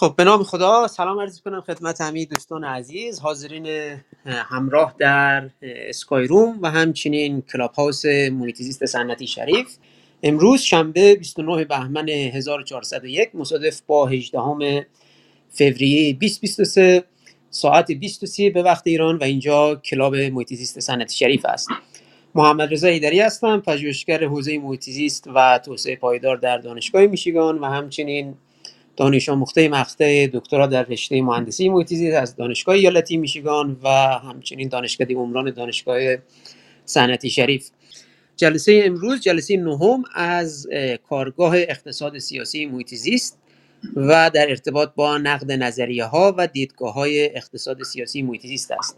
خب به نام خدا سلام عرض کنم خدمت همه دوستان عزیز حاضرین همراه در اسکای روم و همچنین کلاب هاوس محیط زیست صنعتی شریف. امروز شنبه 29 بهمن 1401 مصادف با 18 فوریه 2023 ساعت 23 به وقت ایران و اینجا کلاب محیط زیست صنعتی شریف است. محمد رضا ایدری هستم، پژوهشگر حوزه محیط زیست و توسعه پایدار در دانشگاه میشیگان و همچنین دانش آموخته مقطع دکترا در رشته مهندسی محیط زیست از دانشگاه ایالتی میشیگان و همچنین دانشکده عمران دانشگاه صنعتی شریف. جلسه امروز جلسه نهم از کارگاه اقتصاد سیاسی محیط زیست و در ارتباط با نقد نظریه ها و دیدگاه های اقتصاد سیاسی محیط زیست است.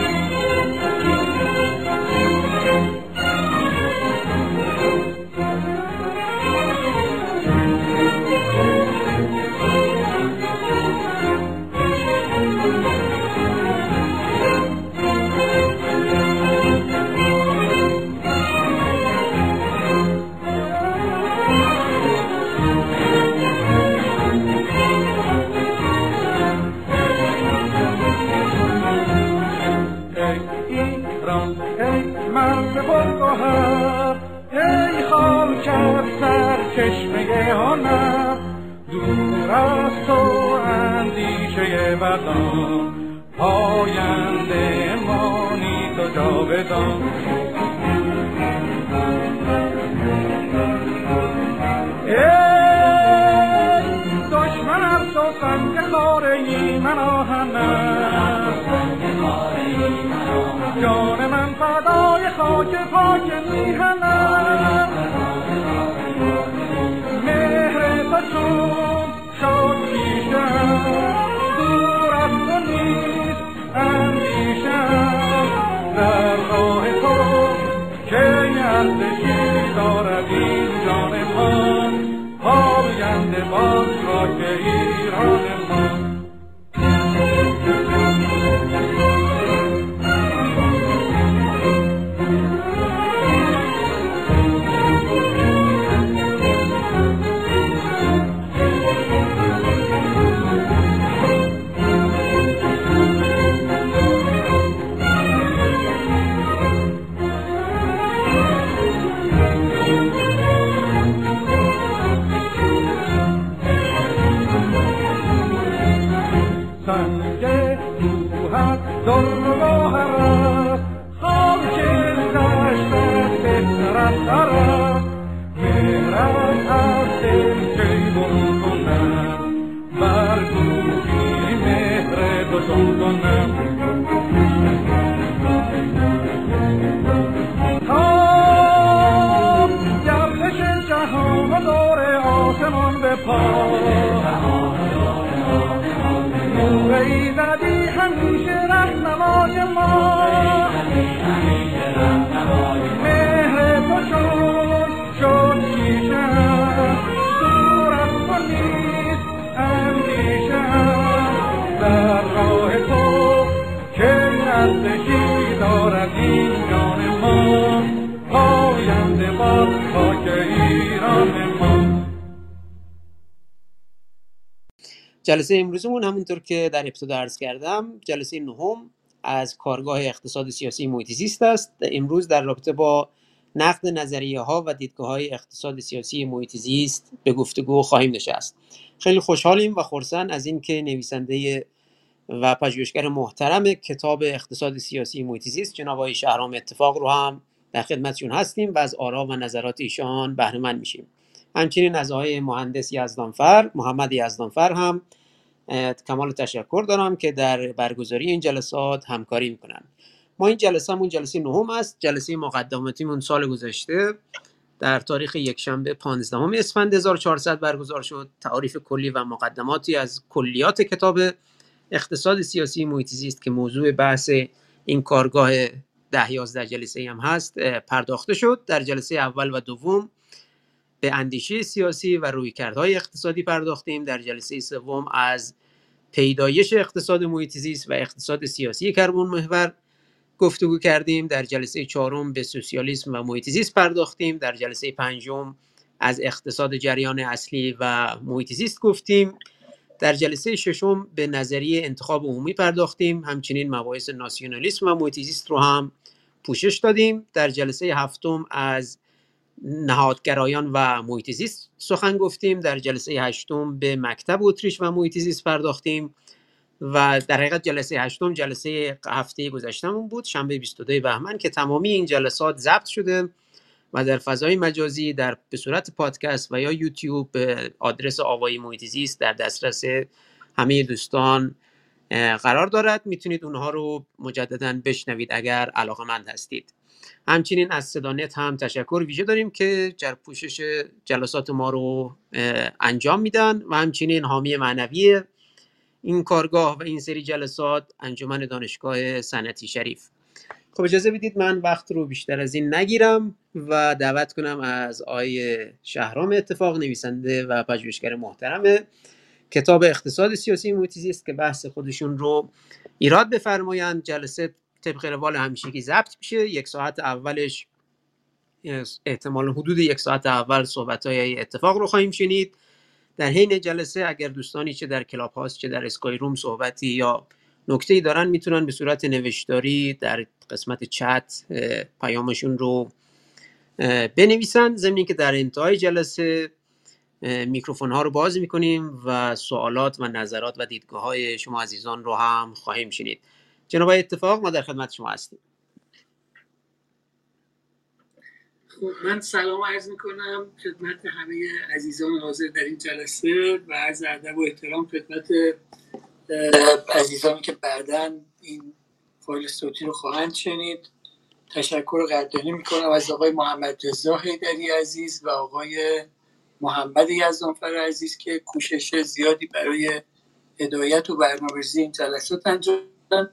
پاینده مانی تو جاودان ای دشمنم تو سنگ خاره من آهنم جان من فدای خاک پاک میهنم مهر تو چون شد پیشم دور از تو نیست اندیشم در راه تو که ارزشی دارد این جان من پاینده باز خاک ایران من. جلسه امروزمون همونطور که در ابتدا عرض کردم جلسه نهم از کارگاه اقتصاد سیاسی محیط زیست است. امروز در رابطه با نقد نظریه ها و دیدگاه های اقتصاد سیاسی محیط زیست به گفتگو خواهیم نشست. خیلی خوشحالیم و خرسند از این که نویسنده و پژوهشگر محترم کتاب اقتصاد سیاسی محیط زیست جناب آقای شهرام اتفاق رو هم در خدمتشون هستیم و از آرا و نظرات ایشان بهره مند میشیم. همچنین از آقای مهندس یزدانفر محمد یزدانفر هم کمال تشکر دارم که در برگزاری این جلسات همکاری میکنن. ما این جلسه‌مون جلسه نهم است. جلسه مقدماتیمون سال گذشته در تاریخ یکشنبه 15 اسفند 1400 برگزار شد. تعریف کلی و مقدماتی از کلیات کتاب اقتصاد سیاسی محیط زیست که موضوع بحث این کارگاه 10-11 جلسه هم هست پرداخته شد. در جلسه اول و دوم به اندیشه سیاسی و رویکردهای اقتصادی پرداختیم. در جلسه سوم از پیدایش اقتصاد محیط زیست و اقتصاد سیاسی کربن محور گفتگو کردیم. در جلسه چهارم به سوسیالیسم و محیط زیست پرداختیم. در جلسه پنجم از اقتصاد جریان اصلی و محیط زیست گفتیم. در جلسه ششم به نظریه انتخاب عمومی پرداختیم، همچنین مباحث ناسیونالیسم و محیط زیست رو هم پوشش دادیم. در جلسه هفتم از نهادگرایان و محیط زیست سخن گفتیم. در جلسه هشتم به مکتب اتریش و محیط زیست پرداختیم و در حقیقت جلسه هشتم جلسه هفته گذشتهمون بود، شنبه 22 بهمن، که تمامی این جلسات ضبط شده و در فضای مجازی به صورت پادکست و یا یوتیوب به آدرس آوای محیط زیست در دسترس همه دوستان قرار دارد. میتونید اونها رو مجددا بشنوید اگر علاقه‌مند هستید. همچنین از صدانت هم تشکر ویژه داریم که پوشش جلسات ما رو انجام میدن و همچنین حامی معنوی این کارگاه و این سری جلسات انجمن دانشگاه صنعتی شریف. خب اجازه بدید من وقت رو بیشتر از این نگیرم و دعوت کنم از آقای شهرام اتفاق، نویسنده و پژوهشگر محترم کتاب اقتصاد سیاسی محیط زیست، که بحث خودشون رو ایراد بفرمایند. جلسه طبق روال همیشگی ضبط میشه. یک ساعت اولش احتمال حدود یک ساعت اول صحبت‌های اتفاق رو خواهیم شنید. در حین جلسه اگر دوستانی چه در کلاب هاست چه در اسکای روم صحبتی یا نکته‌ای دارن میتونن به صورت نوشتاری در قسمت چت پیامشون رو بنویسن. ضمن اینکه در انتهای جلسه میکروفون ها رو باز میکنیم و سوالات و نظرات و دیدگاه های شما عزیزان رو هم خواهیم شنید. جناب اتفاق، ما در خدمت شما هستیم. خب من سلام عرض میکنم خدمت همه عزیزان حاضر در این جلسه و عرض ادب و احترام خدمت عزیزانی که بعداً این فایل صوتی رو خواهند شنید. تشکر قدردانی میکنم از آقای محمد رضا حیدری عزیز و آقای محمد یزدانفر عزیز که کوشش زیادی برای هدایت و برنامه‌ریزی این جلسات انجام دادن.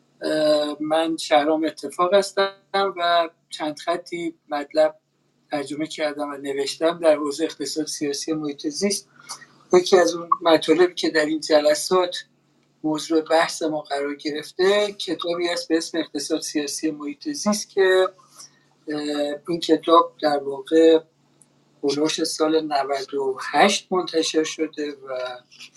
من شهرام اتفاق هستم و چند خطی مطلب ترجمه کردم و نوشتم در حوزه اقتصاد سیاسی محیط زیست. یکی از اون مطالبی که در این جلسات موضوع بحث ما قرار گرفته کتابی است به اسم اقتصاد سیاسی محیط زیست که این کتاب در واقع هولوش سال 98 منتشر شده و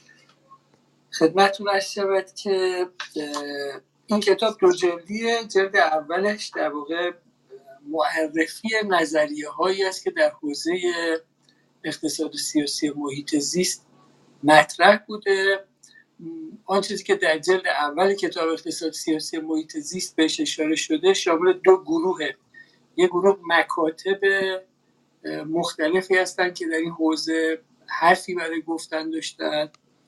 خدمتتون عرض شود که این کتاب دو جلدیه. جلد اولش در واقع معرفی نظریه هایی است که در حوزه اقتصاد سیاسی محیط زیست مطرح بوده. آن چیزی که در جلد اول کتاب اقتصاد سیاسی محیط زیست بهش اشاره شده شامل دو گروهه. یک گروه مکاتب مختلفی هستند که در این حوزه حرفی برای گفتن داشتن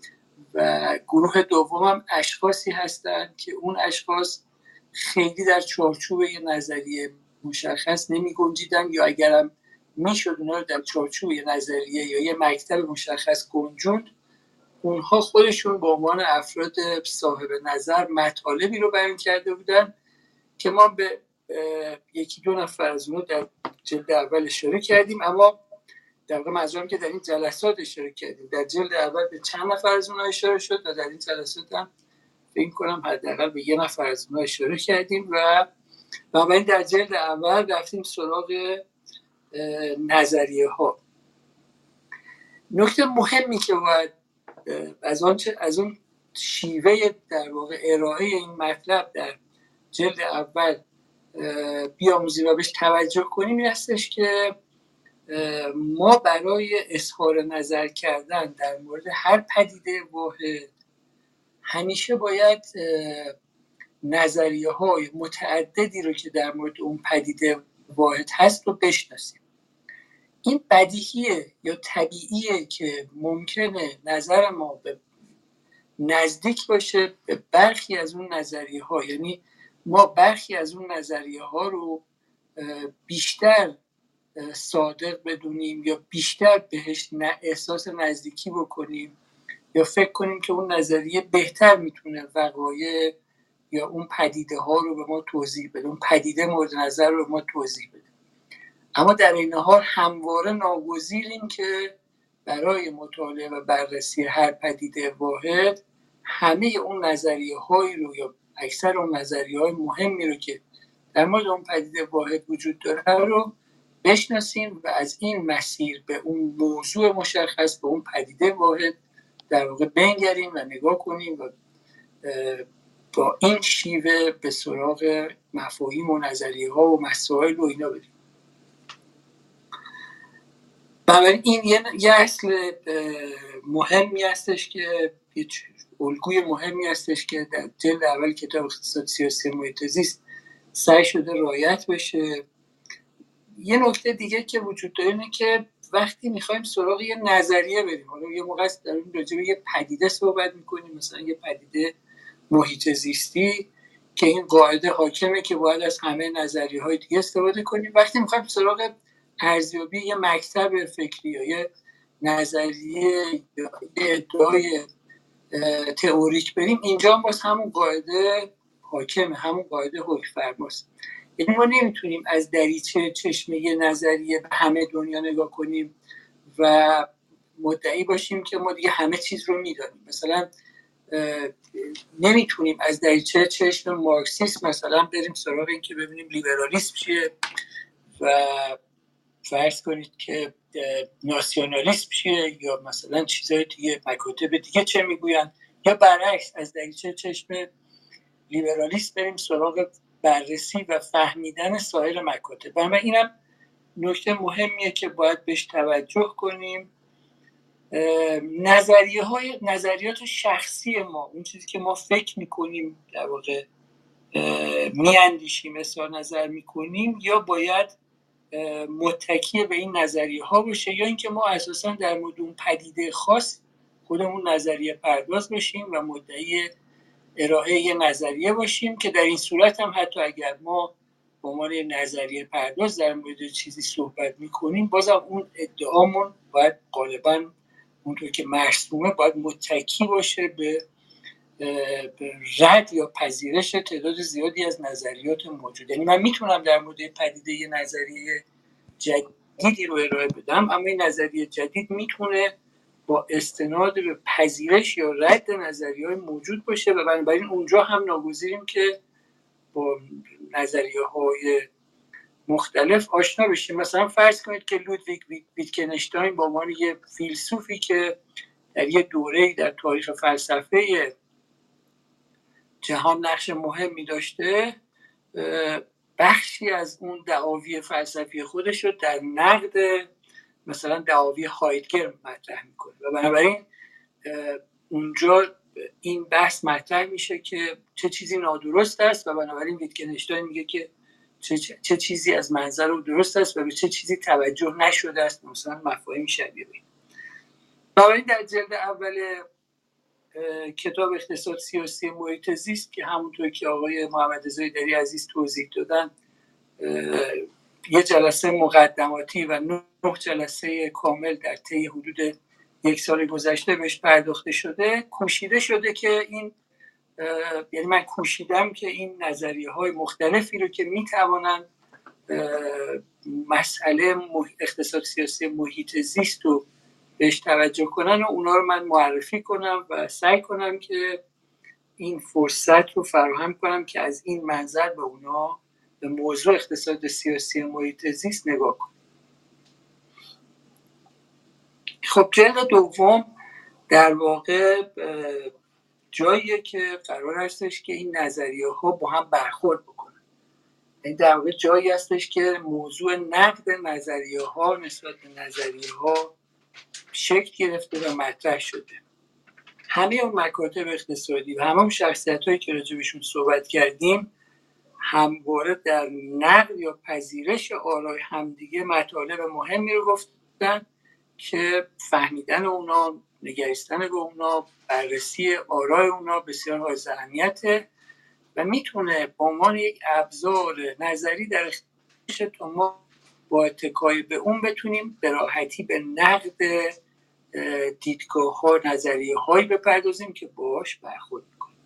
و گروه دوم هم اشخاصی هستند که اون اشخاص خیلی در چارچوب یه نظریه مشخص نمی گنجیدن یا اگرم میشد اونا رو در چارچوب یه نظریه یا یه مکتب مشخص گنجوند، اونها خودشون به عنوان افراد صاحب نظر مطالبی رو بیان کرده بودن که ما به یکی دو نفر از اونها در جلد اول اشاره کردیم، اما در واقع منظورم که در این جلسات اشاره کردیم. در جلد اول به چند نفر از اونها اشاره شد و در این جلسات هم فکر کنم حداقل به یه نفر از اونها اشاره کردیم و بنابراین در جلد اول رفتیم سراغ نظریه ها. نکته مهمی که باید از اون شیوه در واقع ارائه این مطلب در جلد اول بیاموزیم و بهش توجه کنیم این هستش که ما برای اظهار نظر کردن در مورد هر پدیده واحد همیشه باید نظریه های متعددی رو که در مورد اون پدیده واحد هست رو بشناسیم. این بدیهیه یا طبیعیه که ممکنه نظر ما به نزدیک باشه به برخی از اون نظریه ها، یعنی ما برخی از اون نظریه ها رو بیشتر صادق بدونیم یا بیشتر بهش احساس نزدیکی بکنیم یا فکر کنیم که اون نظریه بهتر میتونه وقایع یا اون پدیده ها رو به ما توضیح بده، اون پدیده مورد نظر رو به ما توضیح بده. اما در این حال همواره ناگزیریم که برای مطالعه و بررسی هر پدیده واحد همه اون نظریه هایی رو یا اکثر اون نظریه های مهمی رو که در مورد اون پدیده واحد وجود داره رو بشناسیم و از این مسیر به اون موضوع مشخص به اون پدیده واحد در واقع بنگریم و نگاه کنیم و با این شیوه به سراغ مفاهیم و نظریه ها و مسائل و اینا بریم. بنابراین این یه اصل مهمی هستش که الگوی مهمی هستش که در جلد اول کتاب اقتصاد سیاسی محیط زیست سعی شده رعایت بشه. یه نکته دیگه که وجود داره اینه که وقتی میخوایم سراغ یه نظریه بریم، حالا یه موقع است داریم راجع به یه پدیده صحبت میکنیم، مثلا یه پدیده محیط زیستی که این قاعده حاکمه که باید از همه نظریه های دیگه استفاده کنیم. وقتی میخوایم سراغ ارزیابی یه مکتب فکری یا یه نظریه یا یه ادعای تئوریک بریم، اینجا باز همون قاعده حاکمه، همون قاعده حکم فرماست. یعنی ما نمیتونیم از دریچه چشم یه نظریه به همه دنیا نگاه کنیم و مدعی باشیم که ما دیگه همه چیز رو میدانیم. مثلا نمیتونیم از دریچه چشم مارکسیسم مثلا بریم سراغ این که ببینیم لیبرالیسم چیه و فرض کنید که ناسیونالیسم چیه یا مثلا چیزهای دیگه، مکاتب دیگه چه میگوین، یا برعکس از دریچه چشم لیبرالیسم بریم سراغ بررسی و فهمیدن سایر مکاتب. و اینم نکته مهمیه که باید بهش توجه کنیم. نظریات شخصی ما، اون چیزی که ما فکر میکنیم، در واقع میاندیشیم، اظهار نظر میکنیم، یا باید متکی به این نظریه ها باشه، یا اینکه ما اساسا در مورد اون پدیده خاص خودمون نظریه پرداز باشیم و مدعی ارائه یه نظریه باشیم که در این صورت هم حتی اگر ما به عنوان نظریه پرداز در مورد چیزی صحبت میکنیم، بازم اون ادعامون باید غالبا اونطور که مرسومه باید متکی باشه به رد یا پذیرش تعداد زیادی از نظریات موجود. یعنی من میتونم در مورد پدیده یه نظریه جدیدی رو ارائه بدم، اما این نظریه جدید میتونه با استناد به پذیرش یا رد نظریه‌های موجود باشه و بنابراین اونجا هم ناگزیریم که با نظریه‌های مختلف آشنا بشیم. مثلا فرض کنید که لودویگ ویتکنشتاین به عنوان یه فیلسوفی که در یه دوره‌ای در تاریخ فلسفه جهان نقش مهمی داشته، بخشی از اون دعاوی فلسفی خودش رو در نقد مثلا دعاوی هایدگر مطرح میکنه و بنابراین اونجا این بحث مطرح میشه که چه چیزی نادرست است و بنابراین ویتکنشتاین میگه که چه چیزی از منظر او درست است و به چه چیزی توجه نشده است، مثلا مفاهیم شبیه به این. بنابراین در جلد اول کتاب اقتصاد سیاسی محیط زیست که همونطور که آقای محمد رضا ایدری عزیز توضیح دادن، یه جلسه مقدماتی و 9 جلسه کامل در طی حدود 1 سال گذشته بهش پرداخته شده، کوشیده شده که این، یعنی من کوشیدم که این نظریه‌های مختلفی رو که میتوانن مسئله اقتصاد سیاسی محیط زیست رو بهش توجه کنن و اونا رو من معرفی کنم و سعی کنم که این فرصت رو فراهم کنم که از این منظر به اونا، به موضوع اقتصاد سیاسی محیط زیست نگاه کنم. خب جلد دوم در واقع جاییه که قرار هستش که این نظریه ها با هم برخورد بکنن. این در واقع جایی هستش که موضوع نقد نظریه ها نسبت به نظریه ها شکل گرفته و مطرح شده. همه اون مکاتب اقتصادی و همه اون شخصیت هایی که راجع بهشون صحبت کردیم همواره در نقد یا پذیرش آرای همدیگه مطالب مهمی رو گفتن که فهمیدن اونا، نگریستن به اونا، بررسی آرای اونا بسیار حائز اهمیته و میتونه به عنوان یک ابزار نظری در اختیار تا ما با اتکای به اون بتونیم به راحتی به نقد دیدگاه ها، نظریه هایی بپردازیم که باهاش برخورد میکنیم.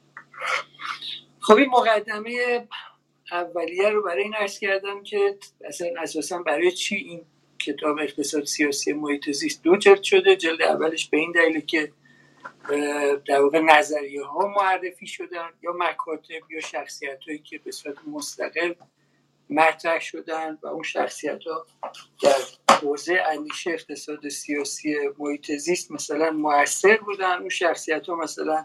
خب این مقدمه اولیه رو برای این عرض کردم که اساساً برای چی این کتاب اقتصاد سیاسی محیط زیست 2 جلد شده. جلد اولش به این دلیل که در واقع نظریه ها معرفی شدن یا مکاتب یا شخصیت هایی که به صورت مستقل مطرح شدن و اون شخصیت ها در حوزه اندیشه اقتصاد سیاسی محیط زیست مثلا مؤثر بودن. اون شخصیت‌ها مثلا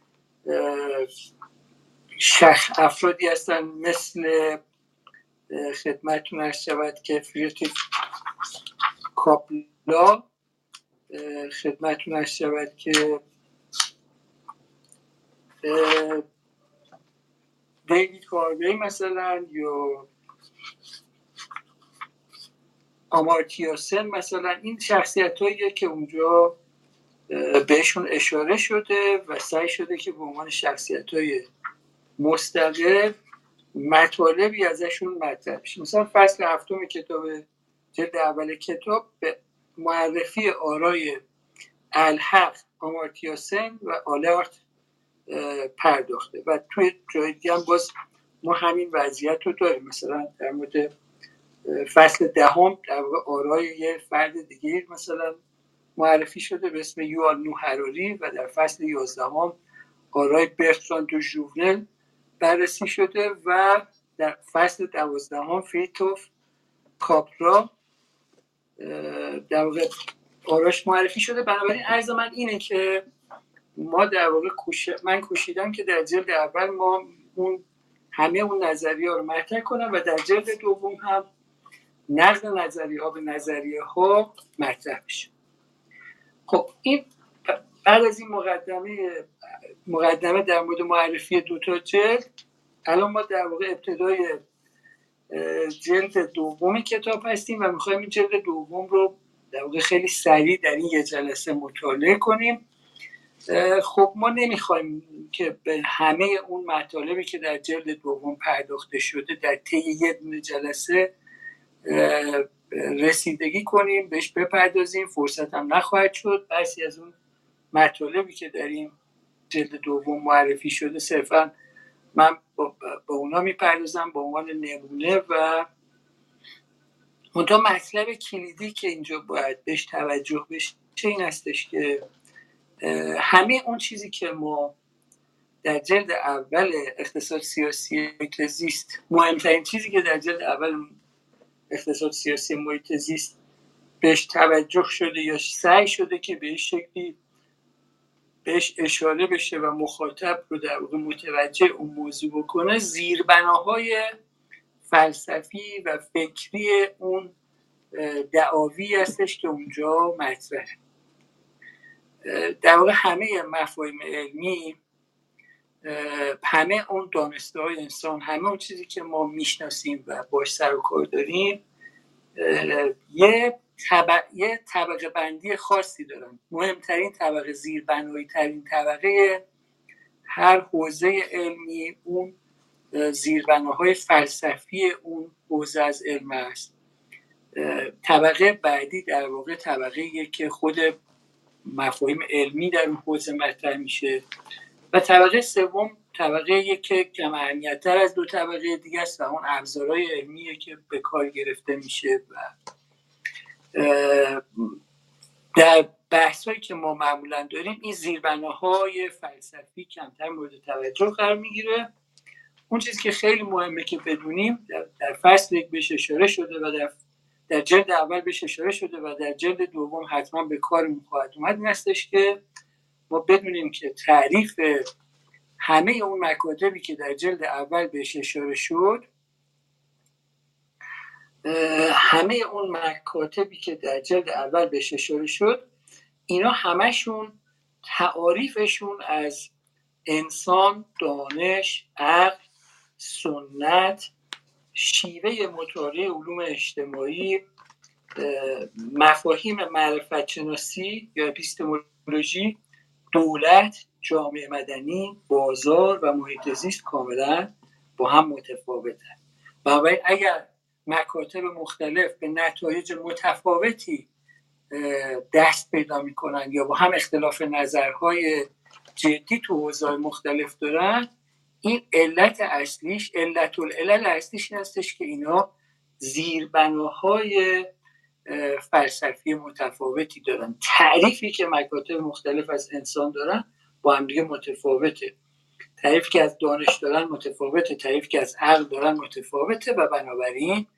افرادی هستن مثل خدمتتون عرض شود که فریدریخ کاپلا، خدمتتون عرض شود که دیوید کاربی مثلا یا آمارتیا سن مثلا. این شخصیت‌هاییه که اونجا بهشون اشاره شده و سعی شده که به عنوان شخصیت‌های مستقل مطالبی ازشون مطرح بشه. مثلا فصل 7 کتاب جلد اول کتاب به معرفی آرای الحق، آمارتیا سن و آلارت پرداخته و توی جای دیگه هم باز ما همین وضعیت رو داریم. مثلا در مورد فصل 10 در واقع آرای یه فرد دیگه مثلا معرفی شده به اسم یوآل نوح هراری و در فصل 11 آرای برتراند دو ژوونل بررسی شده و در فصل 12 فریدریخ کاپلا در واقع آراش معرفی شده. بنابراین عرض من اینه که ما در واقع من کوشیدم که در جلد اول ما همه اون نظریه ها رو مطرح کنم و در جلد دوم هم نقد نظریه ها به نظریه ها مطرح بشه. خب این بعد از این مقدمه در مورد معرفی دوتا جلد، الان ما در واقع ابتدای جلد دوم کتاب هستیم و میخوایم این جلد دوم رو در واقع خیلی سریع در این یه جلسه مطالعه کنیم. خب ما نمیخوایم که به همه اون مطالبی که در جلد دوم پرداخته شده در طی یه دونه جلسه رسیدگی کنیم، بهش بپردازیم، فرصت هم نخواهد شد. بعضی از اون مطالبی که در این جلد دوم معرفی شده صرفا من با اونا میپردازم به عنوان نمونه و منتها مطلب کلیدی که اینجا باید بهش توجه بشه این هستش که همه اون چیزی که ما در جلد اول اقتصاد سیاسی محیط زیست، مهمترین چیزی که در جلد اول اقتصاد سیاسی محیط زیست بهش توجه شده یا سعی شده که به شکلی بهش اشاره بشه و مخاطب رو در واقع متوجه اون موضوع بکنه، زیربناهای فلسفی و فکری اون دعاوی هستش که اونجا مطرحه. در واقع همه مفاهیم علمی، همه اون دانسته های انسان، همه اون چیزی که ما میشناسیم و باش سر و کار داریم یه طبقه بندی خاصی دارن. مهمترین طبقه، زیربنایی ترین طبقه هر حوزه علمی اون زیربناهای فلسفی اون حوزه از علم است. طبقه بعدی در واقع طبقه‌ایه که خود مفاهیم علمی در اون حوزه مطرح میشه و طبقه سوم طبقه‌ایه که کم اهمیت‌تر از دو طبقه دیگه است و اون ابزارهای علمیه که به کار گرفته میشه و در بحثایی که ما معمولا داریم این زیربناهای فلسفی کمتر مورد توجه قرار میگیره. اون چیزی که خیلی مهمه که بدونیم در فصل 1 بهش اشاره شده و در جلد اول بهش اشاره شده و در جلد دوم حتما به کارمون خواهد اومد، این هستش که ما بدونیم که تعریف همه اون مکاتبی که در جلد اول بهش اشاره شد، اینا همشون تعاریفشون از انسان، دانش، عقل، سنت، شیوه مطالعه علوم اجتماعی، مفاهیم معرفت شناسی یا اپیستمولوژی، دولت، جامعه مدنی، بازار و محیط زیست کاملا با هم متفاوتن. بنابراین اگر مکاتب مختلف به نتایج متفاوتی دست پیدا میکنن یا با هم اختلاف نظرهای جدی تو حوزه‌های مختلف دارن، این علت العلل اصلیش این هستش که اینا زیربناهای فلسفی متفاوتی دارن. تعریفی که مکاتب مختلف از انسان دارن با هم دیگه متفاوته، تعریفی که از دانش دارن متفاوته، تعریفی که از عقل دارن متفاوته و بنابراین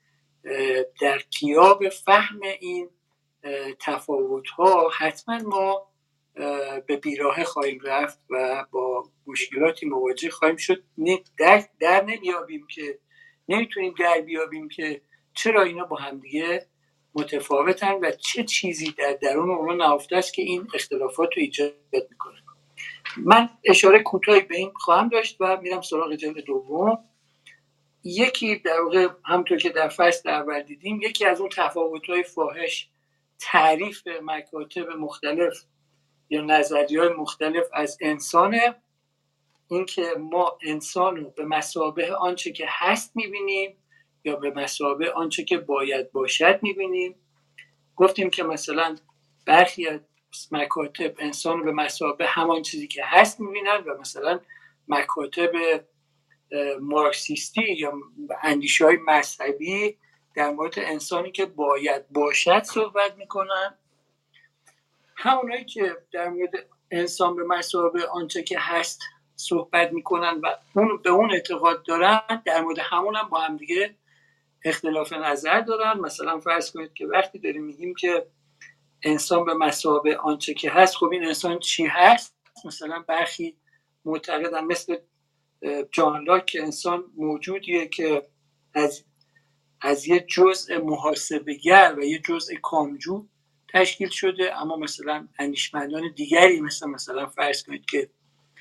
در غیاب فهم این تفاوت‌ها حتما ما به بیراه خواهیم رفت و با مشکلاتی مواجه خواهیم شد. در نمیتونیم در بیابیم که چرا اینا با همدیگه متفاوتن و چه چیزی در درون اونا نهفته است که این اختلافات رو ایجاد میکنه. من اشاره کوتاهی به این خواهم داشت و میرم سراغ جلد دوم. یکی در واقع همونطور که در فصل اول دیدیم، یکی از اون تفاوت‌های فاحش تعریف مکاتب مختلف یا نظریه‌های مختلف از انسانه. این که ما انسان رو به مثابه آنچه که هست می‌بینیم یا به مثابه آنچه که باید باشد می‌بینیم. گفتیم که مثلا برخی از مکاتب انسان رو به مثابه همان چیزی که هست می‌بینن و مثلا مکاتب مارکسیستی یا اندیشه‌های مذهبی در مورد انسانی که باید باشد صحبت میکنن. همونایی که در مورد انسان به مثابه آنچه که هست صحبت میکنن و به اون اعتقاد دارن، در مورد همون هم با هم دیگه اختلاف نظر دارن. مثلا فرض کنید که وقتی داریم میگیم که انسان به مثابه آنچه که هست، خب این انسان چی هست؟ مثلا برخی معتقدن مثل جان لاک که انسان موجودیه که از یه جزء محاسبه‌گر و یه جزء کامجو تشکیل شده. اما مثلا اندیشمندان دیگری مثلا فرض کنید که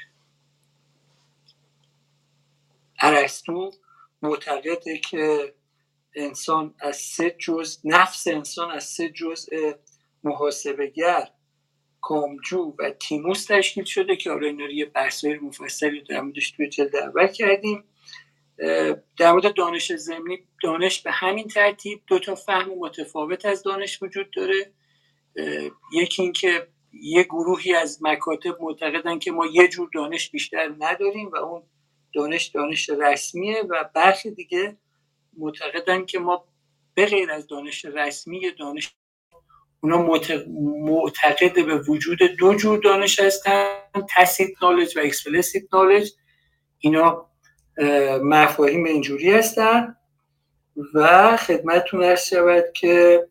ارسطو معتقده که انسان از 3 جزء، نفس انسان از 3 جزء محاسبه‌گر، کامجو و تیموس تشکیل شده که حالا اینا رو یه بحث‌های مفصلی در موردش توی جلد اول کردیم. در مورد دانش ضمنی، دانش به همین ترتیب 2 تا فهم متفاوت از دانش وجود داره. یکی این که یه گروهی از مکاتب معتقدن که ما یه جور دانش بیشتر نداریم و اون دانش رسمیه و برخی دیگه معتقدن که ما به غیر از دانش رسمی دانش، اونا معتقد به وجود 2 جور دانش هستن، tacit knowledge و explicit knowledge. اینا مفاهیم اینجوری هستن و خدمتتون عرض شود که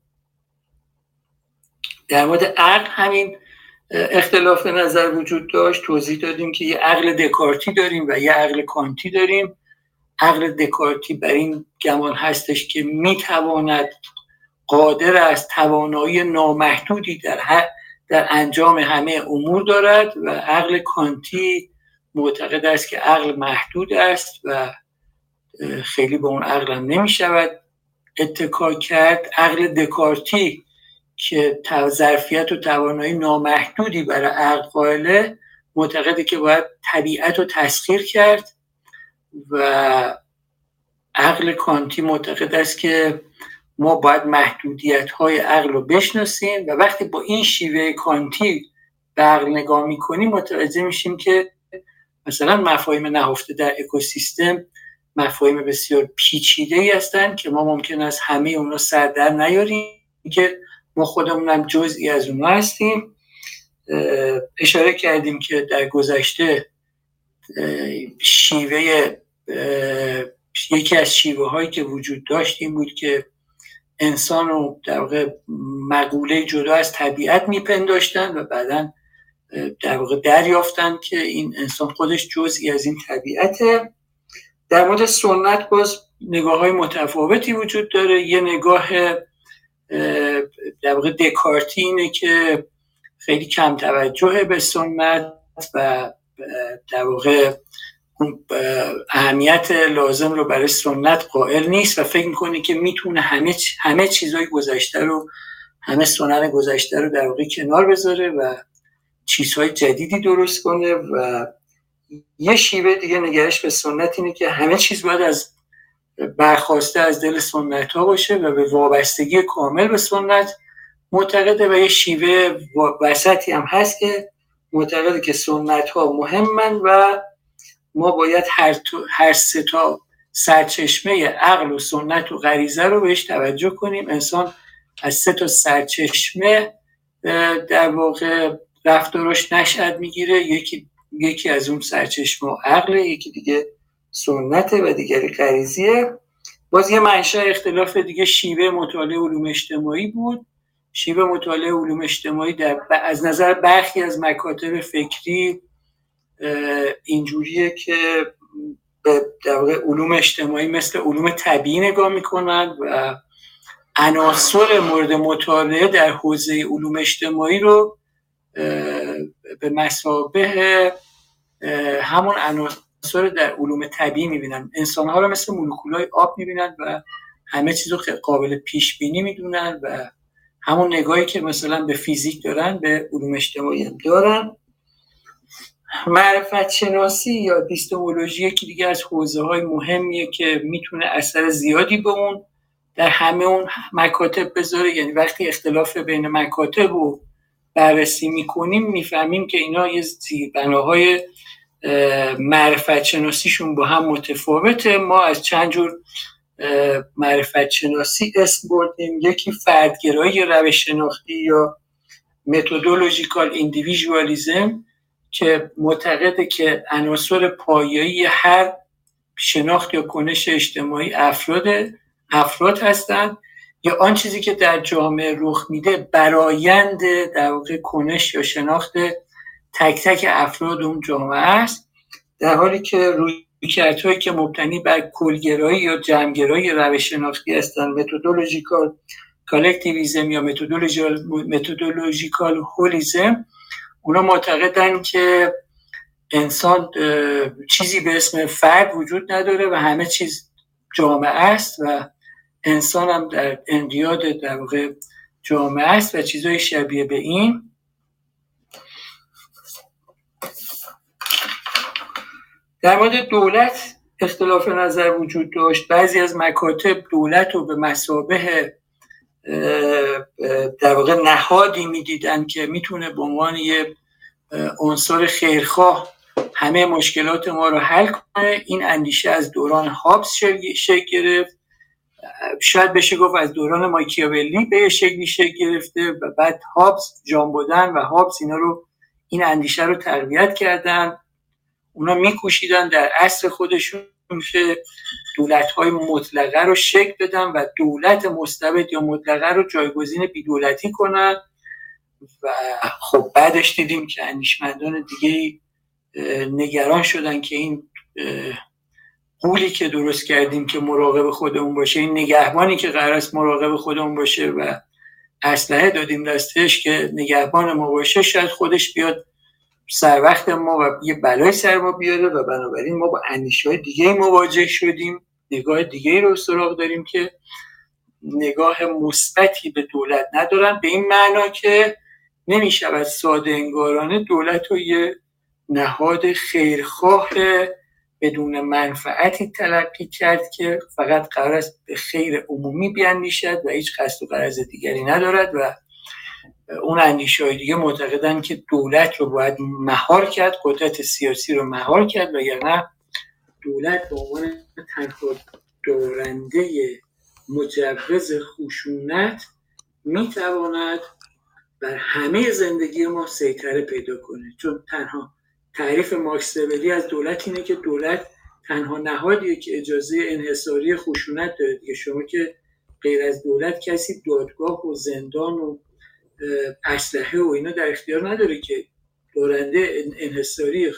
در مورد عقل همین اختلاف نظر وجود داشت. توضیح دادیم که یه عقل دکارتی داریم و یه عقل کانتی داریم. عقل دکارتی بر این گمان هستش که میتواند، قادر است، توانایی نامحدودی در انجام همه امور دارد و عقل کانتی معتقد است که عقل محدود است و خیلی به اون عقل هم نمیشود اتکا کرد. عقل دکارتی که ظرفیت و توانایی نامحدودی برای عقل قائله معتقده که باید طبیعت رو تسخیر کرد و عقل کانتی معتقد است که ما باید محدودیت‌های عقل رو بشناسیم و وقتی با این شیوه کانتی به عقل نگاه می‌کنیم متوجه میشیم که مثلا مفاهیم نهفته در اکوسیستم مفاهیم بسیار پیچیده‌ای هستند که ما ممکن است همه اونا سر در نیاریم، که ما خودمون هم جزئی از اونها هستیم. اشاره کردیم که در گذشته یکی از شیوه هایی که وجود داشت این بود که انسان رو در واقع مقوله جدا از طبیعت میپنداشتن و بعداً در واقع دریافتن که این انسان خودش جزئی از این طبیعته. در مورد سنت باز نگاه های متفاوتی وجود داره. یه نگاه در واقع دکارتی اینه که خیلی کم توجه به سنت و در واقع اهمیت لازم رو برای سنت قائل نیست و فکر میکنه که میتونه همه چیزهای گذشته رو، همه سنن گذشته رو در واقع کنار بذاره و چیزهای جدیدی درست کنه. و یه شیوه دیگه نگرش به سنت اینه که همه چیز باید از برخواسته از دل سنت ها باشه و به وابستگی کامل به سنت معتقده. و یه شیوه وسطی هم هست که معتقده که سنت ها مهمن و ما باید هر 3 تا سرچشمه عقل و سنت و غریزه رو بهش توجه کنیم. انسان از 3 تا سرچشمه در واقع رفتارش نشأت میگیره. یکی از اون سرچشمه عقل، یکی دیگه سنته و دیگری غریزیه. باز یه منشأ اختلاف دیگه شیوه مطالعه علوم اجتماعی بود. شیوه مطالعه علوم اجتماعی از نظر برخی از مکاتب فکری اینجوریه که به در واقع علوم اجتماعی مثل علوم طبیعی نگاه میکنن و عناصر مورد مطالعه در حوزه علوم اجتماعی رو به مثابه همون عناصر در علوم طبیعی میبینن. انسان‌ها رو مثل مولکول‌های آب میبینن و همه چیز رو قابل پیش بینی میدونن و همون نگاهی که مثلا به فیزیک دارن به علوم اجتماعی هم دارن. معرفت شناسی یا اپیستمولوژی که دیگه از حوزه‌های مهمیه که میتونه اثر زیادی به اون در همه اون مکاتب بذاره. یعنی وقتی اختلاف بین مکاتب رو بررسی میکنیم میفهمیم که اینا یه زیربناهای معرفت شناسیشون با هم متفاوته. ما از چند جور معرفت شناسی اسم بردیم. یکی فردگرایی روش شناختی یا متدولوژیکال ایندیویژوالیسم که معتقده که عناصر پایه‌ای هر شناخت یا کنش اجتماعی افراد هستند یا آن چیزی که در جامعه رخ میده برآیند در واقع کنش یا شناخت تک تک افراد اون جامعه است، در حالی که رویکردهایی که مبتنی بر کلگرایی یا جمعگرایی روش شناختی هستند، متدولوژیکال کالکتیویسم یا متدولوژیکال هولیسم، اونا معتقدن که انسان چیزی به اسم فرد وجود نداره و همه چیز جامعه است و انسان هم در انقیاد در واقع جامعه است و چیزای شبیه به این. در مورد دولت اختلاف نظر وجود داشت. بعضی از مکاتب دولت رو به مثابه در واقع نهادی میدیدن که میتونه به عنوان یه عنصر خیرخواه همه مشکلات ما رو حل کنه. این اندیشه از دوران هابس شکل گرفت، شاید بشه گفت از دوران ماکیاولی به شکلی شکل گرفته و بعد هابس، ژان بودن و هابس این اندیشه رو تقویت کردن. اونا میکوشیدن در عصر خودشون که دولت‌های مطلقه رو شکل بدن و دولت مستبد یا مطلقه رو جایگزین بی‌دولتی کنن و خب بعدش دیدیم که اندیشمندان دیگه نگران شدن که این قولی که درست کردیم که مراقب خودمون باشه، این نگهبانی که قرار است مراقب خودمون باشه و اسلحه دادیم دستش که نگهبان ما باشه، شاید خودش بیاد سر وقت ما و یه بلای سر ما بیاره و بنابراین ما با اندیشه‌های دیگه مواجه شدیم. نگاه دیگه رو سراغ داریم که نگاه مثبتی به دولت ندارن، به این معنا که نمی‌شود ساده انگارانه دولت رو یه نهاد خیرخواه بدون منفعتی تلقی کرد که فقط قرار است به خیر عمومی بیاندیشد و هیچ قصد و غرض دیگری ندارد و اون اندیشه‌های دیگه معتقدن که دولت رو باید مهار کرد، قدرت سیاسی رو مهار کرد و یا نه دولت به عنوان تنها دارنده مجوز خشونت میتواند بر همه زندگی ما سیطره پیدا کنه. چون تنها تعریف ماکسولی از دولت اینه که دولت تنها نهادیه که اجازه انحصاری خشونت داره دیگه. شما که غیر از دولت کسی دادگاه و زندان و اسلحه و اینا در اختیار نداره که دارنده انحصاری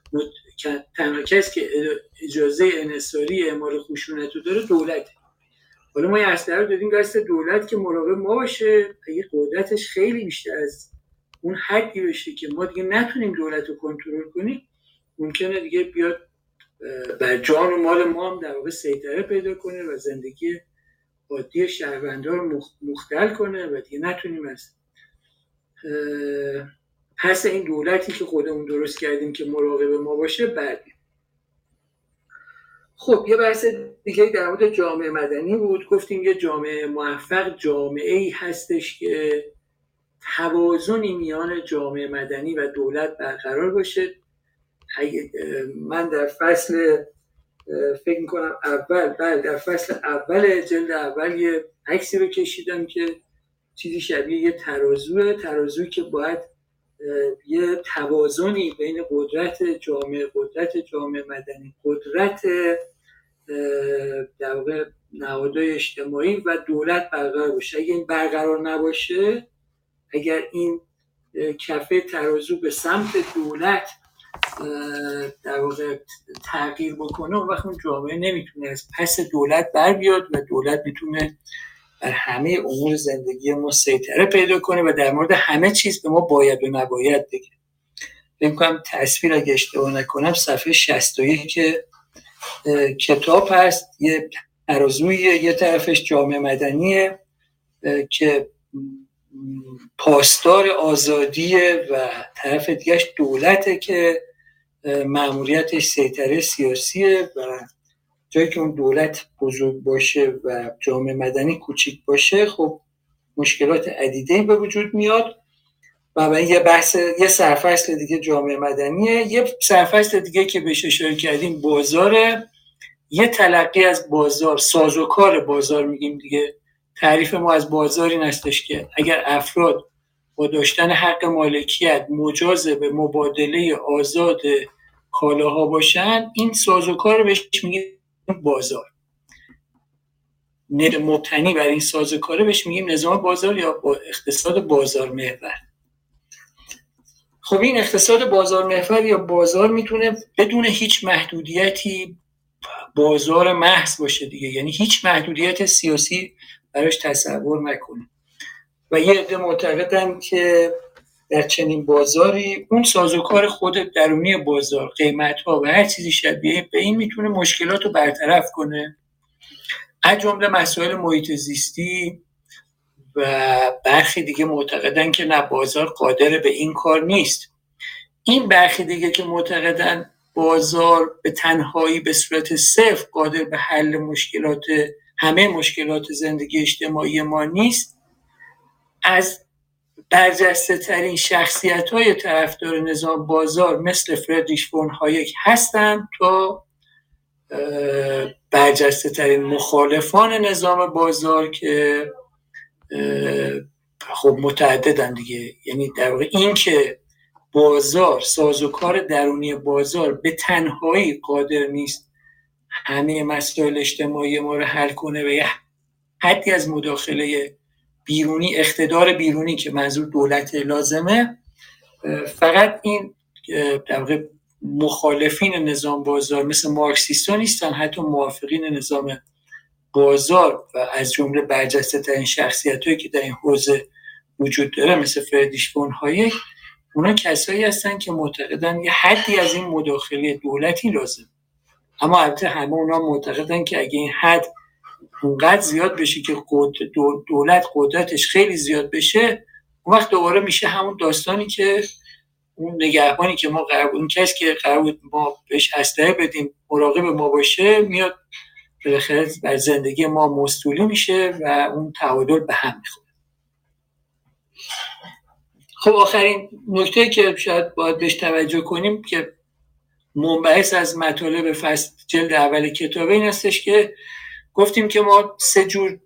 تنها کسی که اجازه انحصاری اعمال خشونت رو داره دولته. حالا ما یه اسلحه رو دادیم دست دولت که مراقب ما باشه، اگه قدرتش خیلی بیشتر از اون حدی بشه که ما دیگه نتونیم دولت رو کنترل کنیم، ممکنه دیگه بیاد بر جان و مال ما هم در واقع سیطره پیدا کنه و زندگی عادی شهروندان رو مختل کنه و دیگه نتونیم از پس این دولتی که خودمون درست کردیم که مراقب ما باشه بردیم. خب یه بحث دیگه در مورد جامعه مدنی بود. گفتیم یه جامعه موفق جامعه‌ای هستش که توازنی میان جامعه مدنی و دولت برقرار باشه. من در فصل فکر می‌کنم در فصل اول جلد اول یه عکسی رو کشیدم که چیزی شبیه یه ترازویی که باید یه توازنی بین قدرت جامعه مدنی، قدرت در واقع نهادهای اجتماعی و دولت برقرار باشه. اگر این برقرار نباشه، اگر این کفه ترازو به سمت دولت در واقع تغییر بکنه، اون وقت اون جامعه نمیتونه از پس دولت بر بیاد و دولت میتونه بر همه امور زندگی ما سیطره پیدا کنه و در مورد همه چیز به ما باید و نباید بگه. فکر کنم تصویر اگه اشتباه نکنم صفحه 61 کتاب هست، یه ترازوی یه طرفش جامعه مدنیه که پاسدار آزادیه و طرف دیگهش دولته که مأموریتش سیطره سیاسیه و جایی که اون دولت بزرگ باشه و جامعه مدنی کوچیک باشه، خب مشکلات عدیده‌ای به وجود میاد. و یه سرفصل دیگه جامعه مدنیه، یه سرفصل دیگه که بهش اشاره کردیم بازاره، یه تلقی از بازار، سازوکار بازار میگیم دیگه. تعریف ما از بازار این هستش که اگر افراد با داشتن حق مالکیت مجاز به مبادله آزاد کالاها باشن، این سازوکار بهش میگیم بازار. مبتنی بر این سازوکار بهش میگیم نظام بازار یا با اقتصاد بازار محور. خب این اقتصاد بازار محور یا بازار میتونه بدون هیچ محدودیتی بازار محض باشه دیگه، یعنی هیچ محدودیت سیاسی براش تصور نکنه. و یه عده معتقدن که در چنین بازاری اون سازوکار خود درونی بازار، قیمت‌ها و هر چیزی شبیه به این میتونه مشکلات رو برطرف کنه، از جمله مسائل محیط زیستی. و برخی دیگه معتقدن که نه، بازار قادر به این کار نیست. این برخی دیگه که معتقدن بازار به تنهایی به صورت صفر قادر به حل همه مشکلات زندگی اجتماعی ما نیست، از برجسته ترین شخصیت های طرفدار نظام بازار مثل فریدریش فون هایک هستند تا برجسته ترین مخالفان نظام بازار که خب متعددن دیگه. یعنی در واقع این که بازار، سازوکار درونی بازار به تنهایی قادر نیست همه مسائل اجتماعی ما رو حل کنه و یه حدی از مداخله بیرونی، اقتدار بیرونی که منظور دولت لازمه، فقط این در واقع مخالفین نظام بازار مثل مارکسیستا نیستن، حتی موافقین نظام بازار و از جمله برجسته ترین شخصیتایی که در این حوزه وجود داره مثل فریدریش فون هایک، اونا کسایی هستن که معتقدن یه حدی از این مداخله دولتی لازم. اما البته همه اونا معتقدن که اگه این حد اونقدر زیاد بشه که دولت قدرتش خیلی زیاد بشه، اون وقت دوباره میشه همون داستانی که اون نگهبانی که ما قرار بود، اون کسی که قرار بود ما بهش اسلحه بدیم مراقب ما باشه، میاد بالاخره بر زندگی ما مستولی میشه و اون تعادل به هم میخوره. خب آخرین نکته که شاید باید بهش توجه کنیم که منبعث از مطالب فصل جلد اول کتابه این هستش که گفتیم که ما سه جور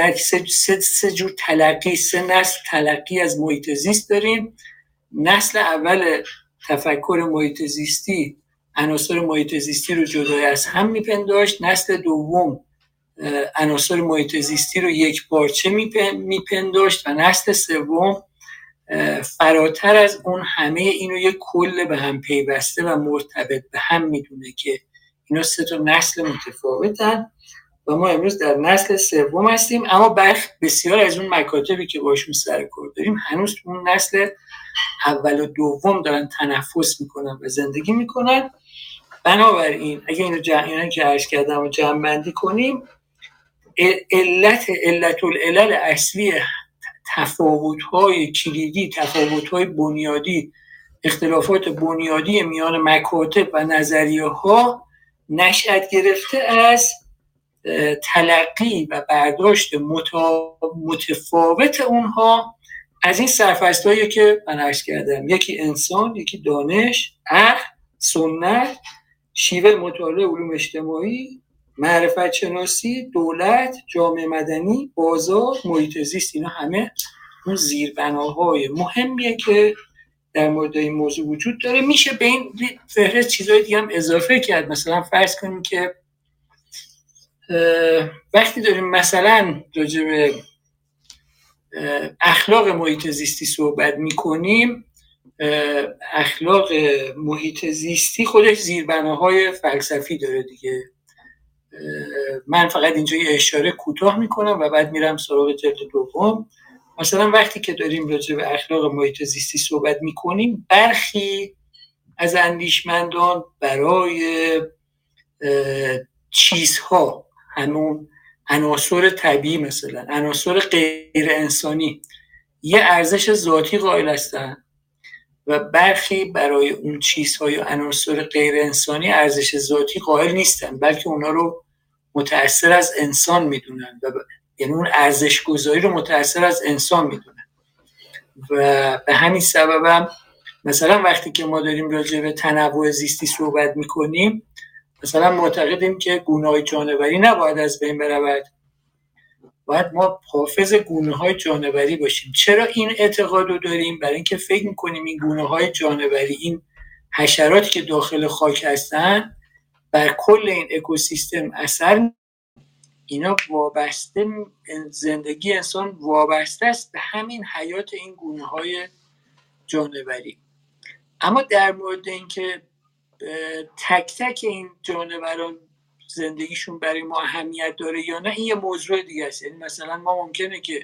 تلقی، سه نسل تلقی از محیط زیست داریم. نسل اول تفکر محیط زیستی عناصر محیط زیستی رو جدای از هم میپنداشت. نسل دوم عناصر محیط زیستی رو یک پارچه میپنداشت و نسل سوم فراتر از اون همه اینو یک کل به هم پیوسته و مرتبط به هم میدونه که اینا سه تا نسل متفاوتن و ما امروز در نسل سوم هستیم. اما بسیار از اون مکاتبی که باشون سر کار داریم هنوز اون نسل اول و دوم دارن تنفس میکنن و زندگی میکنن. بنابراین اگه اینو که عرض کردم و جمع بندی کنیم، علت العلل اصلی تفاوت‌های کلیدی، تفاوت‌های بنیادی، اختلافات بنیادی میان مکاتب و نظریه‌ها نشأت گرفته از تلقی و برداشت متفاوت اونها از این سرفصل‌هایی که من عرض کردم: یکی انسان، یکی دانش، عقل، سنت، شیوه مطالعه علوم اجتماعی، معرفت شناسی، دولت، جامعه مدنی، بازار، محیط زیست. اینا همه اون زیربناهای مهمیه که در مورد این موضوع وجود داره. میشه به این فهرست چیزای دیگه هم اضافه کرد. مثلا فرض کنیم که وقتی داریم مثلا راجع به اخلاق محیط زیستی صحبت میکنیم، اخلاق محیط زیستی خودش زیربناهای فلسفی داره دیگه. من فقط اینجا یه اشاره کوتاه میکنم و بعد میرم سراغ جلد دوم. مثلا وقتی که داریم راجع به اخلاق محیط زیستی صحبت میکنیم، برخی از اندیشمندان برای چیزها، همون عناصر طبیعی، مثلا عناصر غیر انسانی، یه ارزش ذاتی قائل هستن و برخی برای اون چیزها یا عناصر غیر انسانی ارزش ذاتی قائل نیستن، بلکه اونا رو متأثر از انسان میدونن و یعنی اون ارزش گذاری رو متأثر از انسان میدونن. و به همین سببم مثلا وقتی که ما داریم راجع به تنوع زیستی صحبت میکنیم، مثلا معتقدیم که گونه‌های جانوری نباید از بین برود، باید ما حافظ گونه‌های جانوری باشیم. چرا این اعتقاد رو داریم؟ برای اینکه فکر میکنیم این گونه‌های جانوری، این حشراتی که داخل خاک هستن، بر کل این اکوسیستم اثر، اینا وابسته، زندگی انسان وابسته است به همین حیات این گونه‌های جانوری. اما در مورد اینکه تک تک این جانوران زندگیشون برای ما اهمیت داره یا نه، این یه موضوع دیگه است. یعنی مثلا ما ممکنه که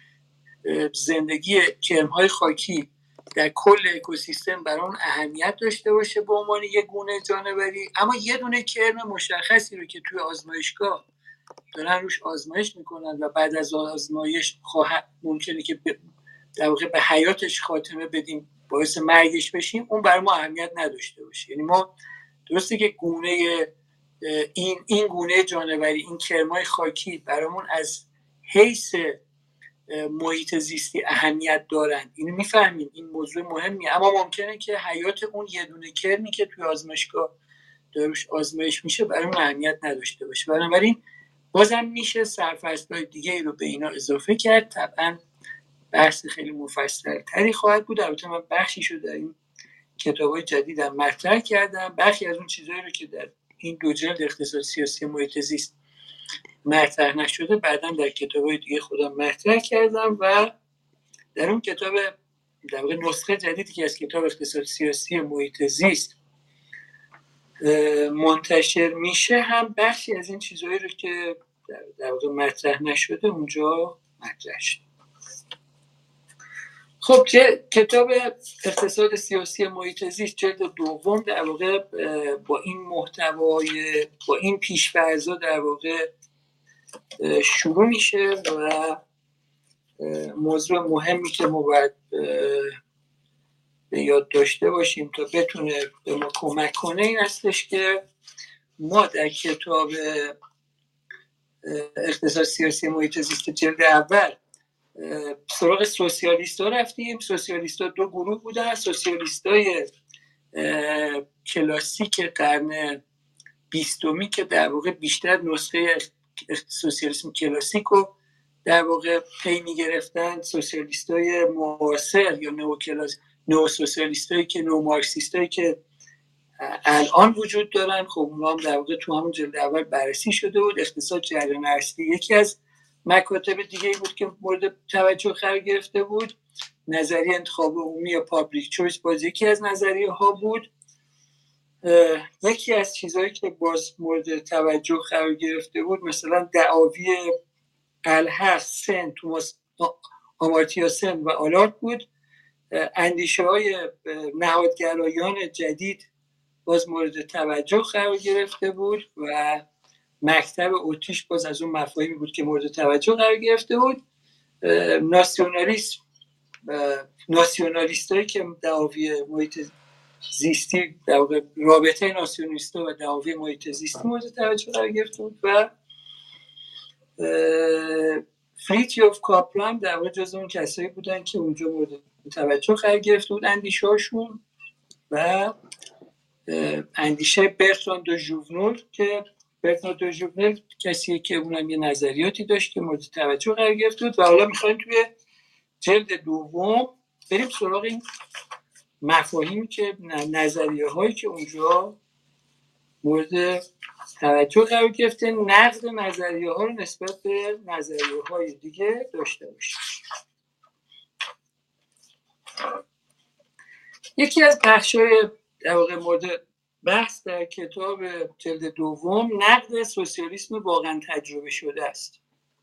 زندگی کرم‌های خاکی در کل اکوسیستم برای اون اهمیت داشته باشه به عنوان یه گونه جانوری، اما یه دونه کرم مشخصی رو که توی آزمایشگاه دارن روش آزمایش میکنن و بعد از آزمایش ممکنه که در واقع به حیاتش خاتمه بدیم، باعث مرگش بشیم، اون برای ما اهمیت نداشته باشه. یعنی ما درسته که گونه این گونه جانوری، این کرمای خاکی برامون از حیث محیط زیستی اهمیت دارن، اینو میفهمیم، این موضوع مهمیه، اما ممکنه که حیات اون یه دونه کرمی که توی آزمایشگاه داروش آزمایش میشه برامون اهمیت نداشته باشه. بنابراین بازم میشه سرفصل‌های دیگه رو به اینا اضافه کرد. طبعا بحث خیلی مفصل‌تری خواهد بود. البته من بخشیشو در این کتاب‌های جدیدم مطرح کردم، بخشی از اون چیزایی رو که در این دو جلد اقتصاد سیاسی محیط زیست مطرح نشده بعداً در کتاب‌های دیگه خودم مطرح کردم و در اون کتاب، در واقع نسخه جدیدی که از کتاب اقتصاد سیاسی محیط زیست منتشر میشه هم بخشی از این چیزایی رو که در واقع مطرح نشده اونجا مطرح شد. خب کتاب اقتصاد سیاسی محیط زیست جلد دوم در واقع با این محتوای، با این پیش‌فرض‌ها در واقع شروع میشه و موضوع مهمی که ما باید به یاد داشته باشیم تا بتونه به ما کمک کنه این هستش که ما در کتاب اقتصاد سیاسی محیط زیست جلد اول سراغ سوسیالیست‌ها رفتیم. سوسیالیست‌ها دو گروه بودن: سوسیالیست‌های کلاسیک قرن 20 که در واقع بیشتر نسخه سوسیالیسم کلاسیک رو در واقع پی می‌گرفتن، سوسیالیست‌های معاصر یا نو سوسیالیست‌هایی که نو مارکسیست‌هایی که الان وجود دارن. خب اونا هم در واقع تو همون جلد اول بررسی شده بود. اقتصاد جریان اصلی یکی از مکاتب دیگه بود که مورد توجه قرار گرفته بود. نظریه انتخاب عمومی یا پابلیک چویس باز یکی از نظریه ها بود. یکی از چیزهایی که باز مورد توجه قرار گرفته بود مثلا دعاوی الحق، سن، توماس آمارتیا سن و آلارت بود. اندیشه های نهادگرایان جدید باز مورد توجه قرار گرفته بود و مکتب اتریش باز از اون مفاهیمی بود که مورد توجه قرار گرفته بود. ناسیونالیستایی که دعاوی محیط زیستی، در واقع رابطه ناسیونالیست‌ها و دعاوی محیط زیستی مورد توجه قرار گرفته بود و فریتیوف کاپلان در واقع جزو اون کسایی بودن که اونجا مورد توجه قرار گرفته بود اندیشه‌هاشون. و اندیشه برتراند دو ژوونل که برتراند دو ژوونل کسیه که اونم یه نظریاتی داشت که مورد توجه قرار گرفته بود و حالا می‌خوایم توی جلد دوم بریم سراغ این مفاهیمی که نظریه‌هایی که اونجا مورد توجه قرار گرفته، نقد نظریه ها رو نسبت به نظریه های دیگه داشته باشه. یکی از بخش‌های در واقع مورد بحث در کتاب جلد دوم نقد سوسیالیسم واقعا تجربه شده است.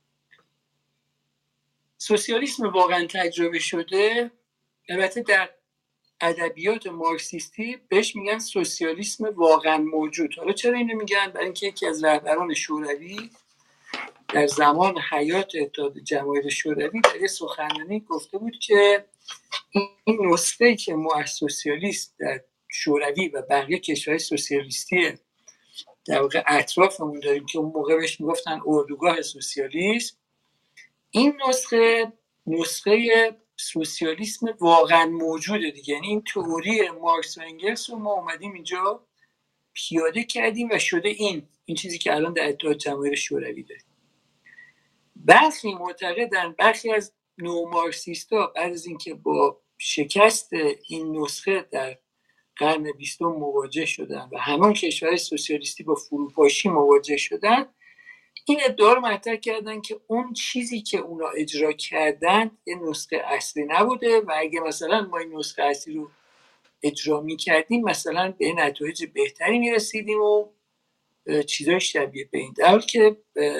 سوسیالیسم واقعا تجربه شده البته در ادبیات مارکسیستی بهش میگن سوسیالیسم واقعا موجود. حالا چرا اینو میگن؟ برای اینکه یکی از رهبران شوروی در زمان حیات اتحاد جماهیر شوروی در یه سخنرانی گفته بود که این نسخه‌ای که ما از سوسیالیسم در شوروی و بقیه کشورهای سوسیالیستی در واقع اطرافمون داریم که اون موقع بهش میگفتن اردوگاه سوسیالیسم، این نسخه سوسیالیسم واقعا موجوده دیگه. یعنی این تئوری مارکس و انگلس رو ما اومدیم اینجا پیاده کردیم و شده این چیزی که الان در اتحاد جماهیر شوروی داریم. برخی معتقدن، برخی از نومارکسیستا بعد از اینکه با شکست این نسخه در قرن 20 مواجه شدن و همون کشورهای سوسیالیستی با فروپاشی مواجه شدن، این ادعا رو مطرح کردن که اون چیزی که اونا اجرا کردن یه نسخه اصلی نبوده و اگه مثلا ما این نسخه اصلی رو اجرا می‌کردیم مثلا به نتایج بهتری می‌رسیدیم و چیزای شبیه به این. در حالی که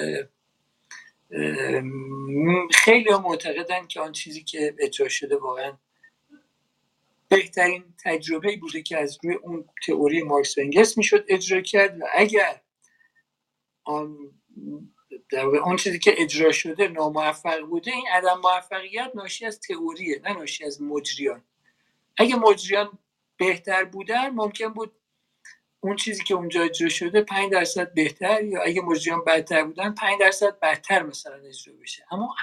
خیلی ها معتقدن که آن چیزی که اجرا شده واقعا بهترین تجربه بوده که از روی اون تئوری مارکس و انگلس میشد اجرا کرد و اگر آن چیزی که اجرا شده ناموفق بوده، این عدم موفقیت ناشی از تئوریه نه ناشی از مجریان. اگه مجریان بهتر بودن ممکن بود اون چیزی که اونجا اجرا شده 5% بهتر، یا اگه مجریان بدتر بودن 5% بدتر مثلا اجرا بشه. اما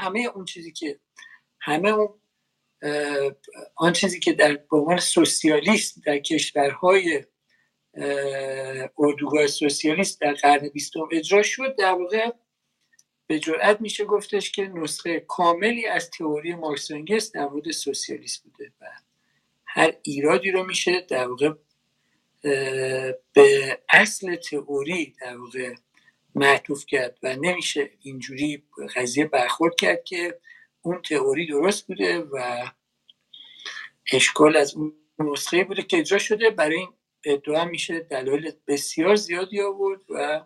آن چیزی که در به عنوان سوسیالیسم در کشورهای اردوگاه سوسیالیست در قرن 20 اجرا شد، در واقع به جرئت میشه گفتش که نسخه کاملی از تئوری مارکس و انگلس در مورد سوسیالیسم بوده و هر ایرادی رو میشه در واقع به اصل تئوری در واقع معطوف کرد و نمیشه اینجوری قضیه برخورد کرد که اون تئوری درست بوده و اشکال از اون نسخه بوده که اجرا شده. برای این ادعا میشه دلایل بسیار زیادی آورد و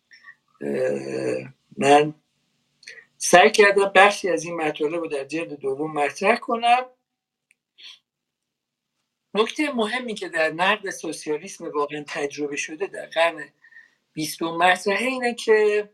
من سعی کردم بخشی از این مطالب رو در جلد دوم مطرح کنم. نکته مهمی که در نقد سوسیالیسم واقعا تجربه شده در قرن 20 مطرحه اینه که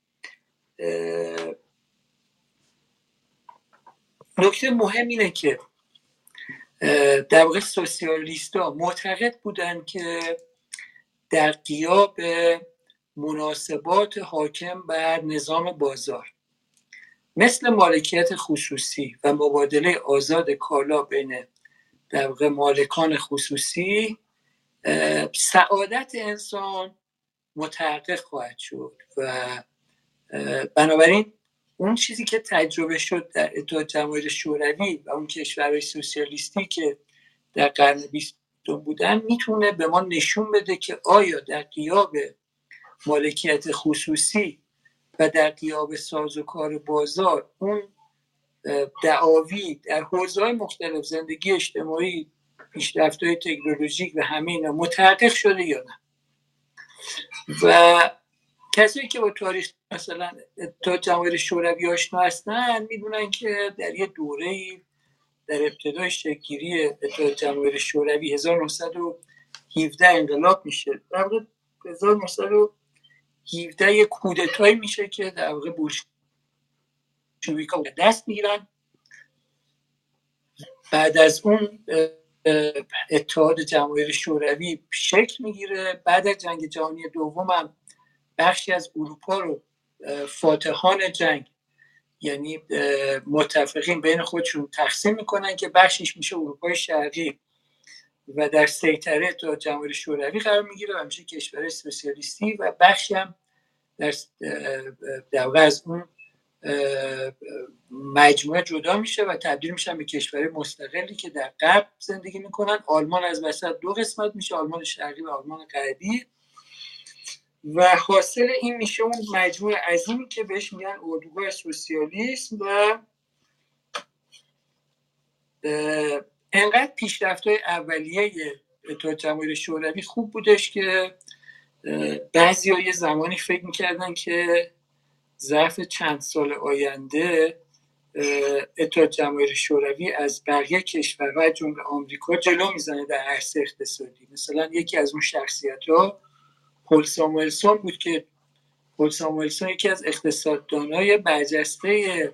نکته مهم اینه که در واقع سوسیالیست‌ها معتقد بودن که در غیاب مناسبات حاکم بر نظام بازار مثل مالکیت خصوصی و مبادله آزاد کالا بین در واقع مالکان خصوصی، سعادت انسان متحقق خواهد شد و بنابراین اون چیزی که تجربه شد در اتحاد جماهیر شوروی و اون کشورهای سوسیالیستی که در قرن 20 بودن میتونه به ما نشون بده که آیا در غیاب مالکیت خصوصی و در غیاب سازوکار بازار اون دعاوی در حوزه‌های مختلف زندگی اجتماعی، پیشرفت‌های تکنولوژیک و همه اینا متحقق شده یا نه. و کسایی که با تاریخ مثلا اتحاد جماهیر شوروی آشنا هستن میدونن که در یه دوره‌ای در ابتدای شکل‌گیری اتحاد جماهیر شوروی 1917 انقلاب میشه. در واقع 1917 یه کودتایی میشه که در واقع بولشویک‌ها دست میگیرن. بعد از اون اتحاد جماهیر شوروی شکل میگیره. بعد از جنگ جهانی دوم هم بخشی از اروپا رو فاتحان جنگ یعنی متفقین بین خودشون تقسیم میکنن که بخشیش میشه اروپای شرقی و در سیطره اتحاد جماهیر شوروی قرار میگیره و میشه کشور سوسیالیستی و بخشی هم در واقع از اون مجموعه جدا میشه و تبدیل میشن به کشور مستقلی که در غرب زندگی میکنن. آلمان از وسط دو قسمت میشه، آلمان شرقی و آلمان غربی. و حاصل این میشه اون مجموعه عظیمی که بهش میگن اردوگاه سوسیالیسم. و انقدر پیشرفت‌های اولیه اتحاد جماهیر شوروی خوب بودش که بعضی‌ها یه زمانی فکر می‌کردن که ظرف چند سال آینده اتحاد جماهیر شوروی از بقیه کشورها جمله آمریکا جلو میزنه در عرصه اقتصادی. مثلا یکی از اون شخصیت‌ها پل ساموئلسون بود که پل ساموئلسون یکی از اقتصاددانای برجسته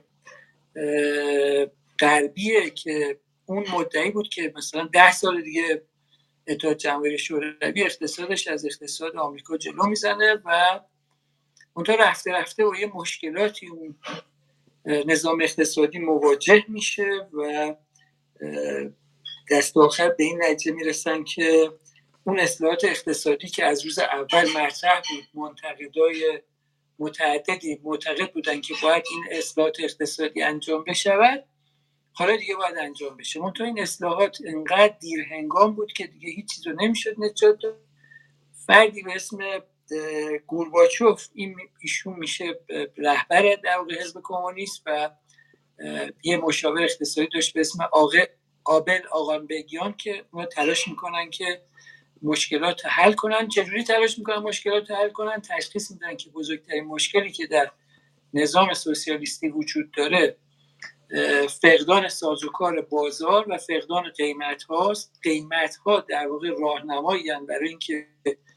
غربیه که اون مدعی بود که مثلا 10 سال دیگه اتحاد جماهیر شوروی اقتصادش از اقتصاد آمریکا جلو میزنه و اونطور رفته رفته با یه مشکلاتی اون نظام اقتصادی مواجه میشه و دست آخر به این نتیجه میرسن که اون اصلاحات اقتصادی که از روز اول مطرح بود، منتقدای متعددی معتقد بودن که باید این اصلاحات اقتصادی انجام بشود، حالا دیگه باید انجام بشه. منتها این اصلاحات انقدر دیر هنگام بود که دیگه هیچ چیز رو نمیشد نجات داد. فردی به اسم گورباچوف، ایشون میشه رهبر در واقع حزب کمونیست و یه مشاور اقتصادی داشت به اسم آبل آغانبگیان که اونا تلاش میکنن که مشکلات حل کنن. چجوری تلاش میکنن مشکلات حل کنن؟ تشخیص میدن که بزرگترین مشکلی که در نظام سوسیالیستی وجود داره فقدان سازوکار بازار و فقدان قیمت هاست. قیمت ها در واقع راهنمایی هستند برای اینکه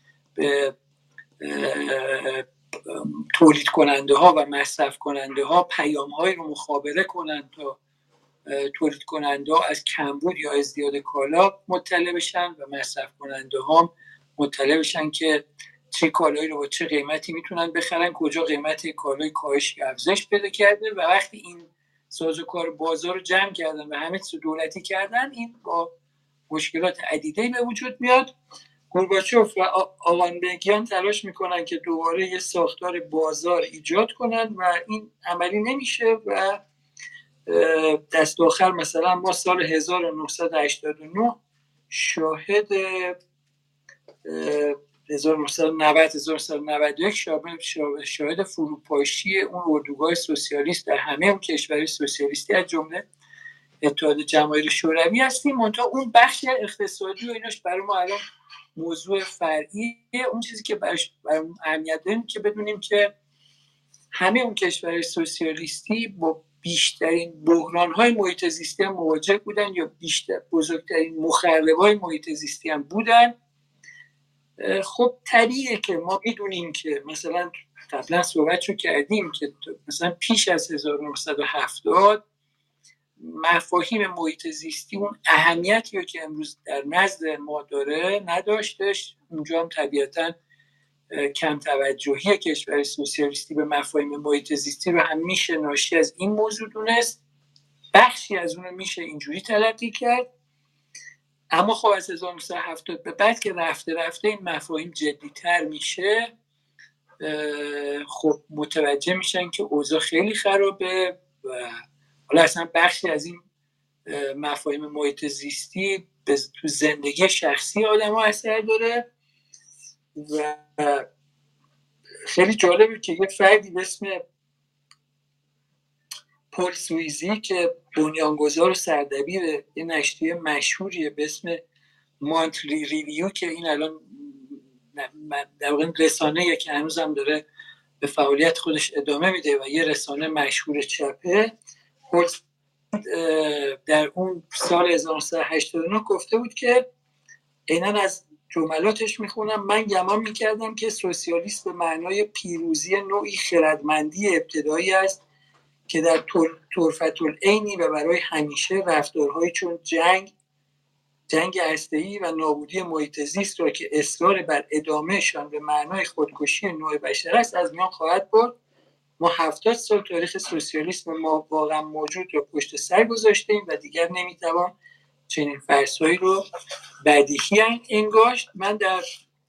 تولید کننده ها و مصرف کننده ها پیام هایی رو مخابره کنند تا تولید کننده ها از کمبود یا ازدیاد کالا مطلع بشن و مصرف کننده ها مطلع بشن که چه کالایی رو با چه قیمتی میتونن بخرن، کجا قیمت کالای کاهش یا افزایش پیدا کرده. و وقتی این سازوکار بازار رو جمع کردن و همه چیز دولتی کردن، این با مشکلات عدیده‌ای به وجود میاد. گورباچوف و آغانبگیان تلاش میکنن که دوباره یه ساختار بازار ایجاد کنن و این عملی نمیشه و دست آخر مثلا ما سال 1989 شاهد 1991 شاهد فروپاشی اون اردوگاه سوسیالیست در همه اون کشورهای سوسیالیستی از جمله اتحاد جماهیر شوروی هستیم. منتها اون بخش اقتصادی و ایناش برای ما الان موضوع فرعیه. اون چیزی که برای اهمیت داریم که بدونیم که همه اون کشورهای سوسیالیستی با بیشترین بحران‌های محیط زیستی هم مواجه بودن یا بزرگترین مخرب‌های محیط زیستی هم بودن. خب طبیعیه که ما میدونیم که مثلا قبلا صحبتشو کردیم که مثلا پیش از 1970 مفاهیم محیط زیستی اون اهمیتی رو که امروز در نزد ما داره نداشتش. اونجا هم طبیعتاً کم توجهی کشور سوسیالیستی به مفاهیم محیط زیستی رو هم میشه ناشی از این موضوع دونست. بخشی از اون رو میشه اینجوری تلقی کرد. اما خب از 1970 به بعد که رفته رفته این مفاهیم جدی‌تر میشه، خب متوجه میشن که اوضاع خیلی خرابه و حالا اصلا بخشی از این مفاهیم محیط زیستی تو زندگی شخصی آدم ها اثر داره. و خیلی جالبه که یه فردی به اسم پل سویزی که بنیانگذار و سردبیر یه نشریه مشهوریه به اسم مانتلی ریویو که این الان در واقع رسانه‌ایه که هنوزم داره به فعالیت خودش ادامه میده و یه رسانه مشهور چپه، در اون سال 1989 گفته بود که عیناً از جملاتش میخونم: من گمان میکردم که سوسیالیست به معنای پیروزی نوعی خردمندی ابتدایی است که در طرفةالعینی و برای همیشه رفتارهایی چون جنگ هسته‌ای و نابودی محیط زیست را که اصرار بر ادامهشان به معنای خودکشی نوع بشر است از میان خواهد برد. ما 70 سال تاریخ سوسیالیسم ما واقعا موجود را پشت سر گذاشتیم و دیگر نمیتوان چنین فرض‌هایی رو بدیهی انگاشت. من در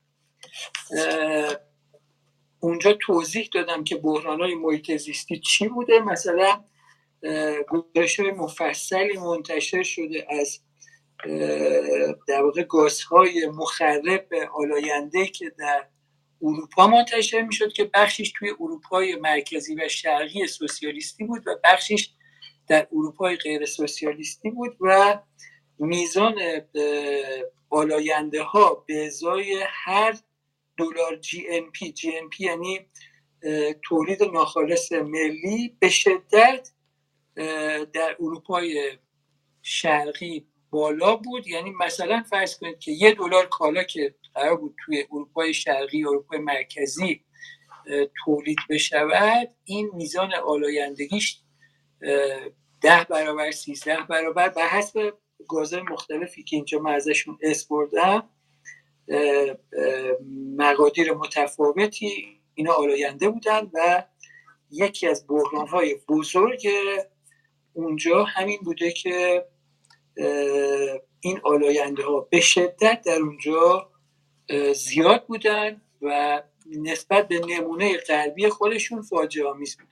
اونجا توضیح دادم که بحران‌های محیط زیستی چی بوده. مثلا گزارش‌های مفصلی منتشر شده از در واقع گازهای مخرب آلاینده که در اروپا منتشر میشد که بخشش توی اروپای مرکزی و شرقی سوسیالیستی بود و بخشش در اروپای غیر سوسیالیستی بود و میزان آلاینده ها به ازای هر دلار GNP یعنی تولید ناخالص ملی به شدت در اروپای شرقی بالا بود. یعنی مثلا فرض کنید که $1 کالا که قرار بود توی اروپای شرقی اروپای مرکزی تولید بشود، این میزان آلایندگیش 10 برابر 13 برابر به حسب گازهای مختلفی که اینجا من ازشون اسم بردم، مقادیر متفاوتی اینا آلاینده بودن و یکی از بحران‌های بزرگ اونجا همین بوده که این آلاینده ها به شدت در اونجا زیاد بودن و نسبت به نمونه غربی خودشون فاجعه آمیز بودن.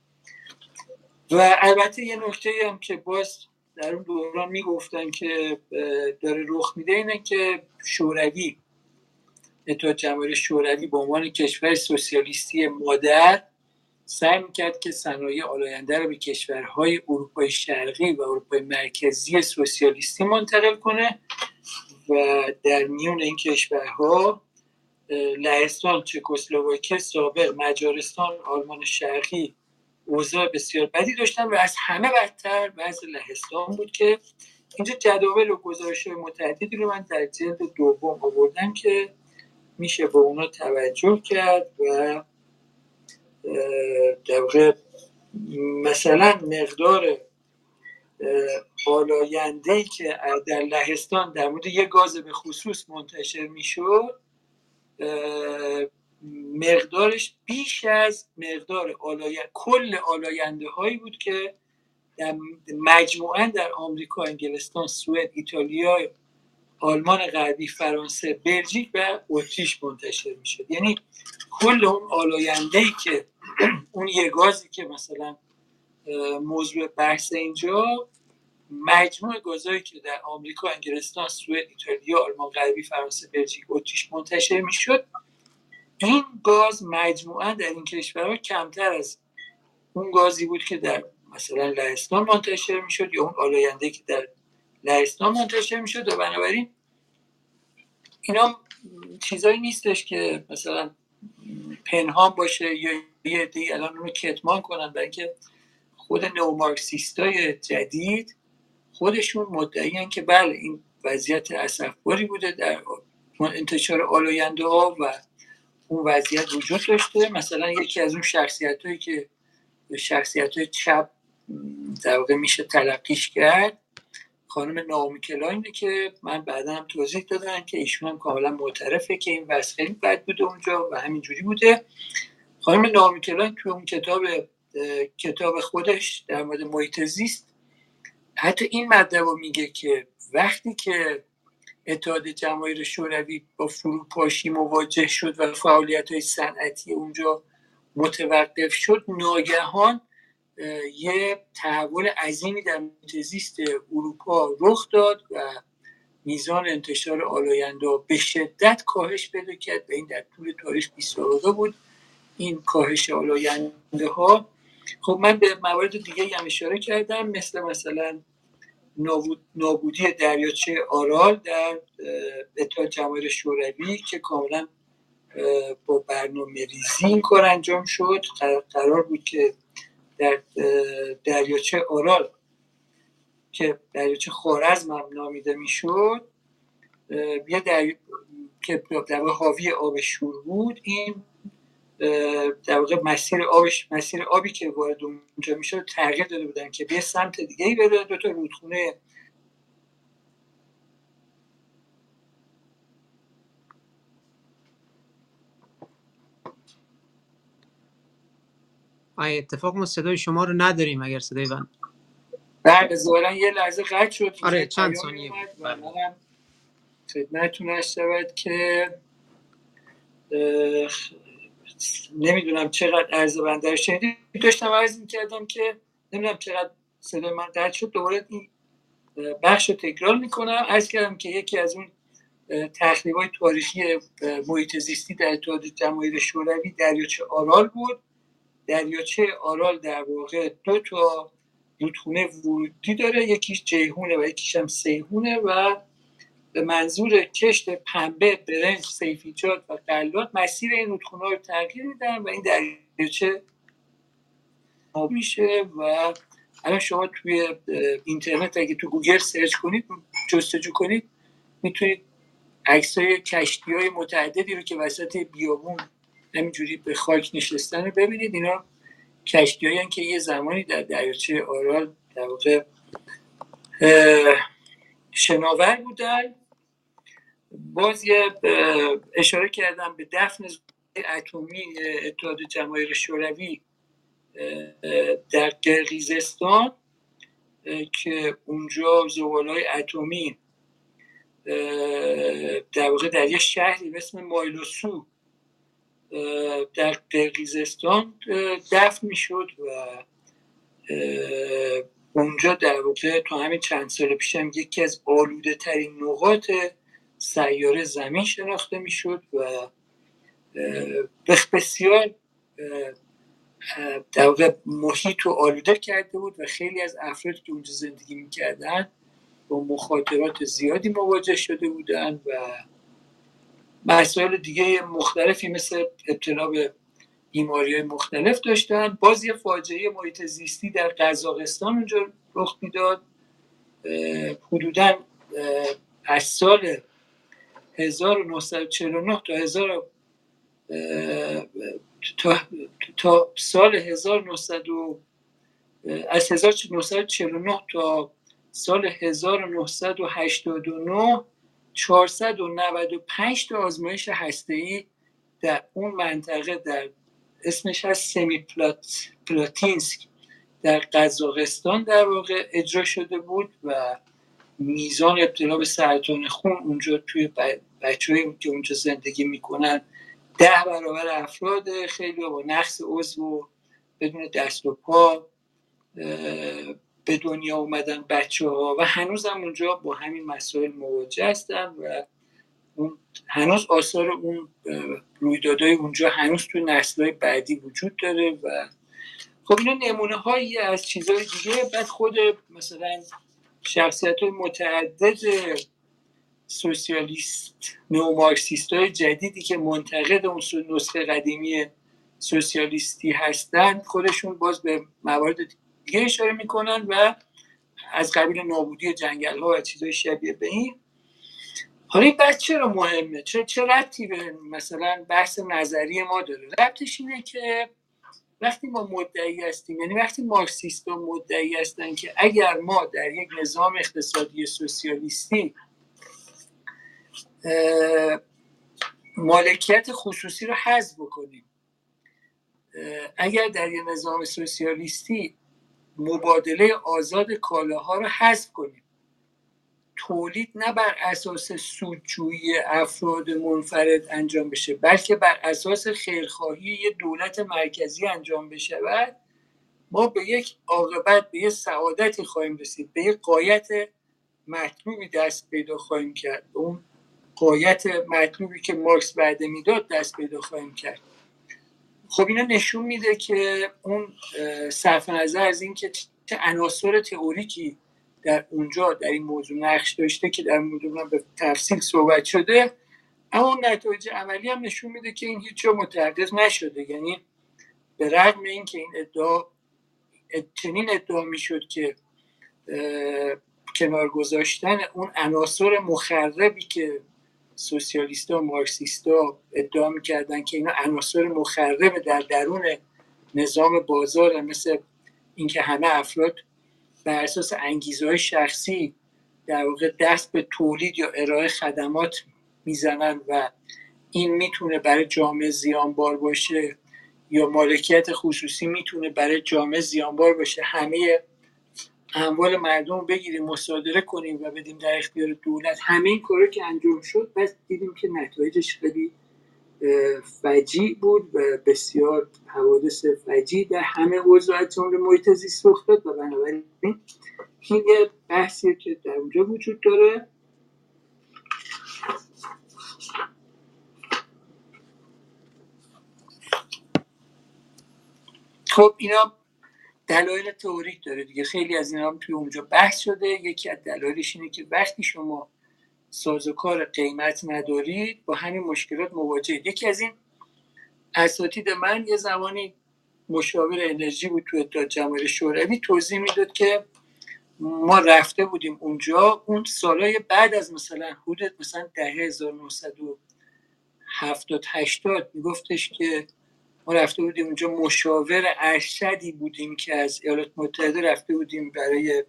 و البته یه نکته هم که باز در اون دوران میگفتن که داره رخ میده اینه که شوروی، اتحاد جماهیر شوروی به عنوان کشور سوسیالیستی مادر سعی میکرد که صنایع آلاینده رو به کشورهای اروپای شرقی و اروپای مرکزی سوسیالیستی منتقل کنه و در میون این کشورها لهستان، چکسلواکی سابق، مجارستان، آلمان شرقی اوضاع بسیار بدی داشتن و از همه بدتر وضع لهستان بود که اینجا جداول و گزارش‌های متعددی رو من در جلد دوم آوردم که میشه به اونا توجه کرد و در واقع مثلا مقدار آلاینده‌ای که در لهستان در مورد یک گاز به خصوص منتشر میشد مقدارش بیش از مقدار کل آلاینده هایی بود که مجموعاً در آمریکا، انگلستان، سوئد، ایتالیا، آلمان غربی، فرانسه، بلژیک و اتریش منتشر میشد. یعنی کل اون آلاینده‌ای که اون یه گازی که مثلا موضوع بحث اینجا، مجموع گازایی که در آمریکا، انگلستان، سوئد، ایتالیا، آلمان غربی، فرانسه، بلژیک، اتریش منتشر میشد، این گاز مجموعاً در این کشورها کمتر از اون گازی بود که در مثلا لهستان منتشر میشد یا اون آلاینده‌ای که در لهستان منتشر میشد. و بنابراین اینا چیزایی نیستش که مثلا پنهان باشه یا یه عده‌ای الان اون رو کتمان کنن، برای اینکه خود نئومارکسیستای جدید خودشون مدعی‌اند که بله این وضعیت اسفباری بوده در انتشار آلاینده ها و اون وضعیت وجود داشته. مثلا یکی از اون شخصیتایی که شخصیت‌های چپ در واقع میشه تلقیش کرد خانم ناومی کلاینه که من بعدا هم توضیح دادم که ایشون هم کاملا معترفه که این وضع خیلی بد بوده اونجا و همینجوری بوده. خانم ناومی کلاین توی اون کتاب خودش در مورد محیط زیست حتی این مطلب رو میگه که وقتی که اتحاد جماهیر شوروی با فروپاشی مواجه شد و فعالیت‌های صنعتی اونجا متوقف شد، ناگهان یه تحول عظیمی در محیط زیست اروپا رخ داد و میزان انتشار آلاینده به شدت کاهش پیدا کرد و این در طول تاریخ بی‌سابقه بود این کاهش آلاینده ها. خب من به موارد دیگه هم اشاره کردم مثلا نابودی دریاچه آرال در اتحاد جماهیر شوروی که کاملا با برنامه ریزی این کار انجام شد. قرار بود که در دریاچه آرال که دریاچه خوارزم هم نامیده میشد که در واقع حاوی آب شور بود، این در واقع مسیر آبی که وارد اونجا میشد تغییر داده بودن که به سمت دیگه‌ای بره. دو تا رودخونه اتفاق ما صدای شما رو نداریم. اگر صدای من بعد ظاهرا یه لحظه قطع شد. آره چند ثانیه و منم خدمتتون عرض شود که نمیدونم چقدر عرض بنده رو شنیدید. داشتم عرض می‌کردم که نمیدونم چقدر صدای من قطع شد. دوباره این بخش رو تکرار میکنم. عرض کردم که یکی از اون تخریب‌های تاریخی محیط زیستی در اتحاد جماهیر شوروی دریاچه آرال بود. دریاچه آرال در واقع 2 تا رودخونه ورودی داره، یکیش جیهونه و یکیش هم سیهونه و به منظور کشت پنبه، برنج، سیفیجات و غلات مسیر این رودخونه‌ها رو تغییر میدن و این دریاچه آب میشه. و الان شما توی اینترنت اگه تو گوگل سرچ کنید، جستجو کنید، میتونید عکسای کشتی‌های متعددی رو که وسط بیابون همینجوری به خاک نشستن رو ببینید. اینا کشتی‌هایی هستند که یه زمانی در دریاچه آرال در واقع شناور بودن. باز یه اشاره کردم به دفن اتمی اتحاد جماهیر شوروی در قرقیزستان که اونجا زباله‌های اتمی در واقع در یه شهری به اسم مایلوسو در قرقیزستان دفن میشد و اونجا در واقع تا همین چند سال پیش هم یکی از آلوده ترین نقاط سیاره زمین شناخته میشد و بسیار در واقع محیط رو آلوده کرده بود و خیلی از افرادی که اونجا زندگی میکردن با مخاطرات زیادی مواجه شده بودن و مسائل دیگه مختلفی مثل ابتلا به بیماری‌های مختلف داشتن. باز یه فاجعه محیط زیستی در قزاقستان اونجا رخ میداد. حدوداً از سال 1949 تا سال 1949 تا سال 1989 495 تا آزمایش هسته‌ای در اون منطقه در اسمش هست سمی پلاتینسک در قزاقستان در واقع اجرا شده بود و میزان ابتلا به سرطان خون اونجا توی بچه‌هایی که اونجا زندگی میکنن 10 برابر افراد خیلی با نقص عضو و بدون دست و پا به دنیا اومدن بچه‌ها و هنوز هم اونجا با همین مسائل مواجه هستن و اون هنوز آثار اون رویدادهای اونجا هنوز تو نسل‌های بعدی وجود داره و خب اینا نمونه هایی از چیزهای دیگه. بعد خود مثلا شخصیت‌های متعدد سوسیالیست نئومارکسیست های جدیدی که منتقد اون نسخه قدیمی سوسیالیستی هستن خودشون باز به موارد دیگه اشاره میکنن و از قبیل نابودی جنگل ها و چیزهای شبیه به این. حالا این بحث چرا مهمه؟ چه ربطی به مثلا بحث نظری ما داره؟ ربطش اینه که وقتی ما مدعی هستیم، یعنی وقتی مارکسیست ها مدعی هستن که اگر ما در یک نظام اقتصادی سوسیالیستی مالکیت خصوصی رو حذف بکنیم، اگر در یک نظام سوسیالیستی مبادله آزاد کالاها رو حذف کنیم، تولید نه بر اساس سودجویی افراد منفرد انجام بشه بلکه بر اساس خیرخواهی یک دولت مرکزی انجام بشه، و ما به یک عاقبت، به یک سعادتی خواهیم رسید، به یک غایت مطلوبی دست پیدا خواهیم کرد، اون غایت مطلوبی که مارکس وعده میداد دست پیدا خواهیم کرد. خب اینا نشون میده که اون صرف نظر از این که چه عناصر تئوریکی در اونجا در این موضوع نقش داشته که در موضوع به تفصیل صحبت شده، اما اون نتایج عملی هم نشون میده که این هیچ جا متحقق نشده. یعنی به رغم این که این چنین ادعا میشد که کنار گذاشتن اون عناصر مخربی که سوسیالیست‌ها و مارکسیست‌ها ادعا می‌کردن که اینا عناصر مخرب در درون نظام بازار، مثل اینکه همه افراد بر اساس انگیزه‌های شخصی در واقع دست به تولید یا ارائه خدمات میزنن و این میتونه برای جامعه زیانبار باشه، یا مالکیت خصوصی میتونه برای جامعه زیانبار باشه، همه اموال مردم بگیریم مصادره کنیم و بدیم در اختیار دولت. همه این کارا که انجام شد بس دیدیم که نتایجش خیلی فجیع بود و بسیار حوادث فجیع در همه حوزه‌های جمله محیط زیست رخ داد و بنابراین این یه بحثیه که در اونجا وجود داره. خب اینا دلایل تئوریک داره دیگه، خیلی از اینا هم توی اونجا بحث شده. یکی از دلایلش اینه که وقتی شما سازوکار قیمت ندارید با همین مشکلات مواجهید. یکی از این اساتید من یه زمانی مشاور انرژی بود تو اتحاد جماهیر شوروی، توضیح میداد که ما رفته بودیم اونجا اون سالهای بعد از مثلا حدود مثلا دهه 1970 80 میگفتش که ما رفته بودیم اونجا مشاور ارشدی بودیم که از ایالات متحده رفته بودیم برای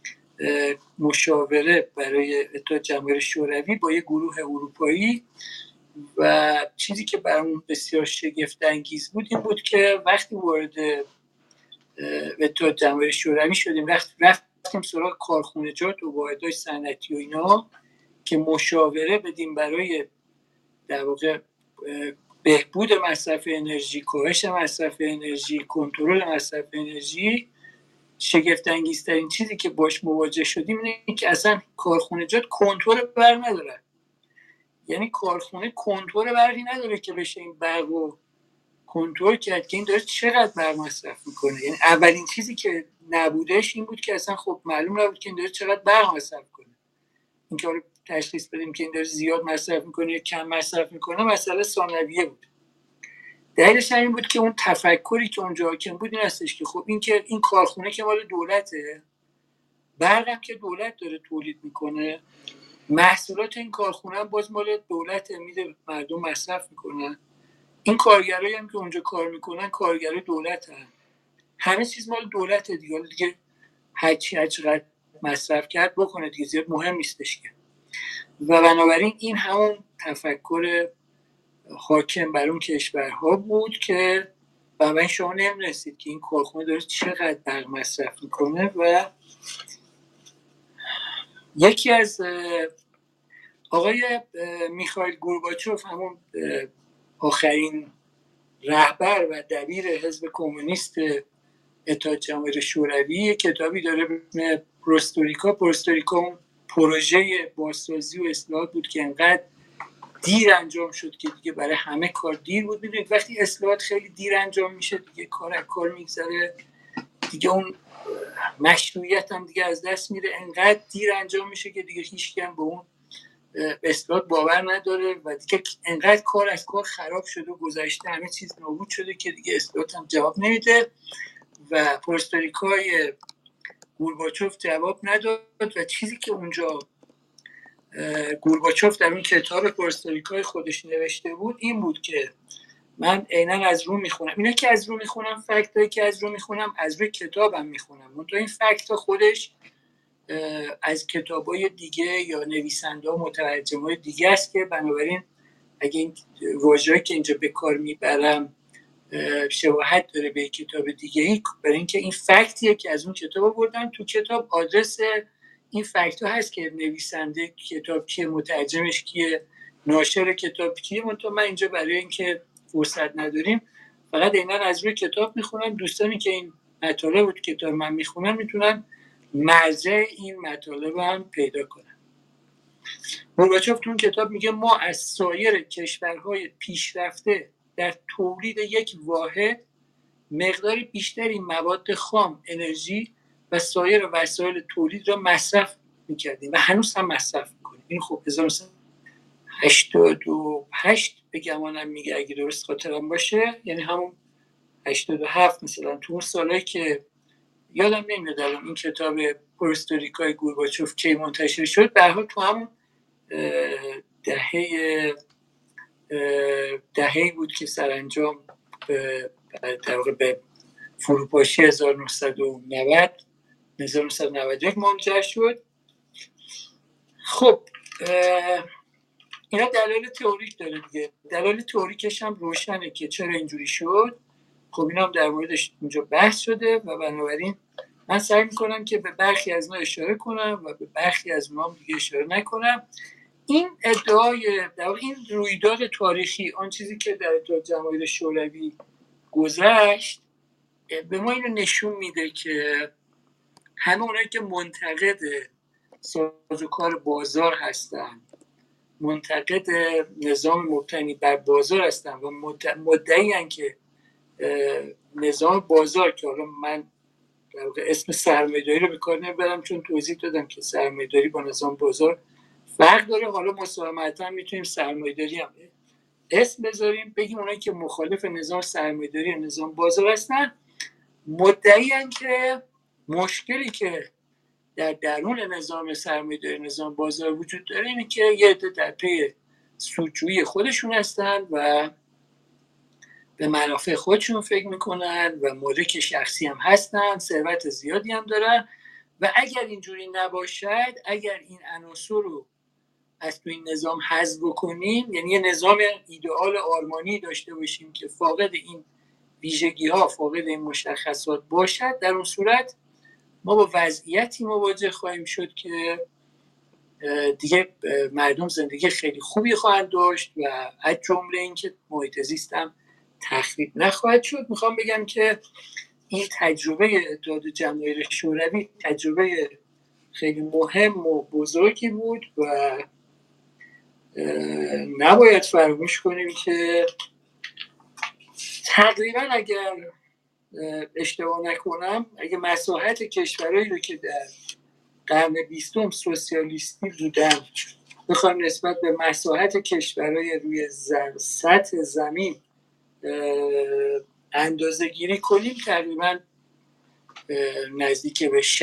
مشاوره برای اتحاد جماهیر شوروی با یه گروه اروپایی و چیزی که برامون بسیار شگفت انگیز بود این بود که وقتی وارد اتحاد جماهیر شوروی شدیم رفتیم سراغ کارخونجات و واحدهای صنعتی و اینا که مشاوره بدیم برای در واقع بهبود مصرف انرژی، کاهش مصرف انرژی، کنترل مصرف انرژی. شگفت انگیزترین چیزی که باش مواجه شدیم اینه که اصلا کارخونجات کنترل بر نداره. یعنی کارخونه کنترل برقی نداره که بشه این برق رو کنترل کرد که این داره چقدر برق مصرف میکنه. یعنی اولین چیزی که نبودش این بود که اصلا خب معلوم نبود که این داره چقدر برق مصرف کنه. این که تشخیص بدیم که این داره زیاد مصرف میکنه یا کم مصرف میکنه مسئله ثانویه بود. دلیلش این بود که اون تفکری که اونجا حاکم بود این هستش که خب این که این کارخونه که مال دولته، برق هم که دولت داره تولید میکنه، محصولات این کارخونه هم باز مال دولت میده مردم مصرف میکنن، این کارگرایی هم که اونجا کار میکنن کارگرای دولتن، همه چیز مال دولته دیگه هر چقدر مصرف کرد بکنه دیگه، زیاد مهم نیستش که. و بنابراین این همون تفکر حاکم بر اون کشورها بود که بنابراین شما نمی‌رسید که این کارخونه داره چقدر برق مصرف میکنه. و یکی از آقای میخائیل گورباچوف، همون آخرین رهبر و دبیر حزب کمونیست اتحاد جماهیر شوروی، کتابی داره به اسم پروستوریکا اون پروژه بازسازی و اصلاحات بود که انقدر دیر انجام شد که دیگه برای همه کار دیر بود. میدونید وقتی اصلاحات خیلی دیر انجام میشه دیگه کار میگذره دیگه، اون مشروعیت هم دیگه از دست میره، انقدر دیر انجام میشه که دیگه هیچ کم به اون اصلاحات باور نداره و دیگه انقدر کار از کار خراب شده و گذشته همه چیز نابود شده که دیگه اصلاحات هم جواب نمیده. و پروستوریکای گورباچوف جواب نداد و چیزی که اونجا گورباچوف در اون کتاب پروستوریکای خودش نوشته بود این بود که من عیناً از رو میخونم، اینا که از رو میخونم، فکتایی که از رو میخونم از روی کتابم میخونم، منتها این فکت خودش از کتابای دیگه یا نویسنده‌ها مترجمای دیگه است که بنابراین اگه این واژه‌ای که اینجا به کار میبرم شباهت داره به کتاب دیگه‌ای، برای اینکه این فکتیه که از اون کتاب آوردن. تو کتاب آدرس این فکت‌ها هست که نویسنده کتاب کیه، مترجمش کیه، ناشر کتاب کیه. منتها من اینجا برای اینکه فرصت نداریم فقط عیناً از روی کتاب میخونم. دوستانی که این مطالب بود کتاب من میخونم میتونن مرجع این مطالب هم پیدا کنن. گورباچوف تو اون کتاب میگه ما از سایر کشورهای پیشرفته در تولید یک واحد مقدار بیشتری مواد خام، انرژی و سایر وسایل تولید را مصرف میکردیم و هنوز هم مصرف میکنیم. این خب 1988 به گمانم میگه اگه درست خاطرم باشه، یعنی همون 87 مثلا، تو اون سالایی که یادم نمیاد الان این کتاب پروستوریکای گورباچوف کی منتشر شد، به هر حال تو همون دهه‌ای بود که سرانجام در واقع به فروپاشی 1991 منجر شد. خب اینا دلایل تئوریک داره دیگه. دلایل تئوریکش هم روشنه که چرا اینجوری شد. خب اینا هم در موردش اینجا بحث شده و بنابراین من سعی میکنم که به برخی از اینا اشاره کنم و به برخی از اونها هم دیگه اشاره نکنم. این ادعای در این رویداد تاریخی، آن چیزی که در اتحاد جماهیر شوروی گذشت، به ما اینو نشون میده که همه اونایی که منتقد سازوکار بازار هستن، منتقد نظام مبتنی بر بازار هستن و مدعی هستن که نظام بازار که حالا من در واقع اسم سرمایه‌داری رو به کار نمیبرم چون توضیح دادم که سرمایه‌داری با نظام بازار فرق داره. حالا مساهمتا میتونیم سرمایه‌داری هم اسم بذاریم، بگیم اونایی که مخالف نظام سرمایه‌داری و نظام بازار هستن مدعی‌اند که مشکلی که در درون نظام سرمایه‌داری نظام بازار وجود داره اینه که یه عده در پی سودجویی خودشون هستن و به منافع خودشون فکر میکنن و مالک شخصی هم هستن، ثروت زیادی هم دارن و اگر اینجوری نباشد، اگر این عناصر رو از تو این نظام حذف بکنیم، یعنی یه نظام ایدئال آرمانی داشته باشیم که فاقد این ویژگی ها، فاقد این مشخصات باشد، در اون صورت ما با وضعیتی مواجه خواهیم شد که دیگه مردم زندگی خیلی خوبی خواهند داشت و از جمله اینکه محیط زیست هم تخریب نخواهد شد. میخوام بگم که این تجربه اتحاد جماهیر شوروی تجربه خیلی مهم و بزرگی بود و نباید فراموش کنیم که تقریبا اگر اشتباه نکنم اگه مساحت کشورهایی رو که در قرن 20 سوسیالیستی بودن بخوایم نسبت به مساحت کشورهای روی سطح زمین اندازه گیری کنیم، تقریبا نزدیک به 60-65%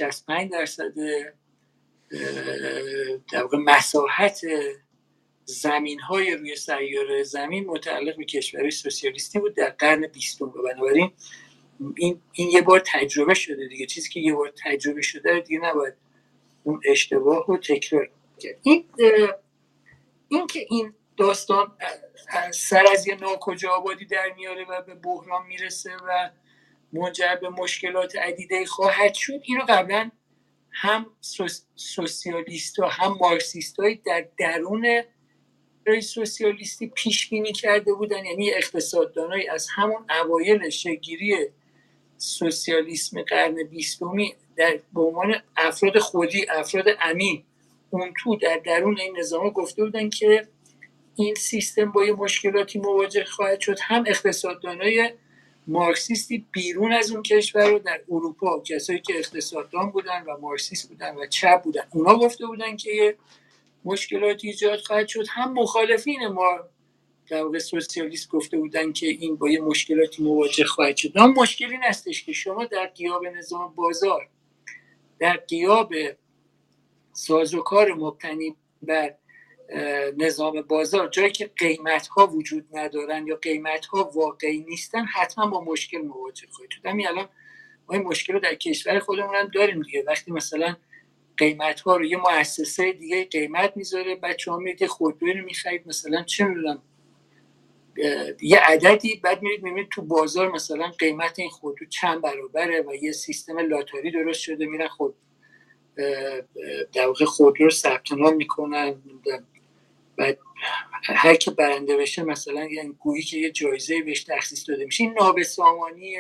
در واقع مساحت زمین های روی سیاره زمین متعلق به کشورهای سوسیالیستی بود در قرن 20. بنابراین این یه بار تجربه شده دیگه، چیزی که یه بار تجربه شده دیگه نباید اون اشتباه رو تکرار کرد. این که این داستان سر از یه ناکجا آبادی در میاره و به بحران میرسه و منجر به مشکلات عدیده خواهد شد، اینو قبلا هم سوسیالیست ها هم مارکسیست های در درون سوسیالیستی پیش بینی کرده بودن. یعنی اقتصاددانای از همون اوایل شکل‌گیری سوسیالیسم قرن 20 به عنوان افراد خودی، افراد امین اون تو در درون این نظام گفته بودن که این سیستم با یه مشکلاتی مواجه خواهد شد. هم اقتصاددانای مارکسیستی بیرون از اون کشور رو در اروپا، کسایی که اقتصاددان بودن و مارکسیست بودن و چپ بودن، اونا گفته بودن که یه مشکلاتی ایجاد خواهد شد. هم مخالفین ما در واقع سوسیالیست گفته بودن که این با یه مشکلاتی مواجه خواهد شد. اما مشکلی نستش که شما در غیاب نظام بازار، در غیاب سازوکار مبتنی بر نظام بازار، جایی که قیمت ها وجود ندارن یا قیمت ها واقعی نیستن، حتما با مشکل مواجه خواهید شد. همین الان ما این مشکل رو در کشور خودمون هم داریم دیگه. وقتی مثلا قیمت ها رو یه مؤسسه دیگه قیمت میذاره، بچه‌ها میاد خودرویی رو میخرید مثلا چه میدونم یه عددی، بعد میبینید تو بازار مثلا قیمت این خودرو چند برابره و یه سیستم لاتاری درست شده، میرن خود در واقع خودرو رو ثبت نام میکنن، بعد هر کی برنده بشه مثلا یعنی گویی که یه جایزه بهش تخصیص داده میشه. این نابسامانی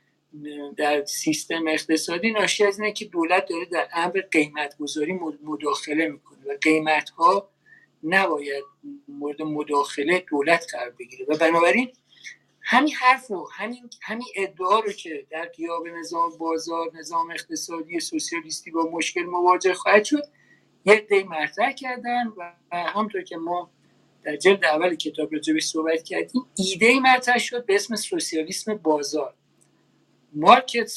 در سیستم اقتصادی ناشی از اینه که دولت داره در امر قیمت گذاری مداخله میکنه و قیمت ها نباید مورد مداخله دولت قرار بگیره و بنابراین همین حرف رو، همین ادعا رو که در غیاب نظام بازار، نظام اقتصادی سوسیالیستی با مشکل مواجه خواهد شد، یه عده مطرح کردن و همونطور که ما در جلد اول کتاب راجعش صحبت کردیم، ایده مطرح شد به اسم سوسیالیسم بازار، مارکت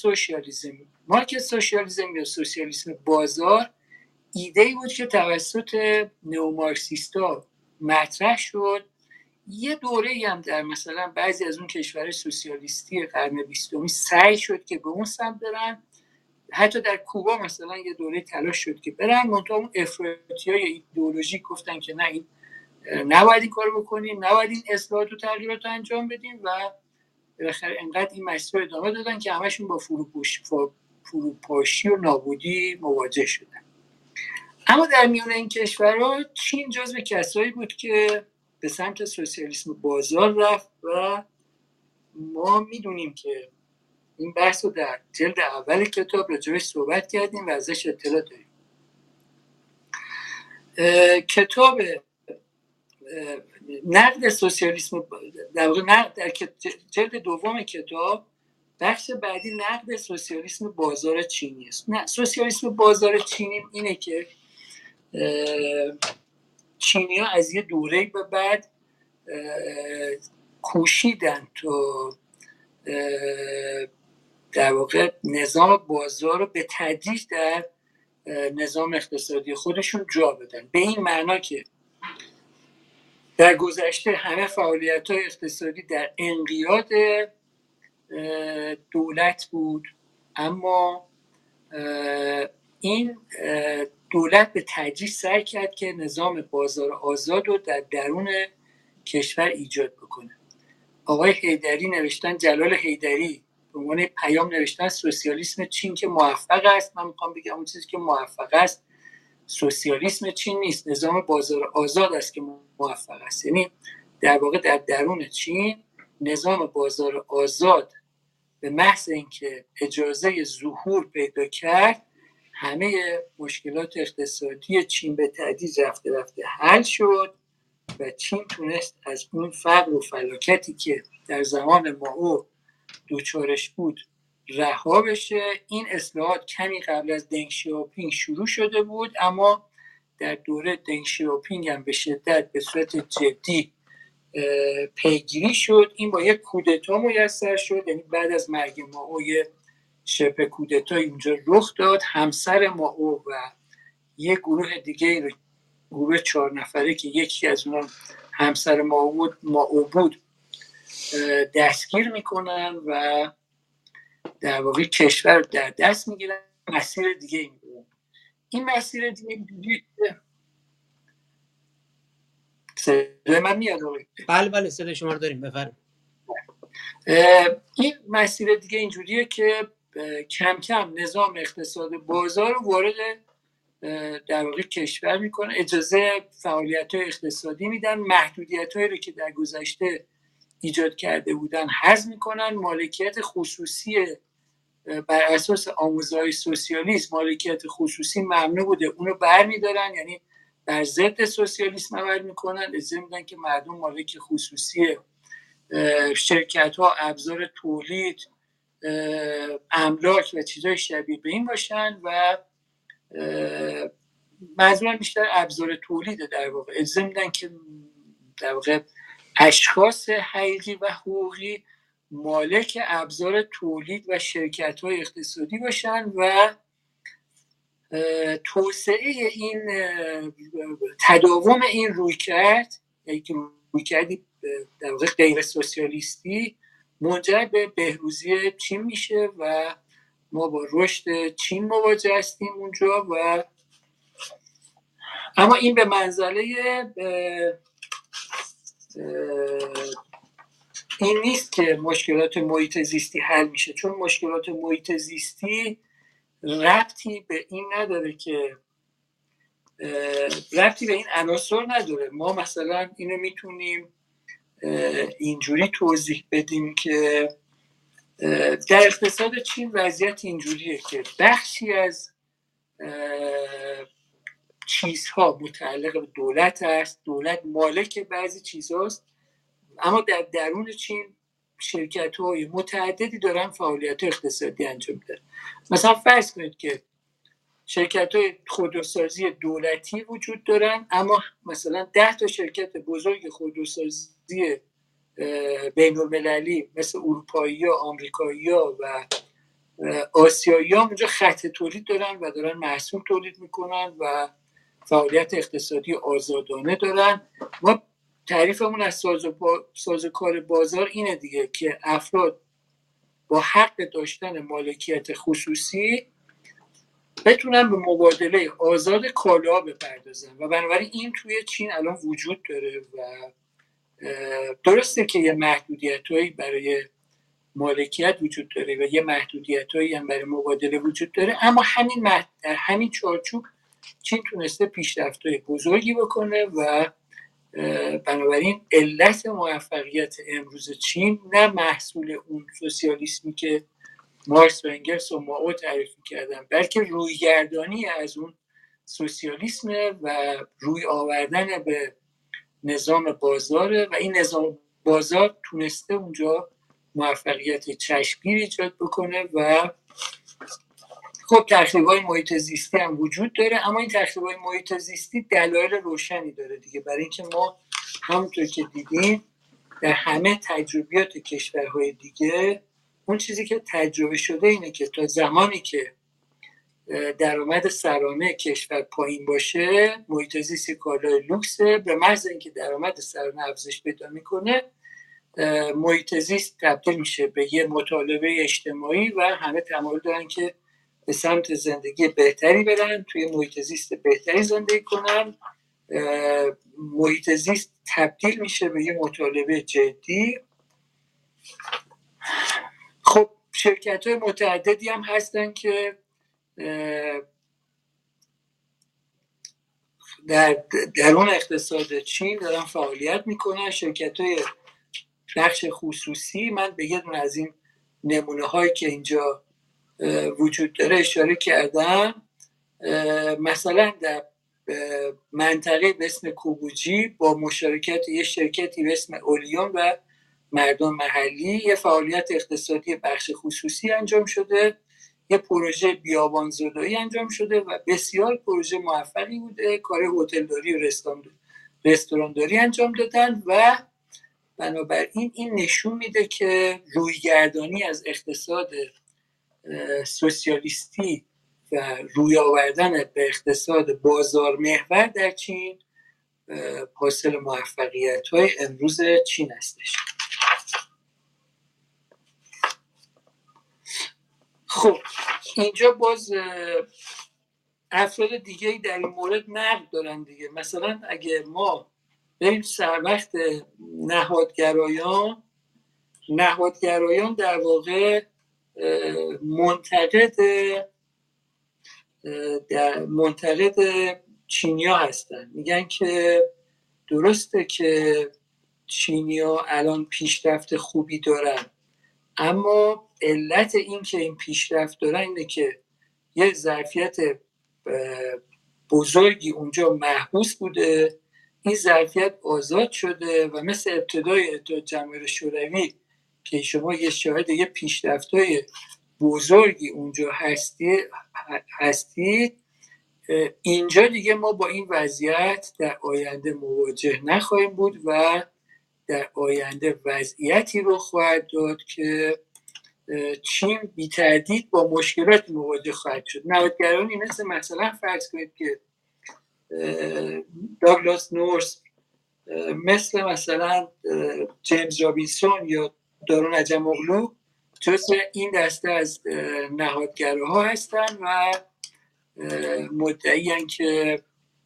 سوشیالیسم یا سوسیالیسم بازار. ایده‌ای بود که توسط نئومارکسیستا مطرح شد. یه دوره‌ای هم در مثلا بعضی از اون کشورهای سوسیالیستی قرن 20 سعی شد که به اون سمت برن. حتی در کوبا مثلا یه دوره تلاش شد که برن، منتها اون افراطیای ایدئولوژیک گفتن که نه، این نباید این کارو بکنیم، نباید این اصلاحات و تغییرات رو انجام بدیم و بالاخره انقدر این مسئله ادامه دادن که همشون با فروپاشی و نابودی مواجه شدن. اما در میان این کشورها چین جزو کسایی بود که به سمت سوسیالیسم بازار رفت و ما میدونیم که این بحث رو در جلد اول کتاب راجعش صحبت کردیم و ازش اطلاع داریم. کتاب نقد سوسیالیسم در واقع در جلد دوم کتاب بخش بعدی نقد سوسیالیسم بازار چینی است. نه، سوسیالیسم بازار چینی اینه که چینی‌ها از یه دوره به بعد کوشیدن تو در واقع نظام بازار رو به تدریج در نظام اقتصادی خودشون جا بدن، به این معنا که در گذشته همه فعالیت‌های اقتصادی در انقیاد دولت بود، اما این دولت به تدریج سعی کرد که نظام بازار آزاد رو در درون کشور ایجاد بکنه. آقای حیدری نوشتن، جلال حیدری به عنوان پیام نوشتن سوسیالیسم چین که موفق است. من میخوام بگم اون چیزی که موفق است سوسیالیسم چین نیست، نظام بازار آزاد است که موفق است. یعنی در واقع در درون چین نظام بازار آزاد به محض اینکه اجازه ظهور پیدا کرد همه مشکلات اقتصادی چین به تدریج رفته حل شد و چین تونست از اون فقر و فلاکتی که در زمان مائو دوچارش بود رها بشه. این اصلاحات کمی قبل از دنگ شیائوپینگ شروع شده بود، اما در دوره دنگ شیائوپینگ هم به شدت به صورت جدی پیگیری شد. این با یک کودتا میسر شد، یعنی بعد از مرگ مائو شبه کودتای اونجا رخ داد. همسر مائو و یک گروه دیگه، گروه 4 نفره که یکی از اونها همسر مائو بود دستگیر میکنن و در واقع کشور در دست میگیرن، مسیر دیگه میگیرن. این مسیر دیگه من میاد. بله صدای شما رو داریم، بفرمایید. این مسیر دیگه اینجوریه که کم کم نظام اقتصاد بازار رو وارد در واقع کشور میکنه، اجازه فعالیت‌های اقتصادی میدن، محدودیت‌هایی رو که در گذشته ایجاد کرده بودن حذف میکنن، مالکیت خصوصی بر اساس آموزه‌های سوسیالیسم مالکیت خصوصی ممنوع بوده اونو برمی‌دارن، یعنی بر ضد سوسیالیسم عمل میکنن، اجازه میدن که مردم مالک خصوصی شرکت‌ها، ابزار تولید، املاک و چیزهای شبیه به این باشن و منظورم بیشتر ابزار تولیده. در واقع اجازه میدن که در واقع اشخاص حقیقی و حقوقی مالک ابزار تولید و شرکت‌های اقتصادی باشن و توسعه این تداوم این رویکرد، یعنی که رویکردی در واقع غیر سوسیالیستی، منجر به بهروزی چین میشه و ما با رشد چین مواجه هستیم اونجا. و اما این به منزله این نیست که مشکلات محیط زیستی حل میشه، چون مشکلات محیط زیستی ربطی به این نداره که ربطی به این عناصر نداره. ما مثلا اینو میتونیم اینجوری توضیح بدیم که در اقتصاد چین وضعیت اینجوریه که بخشی از چیزها متعلق به دولت است، دولت مالک بعضی چیزهاست، اما در درون چین شرکت‌های متعددی دارن فعالیت اقتصادی انجام میدن. مثلا فرض کنید که شرکت‌های خودروسازی دولتی وجود دارن، اما مثلا 10 تا شرکت بزرگ خودروسازی بین‌المللی مثل اروپایی‌ها، آمریکایی‌ها و آسیایی‌ها اونجا خط تولید دارن و دارن محصول تولید میکنن و فعالیت اقتصادی آزادانه دارن. ما تعریفمون از سازوکار بازار اینه دیگه که افراد با حق داشتن مالکیت خصوصی بتونن به مبادله آزاد کالا بپردازن و بنابراین این توی چین الان وجود داره و درسته که یه محدودیت‌هایی برای مالکیت وجود داره و یه محدودیت‌هایی هم برای مبادله وجود داره، اما در همین چارچوب چین تونسته پیشرفت‌های بزرگی بکنه و بنابراین علت موفقیت امروز چین نه محصول اون سوسیالیسمی که مارکس و انگلس و مائو تعریف کردن، بلکه رویگردانی از اون سوسیالیسم و روی آوردن به نظام بازاره و این نظام بازار تونسته اونجا موفقیت چشمگیر ایجاد بکنه و خب تخریب‌های محیط زیستی هم وجود داره، اما این تخریب‌های محیط زیستی دلایل روشنی داره دیگه، برای اینکه ما همونطور که دیدیم در همه تجربیات کشورهای دیگه اون چیزی که تجربه شده اینه که تا زمانی که درآمد سرانه کشور پایین باشه محیط زیست کالای لوکسه، به محض اینکه درآمد سرانه افزایش پیدا میکنه محیط زیست تبدیل میشه به یه مطالبه اجتماعی و همه تمایل دارن که به سمت زندگی بهتری برن، توی محیط زیست بهتری زندگی کنن. محیط زیست تبدیل میشه به یه مطالبه جدی. خب شرکت‌های متعددی هم هستن که در درون اقتصاد چین دارن فعالیت میکنن، شرکت‌های بخش خصوصی. من به یه دونه از این نمونه هایی که اینجا وجود داره اشاره کردم. مثلا در منطقه به اسم کوبوجی با مشارکت یه شرکتی به اسم اولیون و مردم محلی یه فعالیت اقتصادی بخش خصوصی انجام شده، یه پروژه بیابان زدایی انجام شده و بسیار پروژه موفقی بوده. کار هتلداری و رستورانداری انجام دادن و بنابراین این نشون میده که رویگردانی از اقتصاد سوسیالیستی و روی آوردن به اقتصاد بازار محور در چین حاصل موفقیت‌های امروز چین هستش. خب اینجا باز افراد دیگه‌ای در این مورد نقد دارن دیگه. مثلا اگه ما بریم سر وقت نهادگرایان در واقع منتقد چینیا هستن، میگن که درسته که چینیا الان پیشرفت خوبی دارن، اما علت این که این پیشرفت دارن اینه که یه ظرفیت بزرگی اونجا محبوس بوده، این ظرفیت آزاد شده و مثل ابتدای اتحاد جماهیر شوروی که شما یه شاهد یه پیشرفت‌های بزرگی اونجا هستید، اینجا دیگه ما با این وضعیت در آینده مواجه نخواهیم بود و در آینده وضعیتی رو خواهد داد که چین بی تردید با مشکلات مواجه خواهد شد. نهادگرانی مثلا فرض کنید که داگلاس نورس، مثلا جیمز رابینسون یا دارون عجم‌اوغلو جزو این دسته از نهادگراها هستن و مدعی‌اند که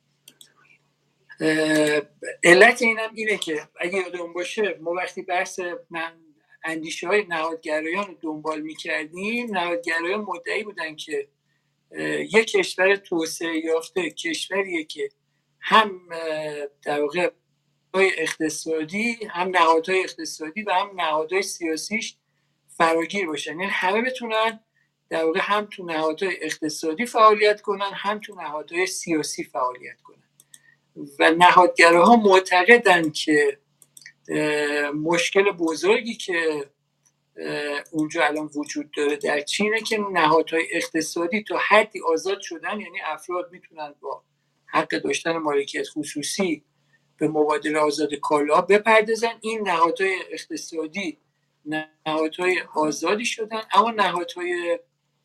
علت اینم اینه که اگه یادمون باشه ما وقتی بحث اندیشه های نهادگرایان رو دنبال میکردیم، نهادگرایان مدعی بودن که یک کشور توسعه یافته کشوریه که هم در واقع اقتصادی، هم نهادهای اقتصادی و هم نهادهای سیاسیش فراگیر باشن، یعنی همه بتونن در واقع هم تو نهادهای اقتصادی فعالیت کنن هم تو نهادهای سیاسی فعالیت کنن. و نهادگراها معتقدن که مشکل بزرگی که اونجا الان وجود داره در چینه که نهادهای اقتصادی تا حدی آزاد شدن، یعنی افراد میتونن با حق داشتن مالکیت خصوصی به مبادله آزاد کالا بپردازن. این نهادهای اقتصادی نهادهای آزادی شدن، اما نهادهای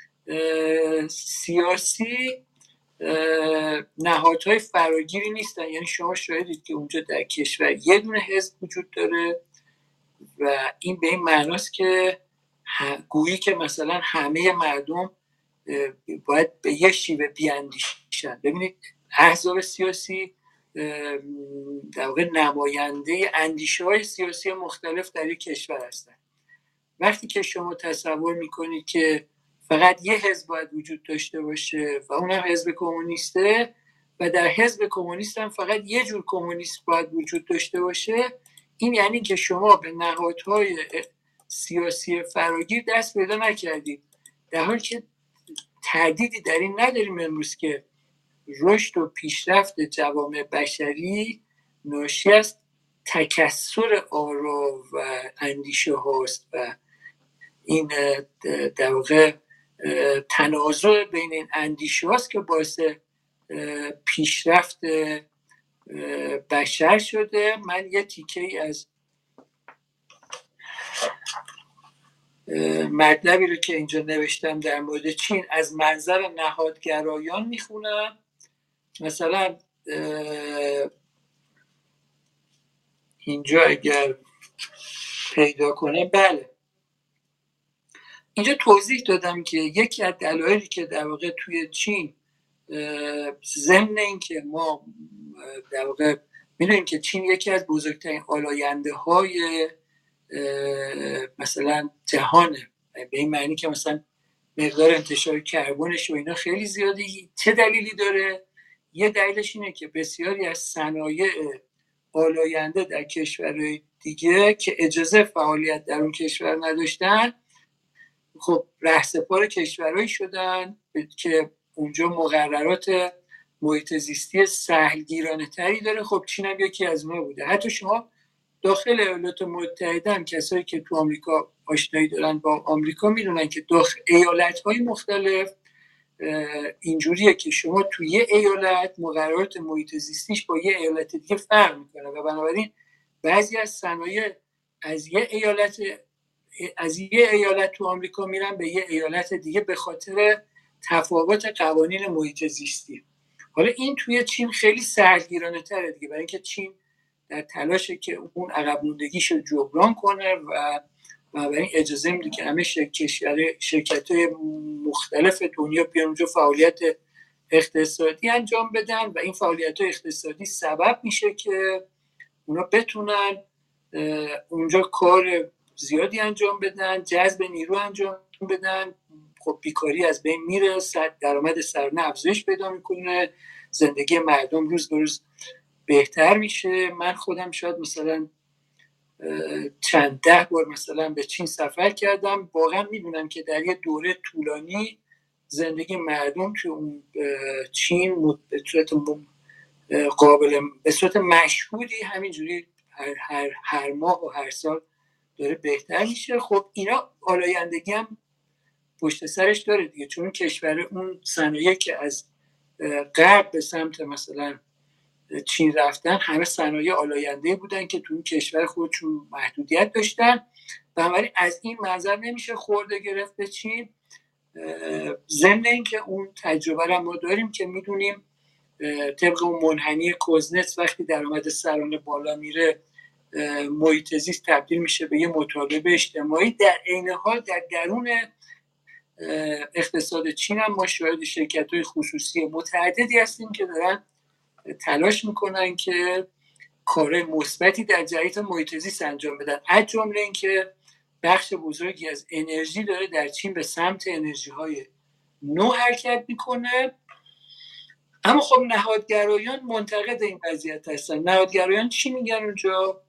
سیاسی نهادهای فراگیری نیستن. یعنی شما شاهدید که اونجا در کشور یه دونه حزب وجود داره و این به این معناست که گویی که مثلا همه مردم باید به یه شیوه بیاندیشن. ببینید احزاب سیاسی در واقع نماینده اندیشه های سیاسی مختلف در یک کشور هستن. وقتی که شما تصور میکنید که فقط یه حزب باید وجود داشته باشه و اونم حزب کمونیسته و در حزب کمونیست هم فقط یه جور کمونیست باید وجود داشته باشه، این یعنی که شما به نهادهای سیاسی فراگیر دست پیدا نکردید، در حالی که تردیدی در این نداریم امروز که رشد و پیشرفت جوامع بشری ناشی از تکثر آرا و اندیشه هاست و این در واقع تنازع بین این اندیشه هاست که باعث پیشرفت بشر شده. من یه تیکه ای از مطلبی رو که اینجا نوشتم در مورد چین از منظر نهادگرایان میخونم. مثلا اینجا اگر پیدا کنه، بله اینجا توضیح دادم که یکی از دلایلی که در واقع توی چین ضمن این که ما در واقع میدونیم که چین یکی از بزرگترین آلاینده های مثلا جهانه، به این معنی که مثلا مقدار انتشار کربنش و اینا خیلی زیاده. چه دلیلی داره؟ یه دلیلش اینه که بسیاری از صنایع آلاینده در کشورهای دیگه که اجازه فعالیت در اون کشور نداشتن، خب رهسپار کشورهایی شدن که اونجا مقررات محیط زیستی سهلگیرانه تری داره. خب چین هم یکی از اونها بوده. حتی شما داخل ایالات متحده هم کسایی که تو آمریکا آشنایی دارن با آمریکا میدونن که داخل ایالت‌های مختلف اینجوریه که شما تو یه ایالت مقررات محیط زیستیش با یه ایالت دیگه فرق میکنه و بنابراین بعضی از صنایع از یه ایالت تو آمریکا میرن به یه ایالت دیگه به خاطر تفاوت قوانین محیط زیستی. حالا این توی چین خیلی سهلگیرانه تره دیگه، برای اینکه چین در تلاشه که اون عقب موندگیشو جبران کنه و برای اجازه میده که همه شرکت‌های مختلف دنیا بیان اونجا فعالیت اقتصادی انجام بدن و این فعالیت‌های اقتصادی سبب میشه که اونا بتونن اونجا کار زیادی انجام بدن، جذب نیرو انجام بدن. خب بیکاری از بین میره، درآمد سرانه افزایش پیدا میکنه، زندگی مردم روز به روز بهتر میشه. من خودم شاید مثلا چند 10 بار مثلا به چین سفر کردم، واقعا میدونم که در یه دوره طولانی زندگی مردم تو اون چین به صورت مشهودی همینجوری هر ماه و هر سال داره بهتر میشه. خب اینا آلایندگی هم پشت سرش داره دیگه، چون کشور اون صنایع که از غرب به سمت مثلا چین رفتن همه صنایع آلاینده بودن که تو اون کشور خودشون محدودیت داشتن، بنابراین از این منظر نمیشه خورده گرفت به چین. ضمن اینکه اون تجربه رو ما داریم که میدونیم طبق اون منحنی کوزنتس وقتی درآمد سرانه بالا میره محیط زیست تبدیل میشه به یه مطالبه اجتماعی. در عین حال در درون اقتصاد چین هم ما شاهد شرکت‌های خصوصی متعددی هستیم که دارن تلاش میکنن که کار مثبتی در جهت محیط زیست انجام بدن، از جمله اینکه بخش بزرگی از انرژی داره در چین به سمت انرژی‌های نو حرکت میکنه. اما خب نهادگرایان منتقد این وضعیت هستن. نهادگرایان چی میگن اونجا؟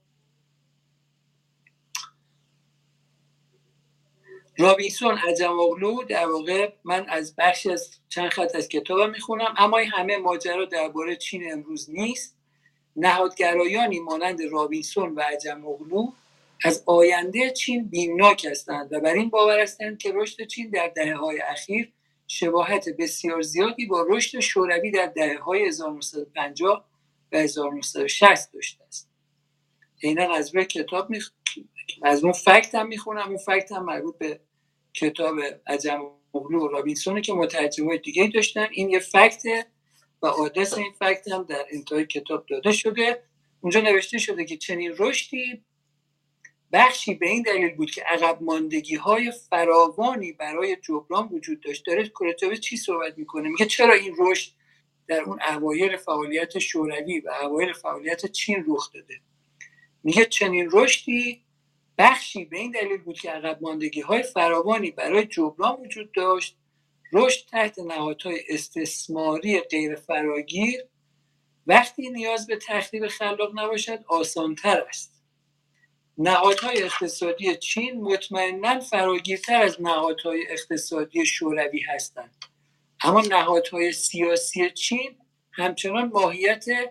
رابینسون عجم‌اوغلو، در واقع من از بخشی از چند خط از کتابم میخونم، اما این همه ماجرا درباره چین امروز نیست. نهادگرایانی مانند رابینسون و عجم‌اوغلو از آینده چین بیمناک هستند و بر این باور هستند که رشد چین در دهه‌های اخیر شباهت بسیار زیادی با رشد شوروی در دهه‌های 1950 و 1960 داشته است. عیناً از روی کتاب از اون فکت هم میخونم. اون فکت هم مربوط به کتاب عجم‌اوغلو و رابینسونه که مترجمای دیگه داشتن. این یه فکته و آدرس این فکت هم در انتهای کتاب داده شده. اونجا نوشته شده که چنین رشدی بخشی به این دلیل بود که عقب ماندگی‌های فراوانی برای جبران وجود داشت. داره کورتوف چی صحبت میکنه؟ میگه چرا این رشد در اون اوایل فعالیت شوروی و اوایل فعالیت چین رخ داده؟ میگه چنین رشدی بخشی به این دلیل بود که عقب ماندگی‌های فراوانی برای جبران وجود داشت. رشد تحت نهادهای استثماری غیر فراگیر وقتی نیاز به تخریب خلاق نباشد آسان‌تر است. نهادهای اقتصادی چین مطمئناً فراگیرتر از نهادهای اقتصادی شوروی هستند، اما نهادهای سیاسی چین همچنان ماهیت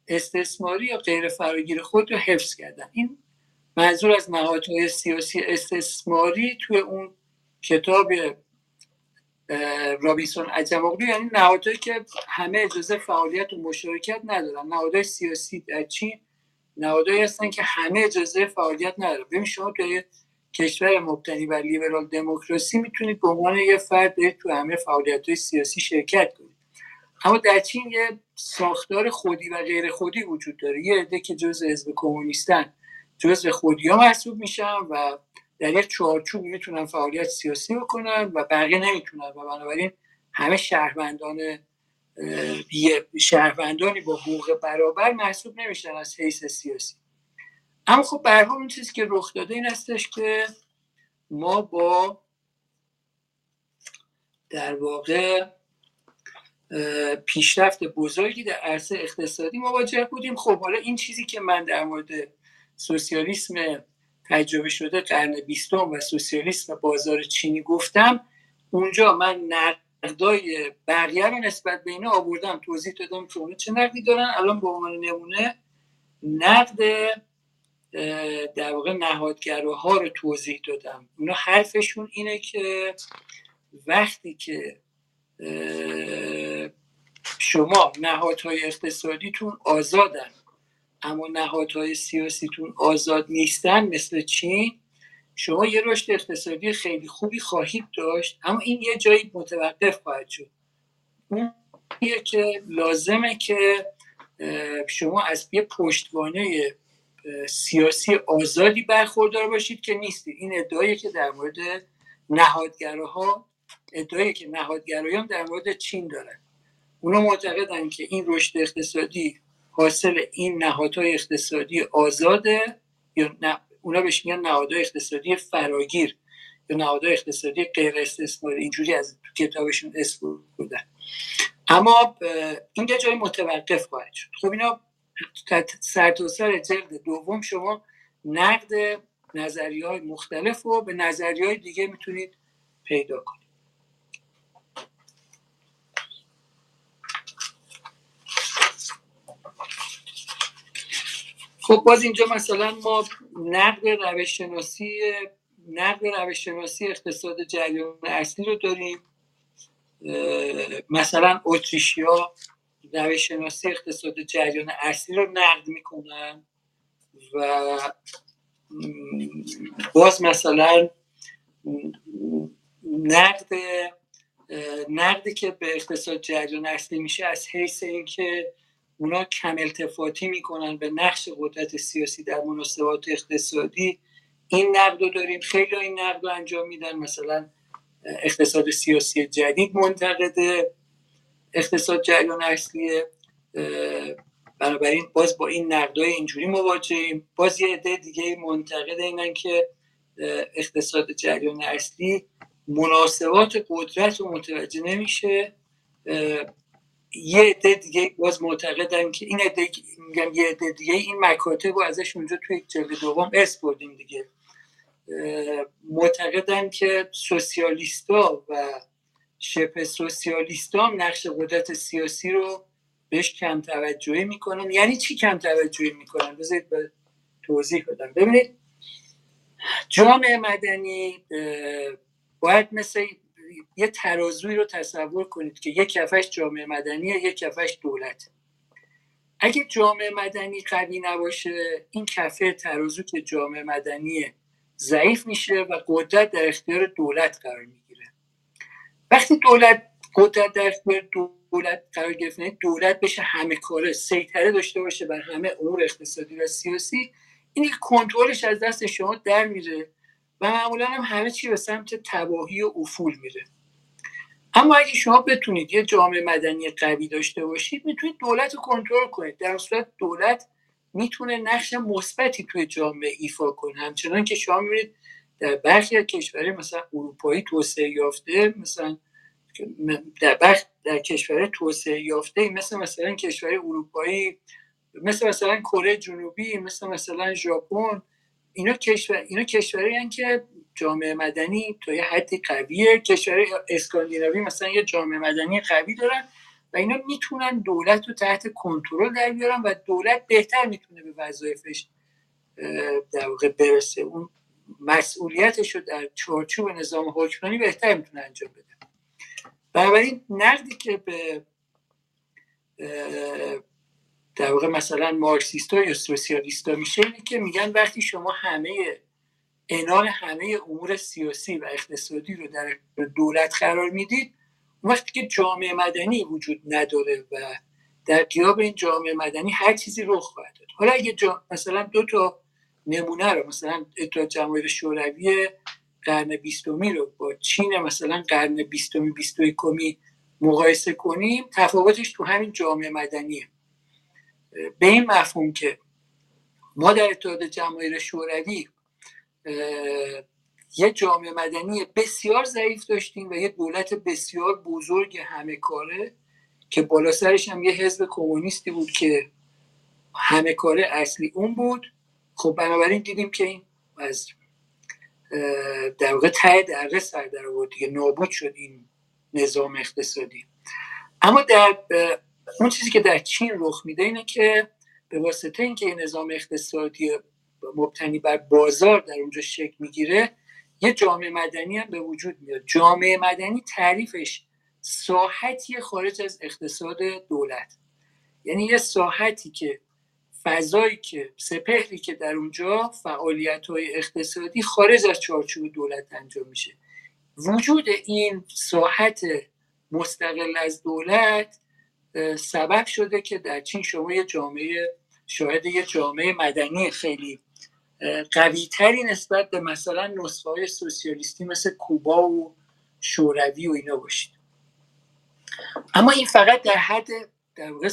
استثماری یا غیر فراگیر خود رو حفظ کردن. این منظور از نهادهای سیاسی استثماری توی اون کتاب رابینسون عجم‌اوغلو یعنی نهادهایی که همه اجازه فعالیت و مشارکت ندارن. نهادهای سیاسی در چین نهادهایی هستن که همه اجازه فعالیت ندارن. ببین شما توی کشور مبتنی بر لیبرال دموکراسی میتونید به عنوان یه فرد تو همه فعالیت‌های سیاسی شرکت کنید، اما در چین یه ساختار خودی و غیر خودی وجود داره. یه عده که جزء حزب کمونیستن جزء خودی‌ها محسوب میشن و در یک چارچوب میتونن فعالیت سیاسی بکنن و بقیه نمیتونن و بنابراین همه شهروندانی با حقوق برابر محسوب نمیشن از حیث سیاسی. اما خب به هر حال اون چیزی که رخ داده این هستش که ما با در واقع پیشرفت بزرگی در عرصه اقتصادی مواجه بودیم. خب حالا این چیزی که من در مورد سوسیالیسم تجربه شده قرن 20 و سوسیالیسم بازار چینی گفتم، اونجا من نقدای بقیه رو نسبت به اینا آوردم، توضیح دادم که اونا چه نقدی دارن. الان به عنوان نمونه نقد در واقع نهادگراها رو توضیح دادم. اونا حرفشون اینه که وقتی که شما نهادهای اقتصادیتون آزادن اما نهادهای سیاسیتون آزاد نیستن، مثل چین، شما یه رشد اقتصادی خیلی خوبی خواهید داشت اما این یه جایی متوقف خواهد شد. اون یه که لازمه که شما از یه پشتوانه سیاسی آزادی برخوردار باشید که نیستید. این ادعایی که در مورد نهادگرایان در مورد چین دارن. اونا معتقدن که این رشد اقتصادی حاصل این نهادهای اقتصادی آزاده، یا اونا بهش میگن نهادهای اقتصادی فراگیر یا نهادهای اقتصادی غیر استثماری، اینجوری از تو کتابشون اسم بردن. اما این یه جایی متوقف خواهد شد. خب اینا سرتاسر جلد دوم شما نقد نظریه‌های مختلف رو به نظریه‌های دیگه میتونید پیدا کنید. خب باز اینجا مثلا ما نقد روش شناسی اقتصاد جریان اصلی رو داریم. مثلا اتریشیا روش شناسی اقتصاد جریان اصلی رو نقد میکنن و باز مثلا نقدی که به اقتصاد جریان اصلی میشه از حیث این که اونا کم التفاتی میکنن به نقش قدرت سیاسی در مناسبات اقتصادی، این نقد رو داریم. خیلی این نقد رو انجام میدن. مثلا اقتصاد سیاسی جدید منتقد اقتصاد جریان اصلیه، بنابراین باز با این نقدهای اینجوری مواجهیم. باز یه عده دیگه منتقد اینن که اقتصاد جریان اصلی مناسبات قدرت رو متوجه نمیشه. یه عده دیگه باز معتقدن که یه عده دیگه این مکاتب رو ازش اونجا توی جلد دوم اسم بردیم دیگه، معتقدن که سوسیالیستا و شبه سوسیالیستا هم نقش قدرت سیاسی رو بهش کم توجهی میکنن. یعنی چی کم توجهی میکنن؟ بذارید به توضیح بدم. ببینید جامعه مدنی باید مثل یه ترازوی رو تصور کنید که یک کفش جامعه مدنیه، یک کفش دولت. اگه جامعه مدنی قوی نباشه، این کفه ترازو که جامعه مدنیه ضعیف میشه و قدرت در اختیار دولت قرار میگیره. وقتی قدرت در اختیار دولت قرار گرفته، دولت بشه همه کاره، سیطره داشته باشه بر همه امور اقتصادی و سیاسی، این کنترلش از دست شما در میره و معمولا هم همه چی به سمت تباهی و افول میره. اما اگه شما بتونید یه جامعه مدنی قوی داشته باشید، میتونید دولت رو کنترل کنید. در صورت دولت میتونه نقش مثبتی توی جامعه ایفا کنه. همچنان که شما میبینید در برخی از کشورهای مثلا اروپایی توسعه یافته، مثلا در کشورهای توسعه یافته مثلا کشورهای اروپایی، مثلا کره جنوبی، مثلا ژاپن، اینا کشورهایی هستند که جامعه مدنی تا یه حدی قویه. کشورهای اسکاندیناوی مثلا یه جامعه مدنی قوی دارن و اینا میتونن دولت رو تحت کنترل در بیارن و دولت بهتر میتونه به وظایفش در واقع برسه، اون مسئولیتش رو در چارچوب نظام حکمرانی بهتر میتونه انجام بده. بنابراین نقدی که به در واقع مثلا مارکسیستا یا سوسیالیستا میشه اینه که میگن وقتی شما عنان همه امور سیاسی و اقتصادی رو در دولت قرار میدید، اون وقتی که جامعه مدنی وجود نداره و در غیاب این جامعه مدنی هر چیزی رخ خواهد داد. حالا اگه مثلا 2 تا نمونه رو، مثلا اتحاد جماهیر شوروی قرن 20 رو با چین مثلا قرن 20 21 مقایسه کنیم، تفاوتش تو همین جامعه مدنیه. به این مفهوم که ما در اتحاد جماهیر شوروی یه جامعه مدنی بسیار ضعیف داشتیم و یه دولت بسیار بزرگ همه کاره که بالا سرش هم یه حزب کمونیستی بود که همه کاره اصلی اون بود. خب بنابراین دیدیم که این از در واقع ته دره سر در آورد دیگه، نابود شد این نظام اقتصادی. اما در اون چیزی که در چین رخ میده اینه که به واسطه اینکه این نظام اقتصادی مبتنی بر بازار در اونجا شکل میگیره، یه جامعه مدنی هم به وجود میاد. جامعه مدنی تعریفش ساحتی خارج از اقتصاد دولت، یعنی یه ساحتی که فضایی که سپهری که در اونجا فعالیت‌های اقتصادی خارج از چارچوب دولت انجام میشه. وجود این ساحت مستقل از دولت سبب شده که در چین شما شاهد یه جامعه مدنی خیلی قوی‌تری نسبت به مثلا نسخه‌های سوسیالیستی مثل کوبا و شوروی و اینا باشید. اما این فقط در حد در واقع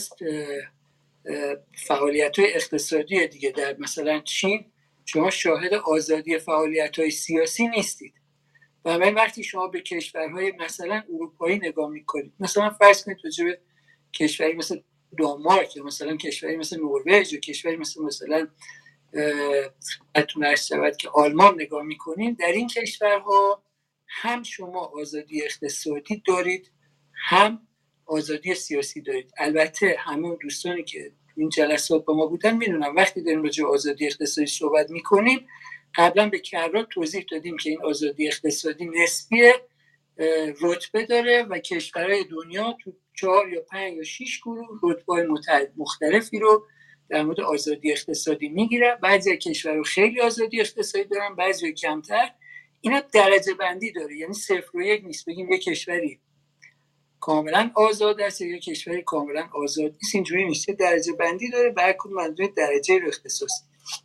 فعالیت‌های اقتصادی دیگه. در مثلا چین شما شاهد آزادی فعالیت‌های سیاسی نیستید. و وقتی شما به کشورهای مثلا اروپایی نگاه می‌کنید، مثلا فرض کنید راجع به کشوری مثل دانمارک یا مثلا کشوری مثل نروژ یا کشوری مثلا اتون عرض شود که آلمان نگاه می‌کنید، در این کشورها هم شما آزادی اقتصادی دارید هم آزادی سیاسی دارید. البته همه دوستانی که این جلسات با ما بودن میدونن وقتی داریم راجع به آزادی اقتصادی صحبت می‌کنیم، قبلا به کررات توضیح دادیم که این آزادی اقتصادی نسبیه، رتبه داره و کشورهای دنیا تو 4 یا 5 یا 6 گروه رتبه‌های مختلفی رو در مورد آزادی اقتصادی میگیرن. بعضی کشورها خیلی آزادی اقتصادی دارن، بعضی کمتر. اینا درجه بندی داره، یعنی 0 و 1 نیست بگیم یک کشوری کاملا آزاد است یا یک کشوری کاملا آزاد نیست. اینجوری نیست، درجه بندی داره، هر کدوم منظور درجه رو اختصاص.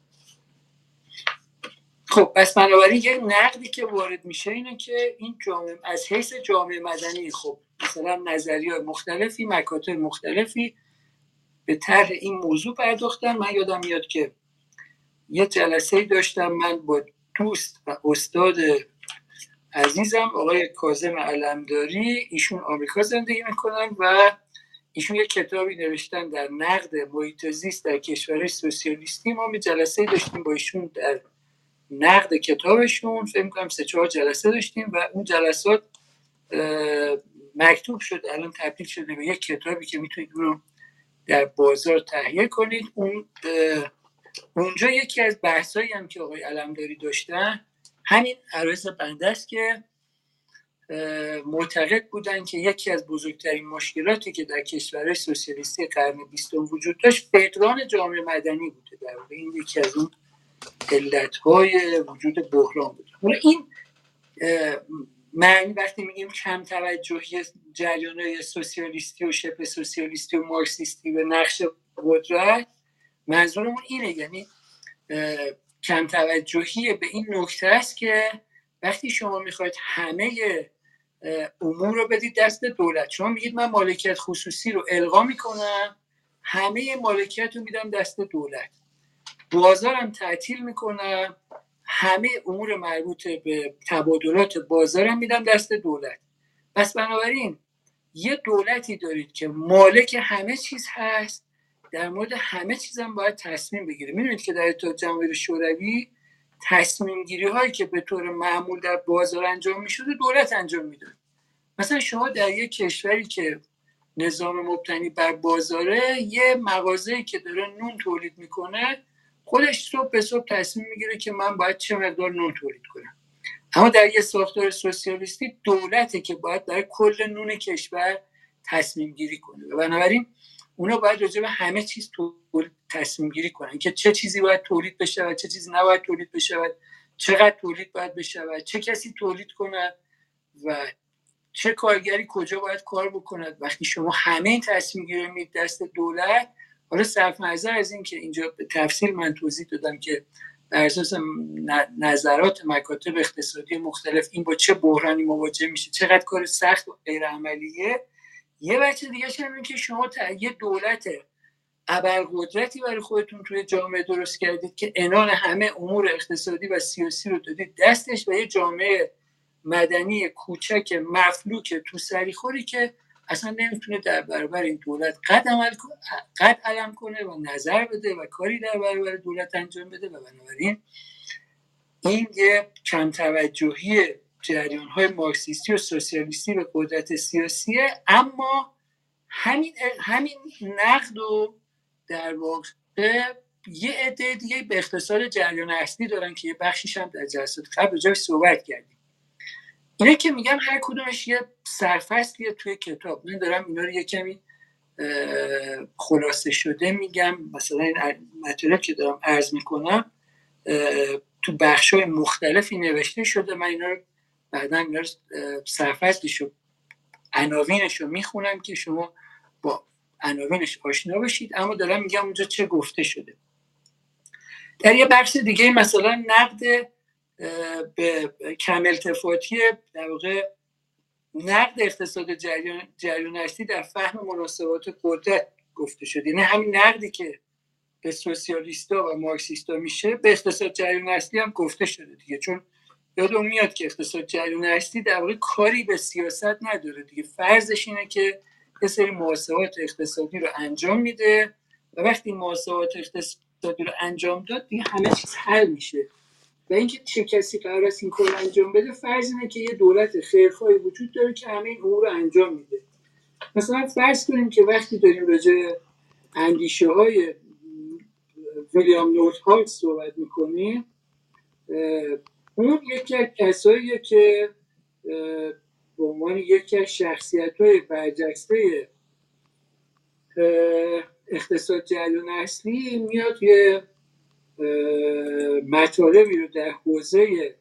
خب پس بنابراین یک نقدی که وارد میشه اینه که این جامعه از حیث جامعه مدنی، خب مثلا نظریه مختلفی، مکاتب مختلفی به طرح این موضوع پرداختن. من یادم میاد که یه جلسه داشتم من با دوست و استاد عزیزم آقای کاظم علمداری، ایشون آمریکا زندگی میکنن و ایشون یه کتابی نوشتن در نقد محیط زیست در کشورهای سوسیالیستی. ما جلسه داشتیم با ایشون در نقد کتابشون، فکر می‌کنم 3-4 جلسه داشتیم و اون جلسات مکتوب شد، الان تبدیل شده به یک کتابی که میتونید اون رو در بازار تهیه کنید. اونجا یکی از بحثایی هم که آقای علمداری داشتن همین عرض بنده است که معتقد بودن که یکی از بزرگترین مشکلاتی که در کشورهای سوسیالیستی قرن 20 وجود داشت فقدان جامعه مدنی بوده. در واقع این یکی از اون علت‌های وجود بحران بوده. حالا این معنی وقتی میگیم کم توجهی جریان‌های سوسیالیستی و شبه سوسیالیستی و مارکسیستی به نقش قدرت، منظورمون اینه، یعنی کم توجهی به این نکته است که وقتی شما میخواید همه امور رو بدید دست دولت، شما میگید من مالکیت خصوصی رو الغا میکنم، همه مالکیت رو میدم دست دولت، بازارم تعطیل میکنم، همه امور مربوط به تبادلات بازارم میدم دست دولت. پس بنابراین یه دولتی دارید که مالک همه چیز هست، در مورد همه چیز هم باید تصمیم بگیره. میدونید که در اتحاد جماهیر شوروی تصمیم گیری هایی که به طور معمول در بازار انجام میشده دولت انجام میداد. مثلا شما در یک کشوری که نظام مبتنی بر بازاره، یه مغازه‌ای که داره نون تولید میکنه خودش صبح به صبح تصمیم میگیره که من باید چه مقدار نون تولید کنم. اما در یه ساختار سوسیالیستی دولته که باید برای کل نون کشور تصمیم گیری کنه و بنابراین اونا باید راجع به همه چیز تصمیم گیری کنن که چه چیزی باید تولید بشه و چه چیزی نباید تولید بشه و چقدر تولید باید بشه و چه کسی تولید کنه و چه کارگری کجا باید کار بکند. وقتی شما همه این تصمیم گیری میدید دست دولت، حالا صرف نظر از این که اینجا به تفصیل من توضیح دادم که بر اساس نظرات مکاتب اقتصادی مختلف این با چه بحرانی مواجه میشه، چقدر کار سخت و غیر عملیه. یه بچه دیگه همین که شما یه دولت ابرقدرتی برای خودتون توی جامعه درست کردید که عنان همه امور اقتصادی و سیاسی رو دادید دستش و یه جامعه مدنی کوچک مفلوک تو سریخوری که اصلا نمیتونه در برابر این دولت قد علم کنه و نظر بده و کاری در برابر دولت انجام بده. و بنابراین این یه کم توجهی جریان‌های مارکسیستی و سوسیالیستی به قدرت سیاسیه. اما همین نقد و در واقع یه عده دیگه به اقتصاد جریان اصلی دارن که یه بخشیش هم در جلسات قبل راجعش صحبت کردیم. اینه که میگم هر کدومش یه سرفصلیه توی کتاب. من دارم اینا رو یه کمی خلاصه شده میگم. مثلا این مطالب که دارم عرض میکنم تو بخش‌های مختلفی نوشته شده. من اینا رو بعداً اینا رو سرفصلش و عناوینش رو میخونم که شما با عناوینش آشنا بشید. اما دارم میگم اونجا چه گفته شده. در یه بخش دیگه مثلا نقد به کم التفاتی، در واقع نقد اقتصاد جریان اصلی در فهم مناسبات قدرت گفته شده. یعنی همین نقدی که به سوسیالیستا و مارکسیستا میشه به اقتصاد جریان اصلی هم گفته شده دیگه. چون یادم میاد که اقتصاد جریان اصلی در واقع کاری به سیاست نداره دیگه. فرضش اینه که یه سری محاسبات اقتصادی رو انجام میده و وقتی محاسبات اقتصادی رو انجام داد دیگه همه چیز حل میشه. و اینکه چه کسی قرار است این کار انجام بده، فرض اینه که یه دولت خیرخواهی وجود داره که همه این امور رو انجام میده. مثلا فرض کنیم که وقتی داریم راجع به اندیشه های ویلیام نورت‌هالت صحبت میکنیم، اون یکی از کساییه که به عنوان یکی از شخصیت‌های برجسته اقتصاد جریان اصلی میاد یه مطالبی رو در حوزه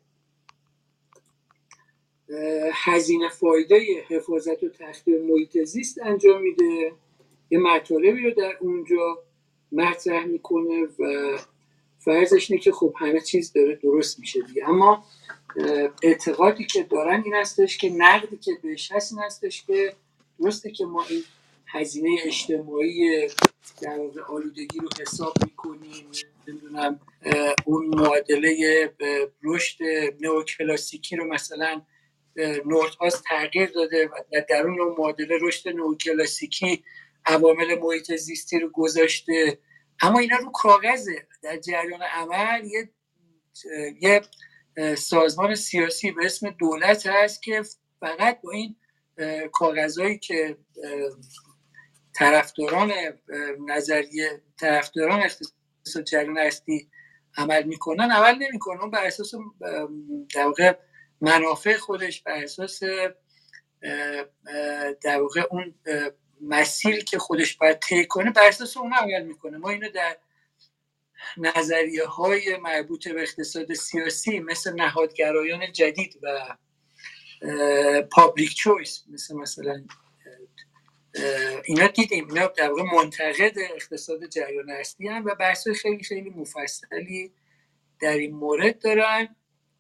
هزینه فایده حفاظت و تخدیر محیط زیست انجام میده. یه مطالبی رو در اونجا مطرح میکنه و فرضش اینه که خب همه چیز داره درست میشه دیگه. اما اعتقادی که دارن این هستش که نقدی که بهش هست این هستش که درسته که ما این هزینه اجتماعی در واقع آلودگی رو حساب میکنیم، نمیدونم اون معادله رشد نئوکلاسیکی رو مثلا نورت‌هالت تغییر داده و در اون معادله رشد نئوکلاسیکی عوامل محیط زیستی رو گذاشته. اما اینا رو کاغذه. در جریان عمل یه سازمان سیاسی به اسم دولت هست که فقط با این کاغذهایی که طرفداران اقتصاد جریان اصلی عمل میکنن عمل نمیکنن. اون بر اساس در واقع منافع خودش، بر اساس در واقع اون مسیری که خودش باید طی کنه، بر اساس اون عمل میکنه. ما اینو در نظریه های مربوط به اقتصاد سیاسی مثل نهادگرایان جدید و پابلیک چویس مثلا اینا دیدیم. اینا در واقع منتقد اقتصاد جریان اصلی هم و بحث خیلی خیلی مفصلی در این مورد دارن.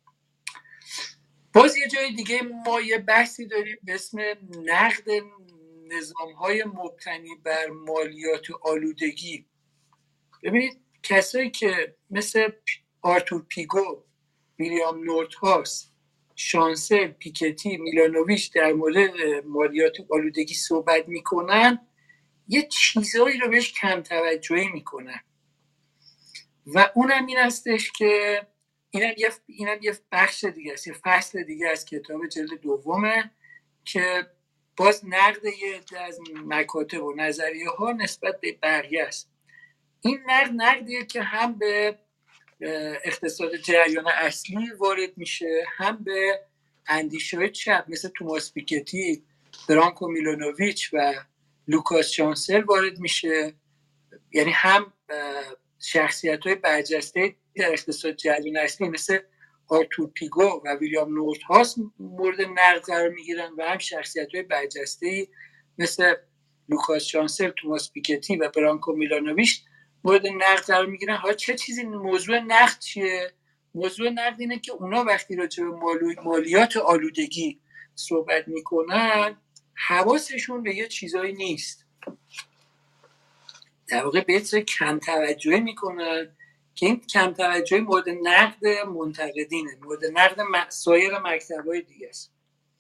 باز یه جای دیگه ما یه بحثی داریم به اسم نقد نظام‌های مبتنی بر مالیات و آلودگی. ببینید کسایی که مثل آرتور پیگو، ویلیام نورت‌هالت، شانسل، پیکتی، میلانوویچ در مورد مالیات و آلودگی صحبت میکنن، یه چیزایی رو بهش کم توجهی میکنن و اونم این هستش که اینم یه بخش دیگه است، یه فصل دیگه از کتاب جلد دومه که باز نقد یه عده از مکاتب و نظریه ها نسبت به بقیه است. این نقدیه که هم به اقتصاد جریان اصلی وارد میشه، هم به اندیشه‌های چپ مثل توماس پیکتی، برانکو میلونوویچ و لوکاس چانسل وارد میشه. یعنی هم شخصیت‌های برجسته در اقتصاد جریان اصلی مثل آرتور پیگو و ویلیام نورت‌هاوس مورد نقد قرار میگیرن و هم شخصیت‌های برجسته مثل لوکاس چانسل، توماس پیکتی و برانکو میلانوویچ مورد نقد قرار میگیرن. حالا چه چیزی موضوع نقد چیه؟ موضوع نقد اینه که اونا وقتی راجع به مالیات آلودگی صحبت میکنن حواسشون به یه چیزایی نیست، در واقع به کم توجهی میکنن که این کم توجهی مورد نقد منتقدینه، مورد نقد سایر مکتب‌های دیگه است.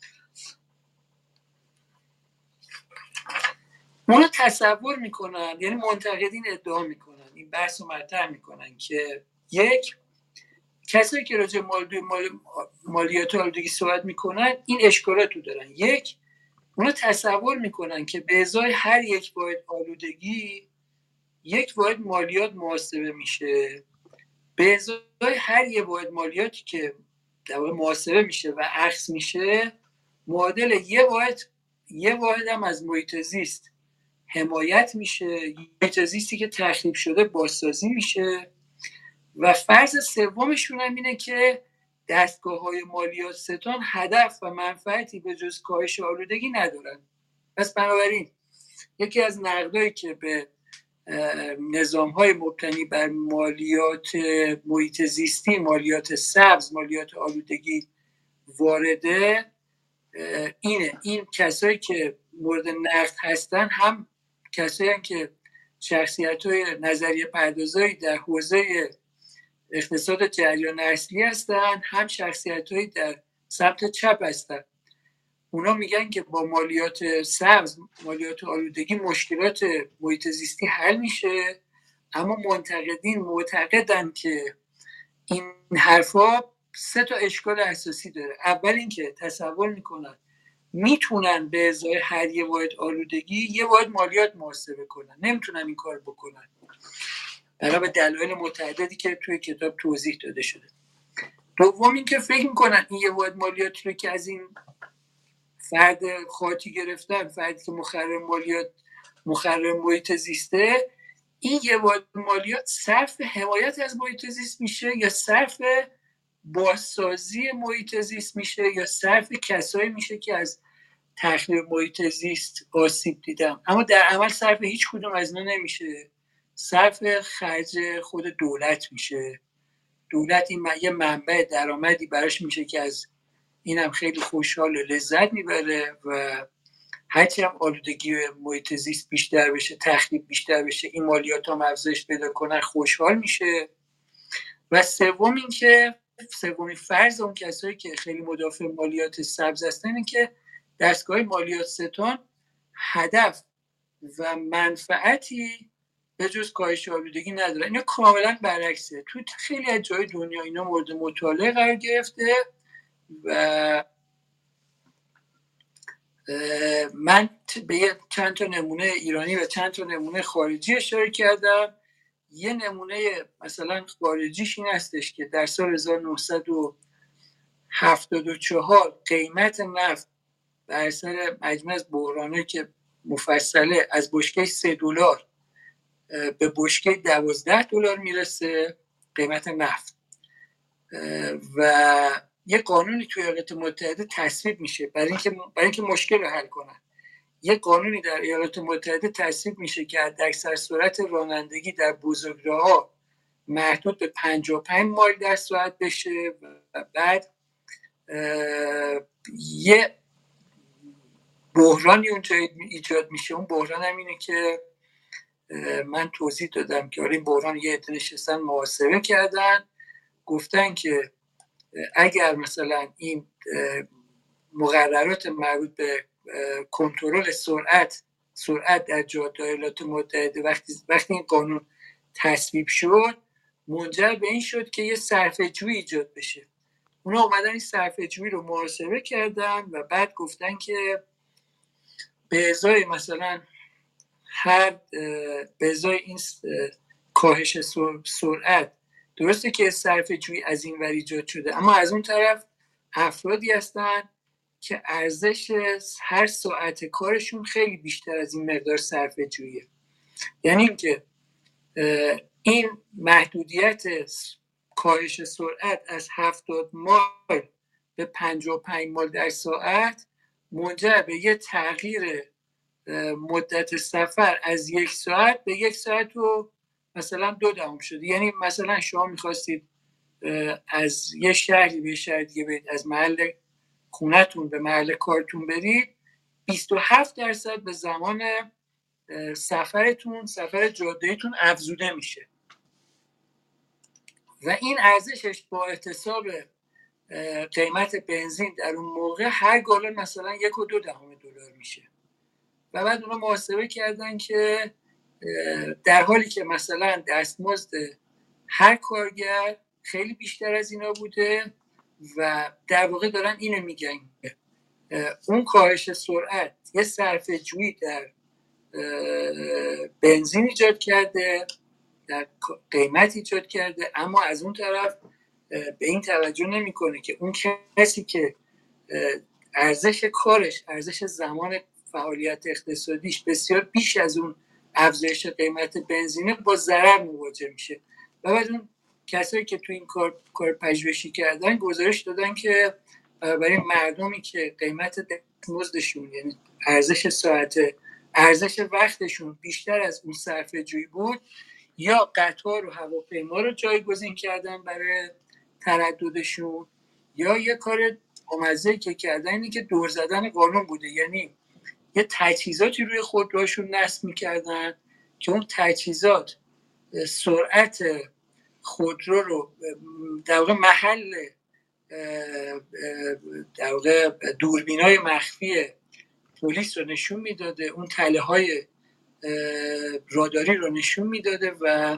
اونو تصور میکنن، یعنی منتقدین ادعا میکنن، این بحث رو مطرح میکنن که یک، کسایی که راجع مالیات آلودگی صحبت میکنن این اشکالات رو دارن. یک، اونو تصور میکنن که به ازای هر یک واحد آلودگی یک واحد مالیات محاسبه میشه، به ازای هر یک واحد مالیاتی که در واقع محاسبه میشه و اخذ میشه معادل یه واحد هم از محیط زیست حمایت میشه، محیط زیستی که تخریب شده بازسازی میشه. و فرض سومشون هم اینه که دستگاه‌های مالیات ستان هدف و منفعتی به جز کاهش آلودگی ندارن. پس بنابراین یکی از نقدایی که به نظام‌های مبتنی بر مالیات محیط زیستی، مالیات سبز، مالیات آلودگی وارده این کسایی که مورد نقد هستن هم کسایی هستن که شخصیت‌های نظریه پردازایی در حوزه اقتصاد جریان اصلی هستن، هم شخصیت‌هایی در سمت چپ هستن. اونا میگن که با مالیات سبز، مالیات آلودگی مشکلات محیط زیستی حل میشه، اما منتقدین معتقدن که این حرفا 3 اشکال اساسی داره. اول اینکه تصور میکنن میتونن به ازای هر یه واحد آلودگی یه واحد مالیات محاسبه کنن، نمیتونن این کار بکنن برای دلایل متعددی که توی کتاب توضیح داده شده. دوم اینکه فکر میکنن این یه واحد مالیاتی رو که از این فرد خاطی گرفتن، فردی که مخرر محیط زیسته، این یه واحد مالیات صرف حمایت از محیط زیست میشه یا صرف بازسازی محیط زیست میشه یا صرف کسایی میشه که از تخریب محیط زیست آسیب دیدن، اما در عمل صرف هیچ کدوم از اینا نمیشه، صرف خرج خود دولت میشه. دولت این یه منبع درآمدی براش میشه که از اینم خیلی خوشحال و لذت میبره و هرچی هم آلودگی محیط زیست بیشتر بشه، تخریب بیشتر بشه، این مالیات هم افزایش پیدا کنن، خوشحال میشه. و سومین فرض اون کسایی که خیلی مدافع مالیات سبز هستن اینه که دستگاه مالیات ستان هدف و منفعتی به جز کاهش آلودگی نداره. اینا کاملا برعکسه. تو خیلی از جای دنیا اینا مورد مطالعه قرار گرفته و من به چند تا نمونه ایرانی و چند تا نمونه خارجی اشاره کردم. یه نمونه مثلا خارجیش این هستش که در سال 1974 قیمت نفت بر اثر مجموعه از بحرانه که مفصله از بشکه $3 به بشکه $12 میرسه قیمت نفت و یه قانونی توی ایالات متحده تصویب میشه برای اینکه مشکل رو حل کنن. یه قانونی در ایالات متحده تصویب میشه که حداکثر سرعت رانندگی در بزرگراه‌ها محدود به 55 مایل در ساعت بشه و بعد یه بحرانی اونجا ایجاد میشه. اون بحران هم اینه که من توضیح دادم که این بحران یه عده نشستن محاسبه کردن، گفتن که اگر مثلا این مقررات مربوط به کنترل سرعت در جاده ایالات متحده وقتی این قانون تصویب شد منجر به این شد که یه صرفه‌جویی ایجاد بشه. اونا اومدن این صرفه‌جویی رو محاسبه کردن و بعد گفتن که به ازای مثلا به ازای این کاهش سرعت، درسته که صرفه جویی از این ور ایجاد شده، اما از اون طرف افرادی هستن که ارزش هر ساعت کارشون خیلی بیشتر از این مقدار صرفه جوییه. یعنی اینکه این محدودیت کاهش سرعت از 70 مایل به 55 مایل در ساعت منجر به یه تغییر مدت سفر از 1 ساعت به 1 ساعت و مثلا 2 شده. یعنی مثلا شما میخواستید از یه شهری به شهر دیگه برید، از محل خونتون به محل کارتون برید، 27% به زمان سفر جاده‌ایتون افزوده میشه و این ارزشش با احتساب قیمت بنزین در اون موقع هر گالون مثلا 1.2 دلار میشه. و بعد اونا محاسبه کردن که در حالی که مثلا دستمزد هر کارگر خیلی بیشتر از اینا بوده و در واقع دارن اینو میگن اون کاهش سرعت یه صرفه جویی در بنزین ایجاد کرده، در قیمت ایجاد کرده، اما از اون طرف به این توجه نمیکنه که اون کسی که ارزش کارش، ارزش زمان فعالیت اقتصادیش بسیار بیش از اون افزایش قیمت بنزینه با ضرر مواجه میشه. و بعد اون کسایی که تو این کار پژوهشی کردن گزارش دادن که برای مردمی که قیمت دستمزدشون، یعنی ارزش ساعت، ارزش وقتشون بیشتر از اون صرفه جویی بود، یا قطار و هواپیما رو جایگزین کردن برای ترددشون، یا یه کار بامزه‌ای که کردن اینه که دور زدن قانون بوده. یعنی یه تجهیزاتی روی خودروهاشون نصب می‌کردن که اون تجهیزات سرعت خودرو رو در واقع محل در واقع دوربینای مخفی پلیس رو نشون میداده، اون تله‌های راداری رو نشون میداده و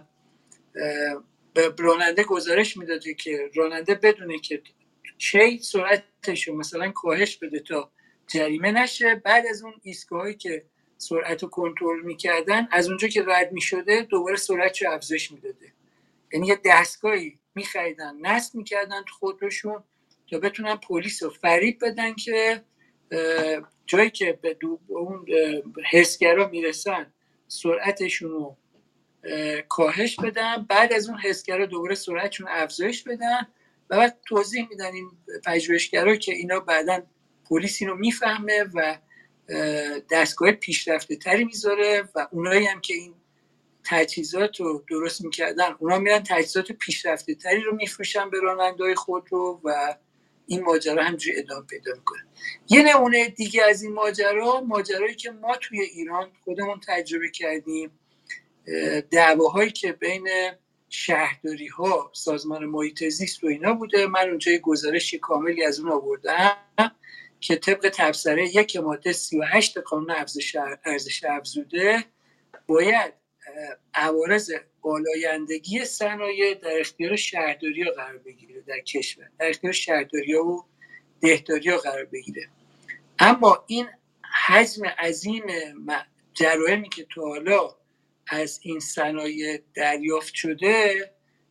به راننده گزارش میداده که راننده بدونه که چه سرعتش رو مثلا کاهش بده تا جریمه نشه. بعد از اون ایستگاهایی که سرعت رو کنترل میکردن، از اونجا که رد میشده دوباره سرعت رو افزایش میداده. یعنی یه دستگاهی میخریدن، نصب میکردن تو خودروشون تا بتونن پلیس رو فریب بدن که جایی که به اون حسگرا میرسن سرعتشون رو کاهش بدن، بعد از اون حسگرا دوباره سرعتشون افزایش بدن و بعد توضیح میدن این پژوهشگرا که اینا بعداً پلیس اینو میفهمه و دستگاه پیشرفته تری میذاره و اونایی هم که این تجهیزات رو درست میکردن اونا میرن تجهیزات پیشرفته تری رو میفروشن به راننده‌های خودرو و این ماجرا همجوری ادامه پیدا میکنه. یه نمونه دیگه از این ماجرایی که ما توی ایران خودمون تجربه کردیم، دعواهایی که بین شهرداری ها، سازمان محیط زیست و اینا بوده. من اونجا گزارش کاملی از اون آوردم که طبق تبصره 1 ماده 38 قانون ارزش افزوده باید عوارض آلایندگی صنایع در اختیار شهرداری ها قرار بگیره در کشور، در اختیار شهرداری ها و دهداری ها قرار بگیره. اما این حجم عظیم جرائمی که تا حالا از این صنایع دریافت شده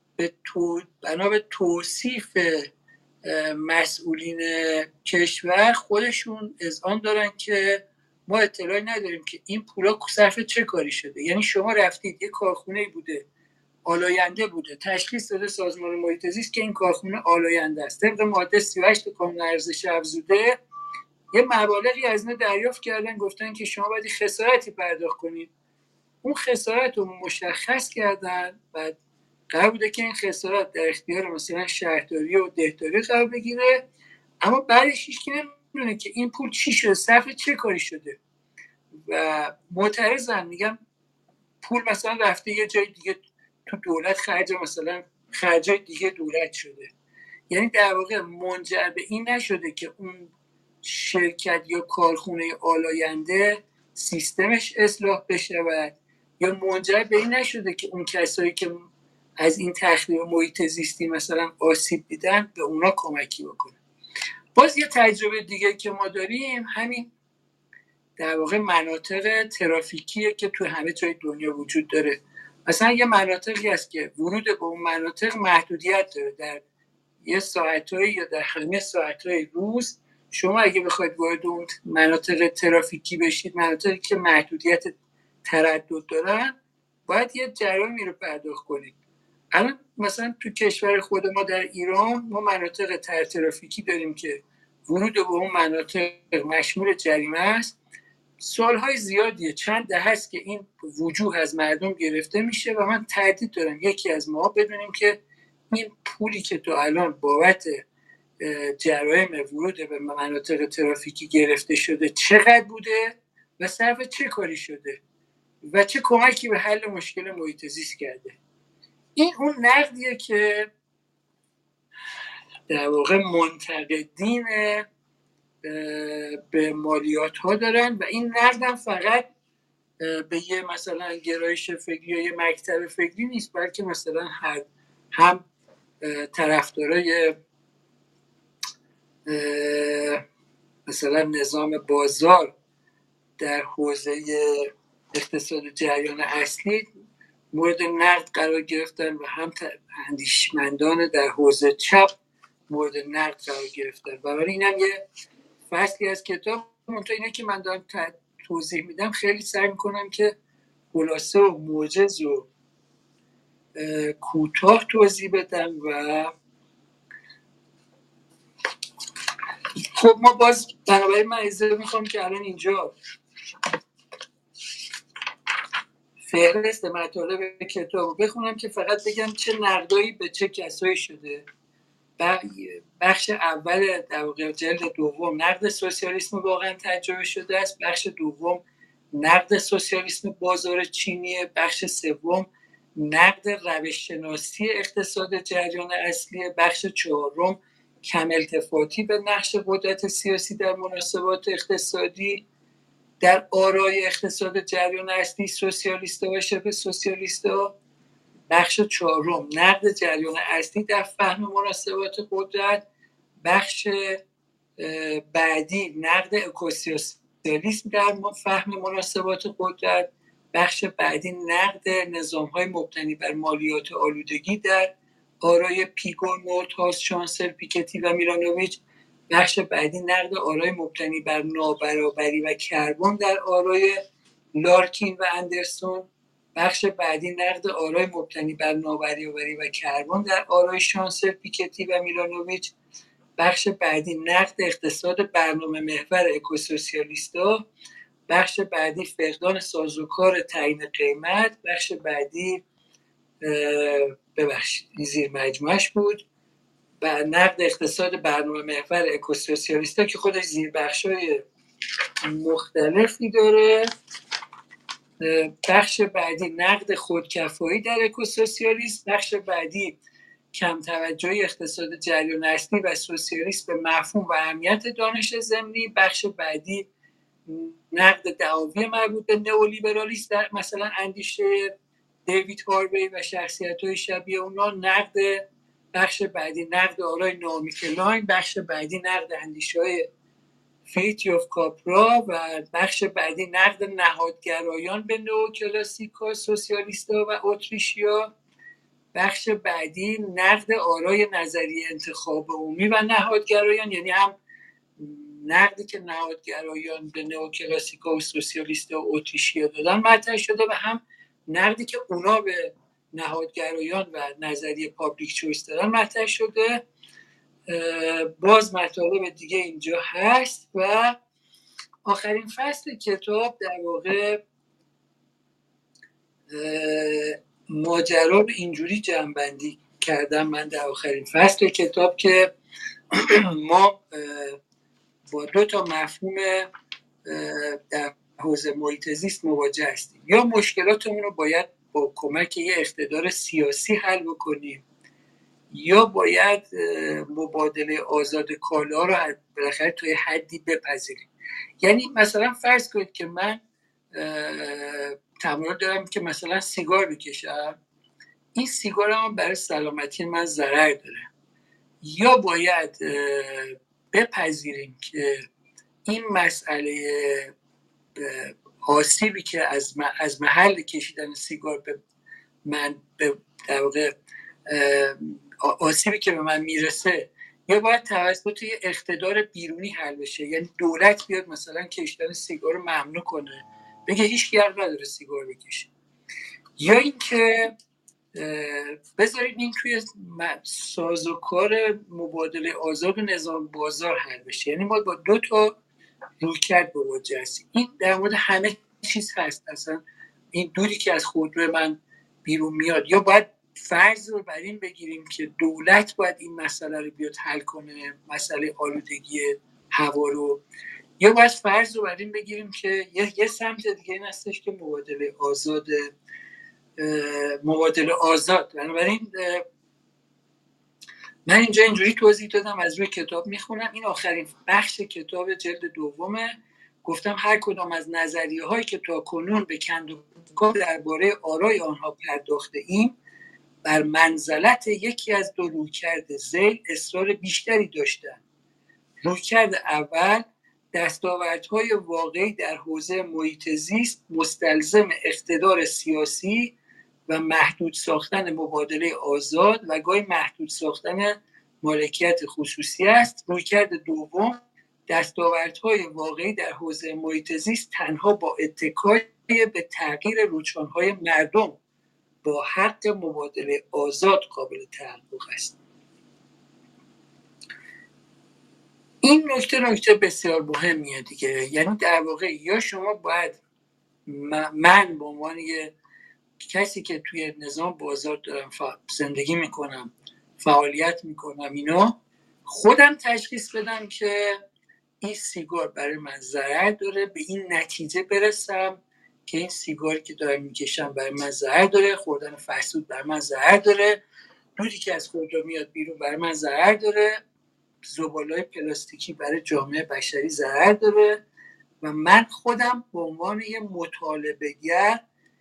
بنا به توصیف مسئولین کشور خودشون اذعان دارن که ما اطلاعی نداریم که این پولا صرف چه کاری شده. یعنی شما رفتید یه کارخونه بوده آلاینده بوده، تشخیص داده سازمان محیط زیست که این کارخونه آلاینده است، طبق ماده 38 قانون ارزش افزوده یه مبالغی از اینا دریافت کردن، گفتن که شما باید خسارتی پرداخت کنید. اون خسارت رو مشخص کردن و قرار بوده که این خسارت در اختیار مثلا شهرداری و دهداری قرار بگیره، اما بعدش هیچ کی نمیدونه که این پول چی شده، صرف چه کاری شده و معترضن، میگم پول مثلا رفته یه جای دیگه تو دولت خرج، مثلا خرجای دیگه دولت شده. یعنی در واقع منجر به این نشده که اون شرکت یا کارخونه آلاینده سیستمش اصلاح بشود، یا منجر به این نشده که اون کسایی که از این تخریب محیط زیستی مثلا آسیب دیدن به اونا کمکی بکنه. باز یه تجربه دیگه که ما داریم همین در واقع مناطق ترافیکیه که تو همه جای دنیا وجود داره. مثلا یه مناطقی هست که ورود به اون مناطق محدودیت داره، در یه ساعتایی یا در همه ساعتهای روز شما اگه بخواید وارد اون مناطق ترافیکی بشید، مناطقی که محدودیت تردد دارن، باید یه جرامی رو پرداخت کنید. الان مثلا تو کشور خود ما در ایران ما مناطق ترافیکی داریم که ورود به اون مناطق مشمول جریمه است. سالهای زیادیه، چند دهه است که این وجوه از مردم گرفته میشه و من تردید دارم یکی از ما بدونیم که این پولی که تو الان بابت جرایم ورود به مناطق ترافیکی گرفته شده چقدر بوده و صرف چه کاری شده و چه کمکی به حل مشکل محیط زیست کرده. این اون نقدیه که در واقع منتقدین به مالیات ها دارن و این نقد هم فقط به یه مثلا گرایش فکری یا یه مکتب فکری نیست، بلکه مثلا هم طرفدارای مثلا نظام بازار در حوزه اقتصاد جریان اصلی مورد نقد قرار گرفتن و هم اندیشمندان در حوزه چپ مورد نقد قرار گرفتن. و برای اینم یه فصلی از کتاب منتها اینه که من دارم توضیح میدم خیلی سعی میکنم که خلاصه و موجز و کوتاه توضیح بدم. و خب ما باز بنابراین من اجازه میخوام که الان اینجا فهرست مطالب کتاب رو بخونم که فقط بگم چه نقدایی به چه کسایی شده. بخش اول در واقع جلد دوم نقد سوسیالیسم واقعا تجربه شده است، بخش دوم نقد سوسیالیسم بازار چینیه، بخش سوم نقد روش‌شناسی اقتصاد جریان اصلی، بخش چهارم کم التفاتی به نقش قدرت سیاسی در مناسبات اقتصادی در آرای اقتصاد جریان اصلی سوسیالیست‌ها و شبه سوسیالیست‌ها، بخش چهارم نقد جریان اصلی در فهم مناسبات قدرت، بخش بعدی نقد اکوسیالیسم در فهم مناسبات قدرت، بخش بعدی نقد نظام‌های مبتنی بر مالیات آلودگی در آرای پیگور، نورت‌هاوس، شانسل، پیکتی و میلانوویچ، بخش بعدی نقد آرای مبتنی بر نابرابری و کربن در آرای لارکین و اندرسون، بخش بعدی نقد آرای مبتنی بر نابرابری و کربن در آرای شانسل، پیکتی و میلانوویچ، بخش بعدی نقد اقتصاد برنامه محور اکوسوسیالیست‌ها، بخش بعدی فقدان سازوکار تعیین قیمت، بخش بعدی ببخشید زیر مجموعش بود و نقد اقتصاد برنامه محور اکوسوسیالیست‌ها که خودش زیر بخش‌های مختلفی داره، بخش بعدی نقد خودکفایی در اکوسوسیالیسم، بخش بعدی کم توجهی اقتصاد جریان اصلی و سوسیالیسم به مفهوم و اهمیت دانش ضمنی، بخش بعدی نقد دعاوی مربوط به نئولیبرالیسم در مثلا اندیشه دیوید هاروی و شخصیت‌های شبیه اونا، بخش بعدی نقد آرای نامی کلاین، بخش بعدی نقد اندیشه‌های فریتیوف کاپرا و بخش بعدی نقد نهادگرایان به نئوکلاسیک‌ها، سوسیالیست‌ها و اتریشیا، بخش بعدی نقد آرای نظریه انتخاب عمومی و نهادگرایان، یعنی هم نقدی که نهادگرایان به نئوکلاسیک‌ها و سوسیالیست‌ها و اتریشیا دادن مطرح شده و هم نقدی که اونا به نهادگرایان و نظریه پابلیک چویس دادن مطرح شده. باز مطالب دیگه اینجا هست و آخرین فصل کتاب در واقع ماجرا رو اینجوری جمع‌بندی کردم من در آخرین فصل کتاب که ما با دو تا مفهوم در حوزه محیط زیست مواجه هستیم. یا مشکلاتمون رو باید با کمک یه اقتدار سیاسی حل بکنیم یا باید مبادله آزاد کالا رو بالاخره توی حدی بپذیریم. یعنی مثلا فرض کنید که من تمایل دارم که مثلا سیگار بکشم، این سیگار هم برای سلامتی من ضرر داره. یا باید بپذیریم که این مسئله آسیبی که از محل کشیدن سیگار به من در واقع آسیبی که به من میرسه یا باید توسط یه اقتدار بیرونی حل بشه، یعنی دولت بیاد مثلا کشیدن سیگار رو ممنوع کنه، بگه هیچ حق نداره سیگار بکشه، یا اینکه بذارید این توی سازوکار مبادله آزاد و نظام بازار حل بشه. یعنی ما با 2 تا رویکرد مواجه هستیم. این در مورد همه چیز هست. اصلا این دودی که از خودرو من بیرون میاد، یا باید فرض رو بر این بگیریم که دولت باید این مسئله رو بیاد حل کنه، مسئله آلودگی هوا رو، یا باید فرض رو بر این بگیریم که یه سمت دیگه این هستش که مبادله آزاد. بنابراین من اینجا اینجوری توضیح دادم، از روی کتاب میخونم. این آخرین بخش کتاب جلد دومه. گفتم هر کدام از نظریه هایی که تا کنون به کندوکاو درباره آرای آنها پرداخته ایم بر منزلت یکی از 2 رویکرد ذیل اصرار بیشتری داشتند. رویکرد اول دستاوردهای واقعی در حوزه محیط زیست مستلزم اقتدار سیاسی و محدود ساختن مبادله آزاد و گاهی محدود ساختن مالکیت خصوصی است. رویکرد دوم دستاوردهای واقعی در حوزه محیط زیست تنها با اتکای به تغییر روچانهای مردم با حق مبادله آزاد قابل تحقق است. این نکته بسیار مهمیه دیگه. یعنی در واقع یا شما باید، من به عنوان کسی که توی نظام بازار دارم زندگی میکنم، فعالیت میکنم، اینا خودم تشخیص بدم که این سیگار برای من ضرر داره، به این نتیجه برسم که این سیگاری که دارم میکشم برای من ضرر داره، خوردن فسود برای من ضرر داره، دودی که از خودرو میاد بیرون برای من ضرر داره، زباله‌های پلاستیکی برای جامعه بشری ضرر داره، و من خودم به عنوان یه مطالبه‌گر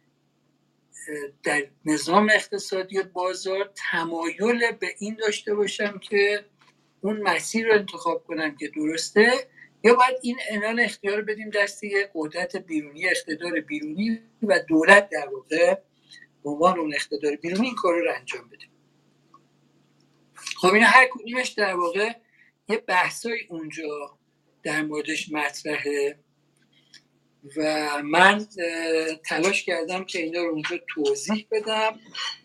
در نظام اقتصادی بازار تمایل به این داشته باشم که اون مسیر رو انتخاب کنم که درسته، یا باید این عنوان اختیار بدیم دست یه قدرت بیرونی، اقتدار بیرونی، و دولت در واقع به عنوان اون اقتدار بیرونی این کار رو انجام بده. خب این هر کدومش در واقع یه بحثای اونجا در موردش مطرحه و من تلاش کردم که اینا رو اونجا توضیح بدم.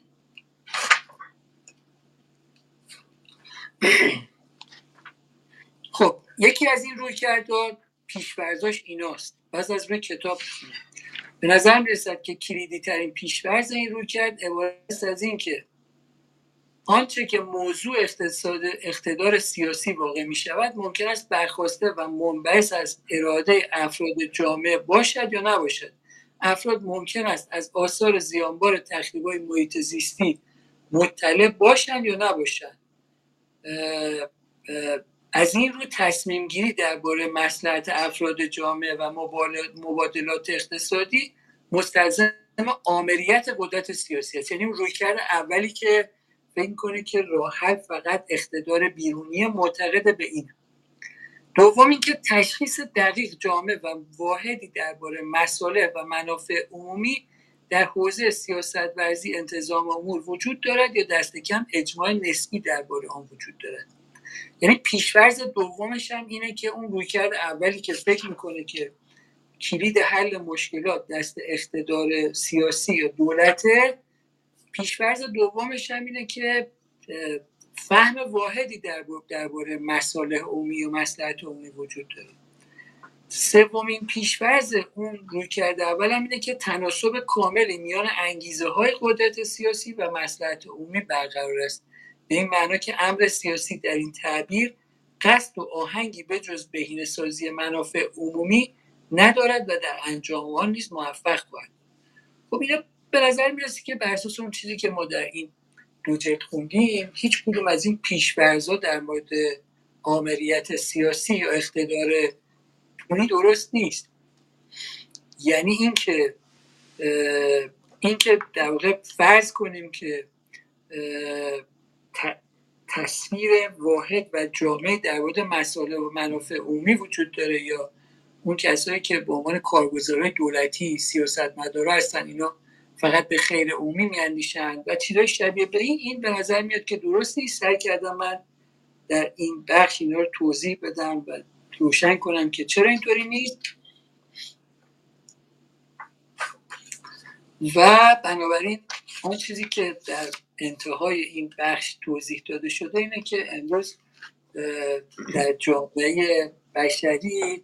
خب یکی از این رویکردها پیش‌فرضاش ایناست. باز از روی کتاب بخونم. به نظر می‌رسد که کلیدی ترین پیش‌فرض این رویکرد عبارت است از این که آنچه که موضوع اقتدار سیاسی واقع می شود ممکن است برخواسته و منبعث از اراده افراد جامعه باشد یا نباشد. افراد ممکن است از آثار زیانبار تخریب‌های محیط زیستی مطلع باشند یا نباشند. از این رو تصمیم گیری درباره مصلحت افراد جامعه و مبادلات اقتصادی مستلزم آمریت قدرت سیاسی است. یعنی رویکرد اولی که فکر کنه که راه حل فقط اقتدار بیرونی معتقد به این. دوم اینکه تشخیص دقیق جامع و واحدی درباره مصالح و منافع عمومی در حوزه سیاست ورزی انتظام امور وجود دارد یا دست کم اجماع نسبی درباره آن وجود دارد. یعنی پیش‌فرض دومش هم اینه که اون رویکرد اولی که فکر میکنه که کلید حل مشکلات دست اقتدار سیاسی یا دولته، پیش‌فرض دومش هم اینه که فهم واحدی درباره مصالح عمومی و مصلحت عمومی وجود داره. سومین پیش‌فرض اون رویکرد اول هم اینه که تناسب کاملی میان انگیزه‌های قدرت سیاسی و مصلحت عمومی برقرار است. به این معنا که امر سیاسی در این تعبیر قصد و آهنگی به جز بهینه‌سازی منافع عمومی ندارد و در انجام آن نیز موفق خواهد. خب اینا به نظر میرسه که بر اساس اون چیزی که ما در این دو جلد خوندیم هیچ کدوم از این پیش‌فرض‌ها در مورد آمریت سیاسی یا اقتدار اونی درست نیست. یعنی اینکه در واقع فرض کنیم که تصویر واحد و جامع در مورد مصالح و منافع عمومی وجود داره یا اون کسایی که به عنوان کارگزارای دولتی سیاستمدارا هستن اینا فقط به خیر عمومی میاندیشن و چیزای شبیه به این به نظر میاد که درست نیست. سعی کردم من در این بخش اینا رو توضیح بدم و روشن کنم که چرا اینطوری نیست. و بنابراین اون چیزی که در انتهای این بخش توضیح داده شده اینه که امروز در جامعه بشری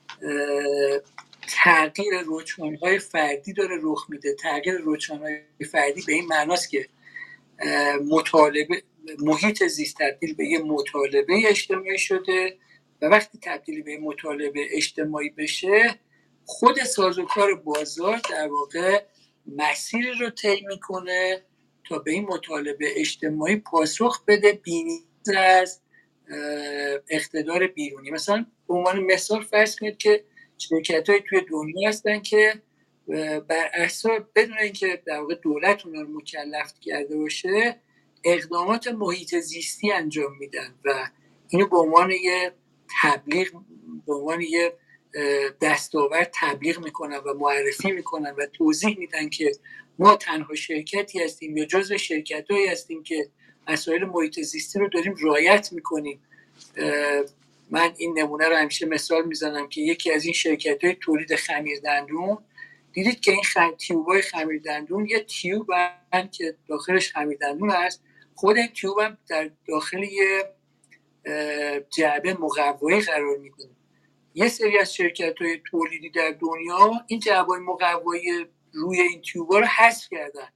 تغییر رجحان‌های فردی داره رخ میده. تغییر رجحان‌های فردی به این معناست که مطالبه محیط زیست تبدیل به یه مطالبه اجتماعی شده و وقتی تبدیل به مطالبه اجتماعی بشه خود سازوکار بازار در واقع مسیری رو طی میکنه تا به این مطالبه اجتماعی پاسخ بده بی‌نیاز از اقتدار بیرونی. مثلا به عنوان مثال فرض کنید که شرکت‌های توی دنیا هستن که بر اساس بدون اینکه در واقع دولت اونها رو مکلف کرده باشه اقدامات محیط زیستی انجام میدن و اینو به عنوان یه تبلیغ، به عنوان یه دستاورد تبلیغ میکنن و معرفی میکنن و توضیح میدن که ما تنها شرکتی هستیم یا جزو شرکت‌هایی هستیم که مسائل محیط زیستی رو داریم رعایت میکنیم. من این نمونه رو همیشه مثال میزنم که یکی از این شرکت‌های تولید خمیردندون دیدید که این تیوبای خمیردندون یه تیوب هستن که داخلش خمیردندون هست، خود این تیوب هم در داخل یه جعبه مقوایی قرار میگیره. یه سری از شرکت‌های تولیدی در دنیا این جعبه‌های مقوایی روی این تیوبا رو حذف کردن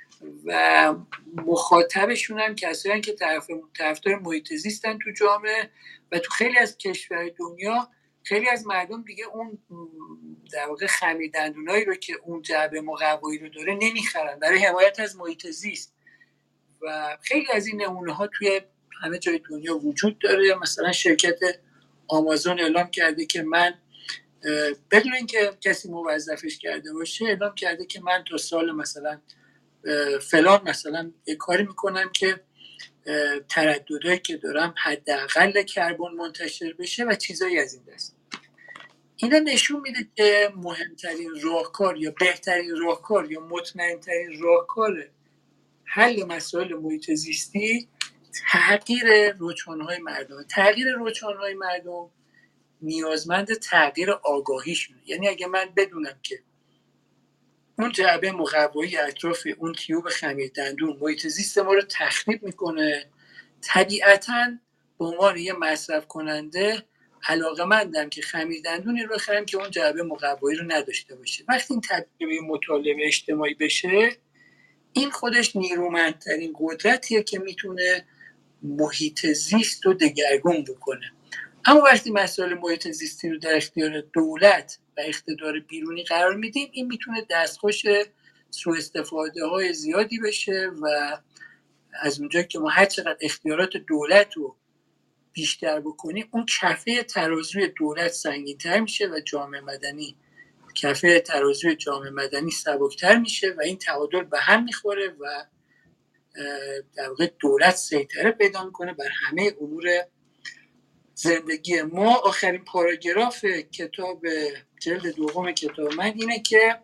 و مخاطبشون هم کسایی که طرفدار محیط زیستن تو جامعه و تو خیلی از کشورهای دنیا خیلی از مردم دیگه اون در واقع خمیردندونایی رو که اون جعبه مقوایی رو داره نمیخرن برای حمایت از محیط زیست. و خیلی از این نمونه‌ها توی همه جای دنیا وجود داره. مثلا شرکت آمازون اعلام کرده که من بدون اینکه کسی موظفش کرده باشه اعلام کرده که من تا سال مثلا فلان مثلا یه کاری میکنم که ترددایی که دارم حداقل کربن منتشر بشه و چیزایی از این دست. اینا نشون میده که مهمترین راهکار یا بهترین راهکار یا مطمئنترین راهکار حل مسائل محیط زیستی تغییر رجحان‌های مردم. تغییر رجحان‌های مردم نیازمند تغییر آگاهیشونه. یعنی اگه من بدونم که اون جعبه مقوایی اطراف اون تیوب خمیردندون محیط زیست ما رو تخریب میکنه، طبیعتاً به عنوان یه مصرف کننده علاقه‌مندم که خمیردندونی رو بخرم که اون جعبه مقوایی رو نداشته باشه. وقتی این تبدیل به مطالبه اجتماعی بشه این خودش نیرومندترین قدرتیه که میتونه محیط زیست رو دگرگون بکنه. اما وقتی مسائل محیط زیستی رو در اختیار دولت و اقتدار بیرونی قرار میدیم این میتونه دستخوش سوء استفاده های زیادی بشه و از اونجا که ما هر چقدر اختیارات دولت رو بیشتر بکنیم اون کفه ترازوی دولت سنگین‌تر میشه و جامعه مدنی کفه ترازوی جامعه مدنی سبکتر میشه و این تعادل به هم میخوره و در واقع دولت سیطره پیدا میکنه بر همه امور زندگی ما. آخرین پاراگراف کتاب جلد دوم کتاب من اینه که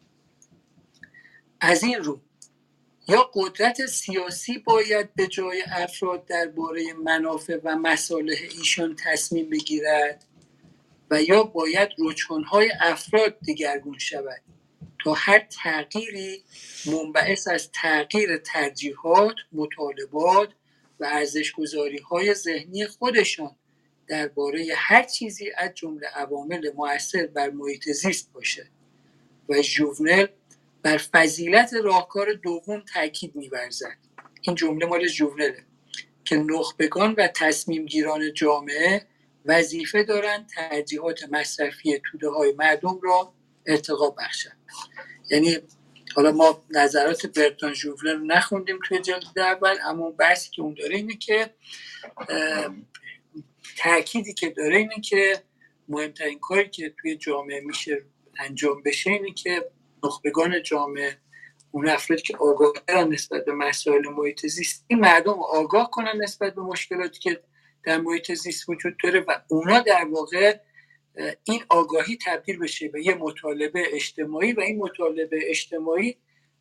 از این رو یا قدرت سیاسی باید به جای افراد درباره منافع و مصالح ایشان تصمیم بگیرد و یا باید رجحان‌های افراد دگرگون شود تا هر تغییری منبعث از تغییر ترجیحات، مطالبات و ارزش‌گذاری‌های ذهنی خودشان درباره هر چیزی از جمله عوامل مؤثر بر محیط زیست باشه. و ژوونل بر فضیلت راهکار دوم تاکید می‌ورزد. این جمله مال ژوونله که نخبگان و تصمیم گیران جامعه وظیفه دارند ترجیحات مصرفی توده‌های مردم را ارتقا بخشند. یعنی حالا ما نظرات برتان ژوونل رو نخوندیم توی جلد اول، اما بحثی که اون داره اینه که تأکیدی که داره اینه که مهمترین کاری که توی جامعه میشه انجام بشه اینه که نخبگان جامعه، اون افرادی که آگاه‌ترن نسبت به مسائل محیط زیستی، مردم آگاه کنن نسبت به مشکلاتی که در محیط زیست وجود داره و اونا در واقع این آگاهی تبدیل بشه به یه مطالبه اجتماعی و این مطالبه اجتماعی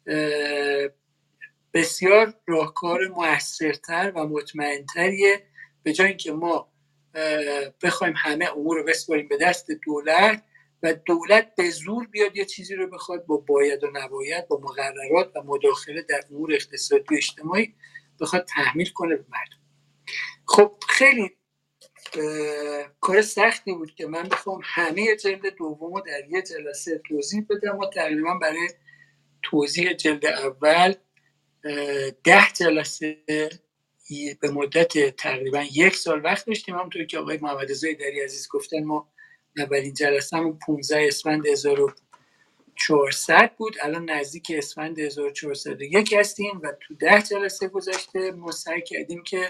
بسیار راهکار موثرتر و مطمئنتریه، به جای اینکه ما بخوایم همه امور رو بسپاریم به دست دولت و دولت به زور بیاد یه چیزی رو بخواد با باید و نباید، با مقررات و مداخله در امور اقتصادی و اجتماعی بخواد تحمیل کنه به مردم. خب خیلی کار سختی بود که من بخوام همه جلد دوم رو در یه جلسه توضیح بدم و تقریبا برای توضیح جلد اول 10 جلسه به مدت تقریبا 1 سال وقت داشتیم. همونطور که آقای محمد رضا ایدری عزیز گفتن، ما اولین جلسه‌مون 15 اسفند 1400 بود، الان نزدیک اسفند 1401 هستیم و تو 10 جلسه گذشته ما سعی کردیم که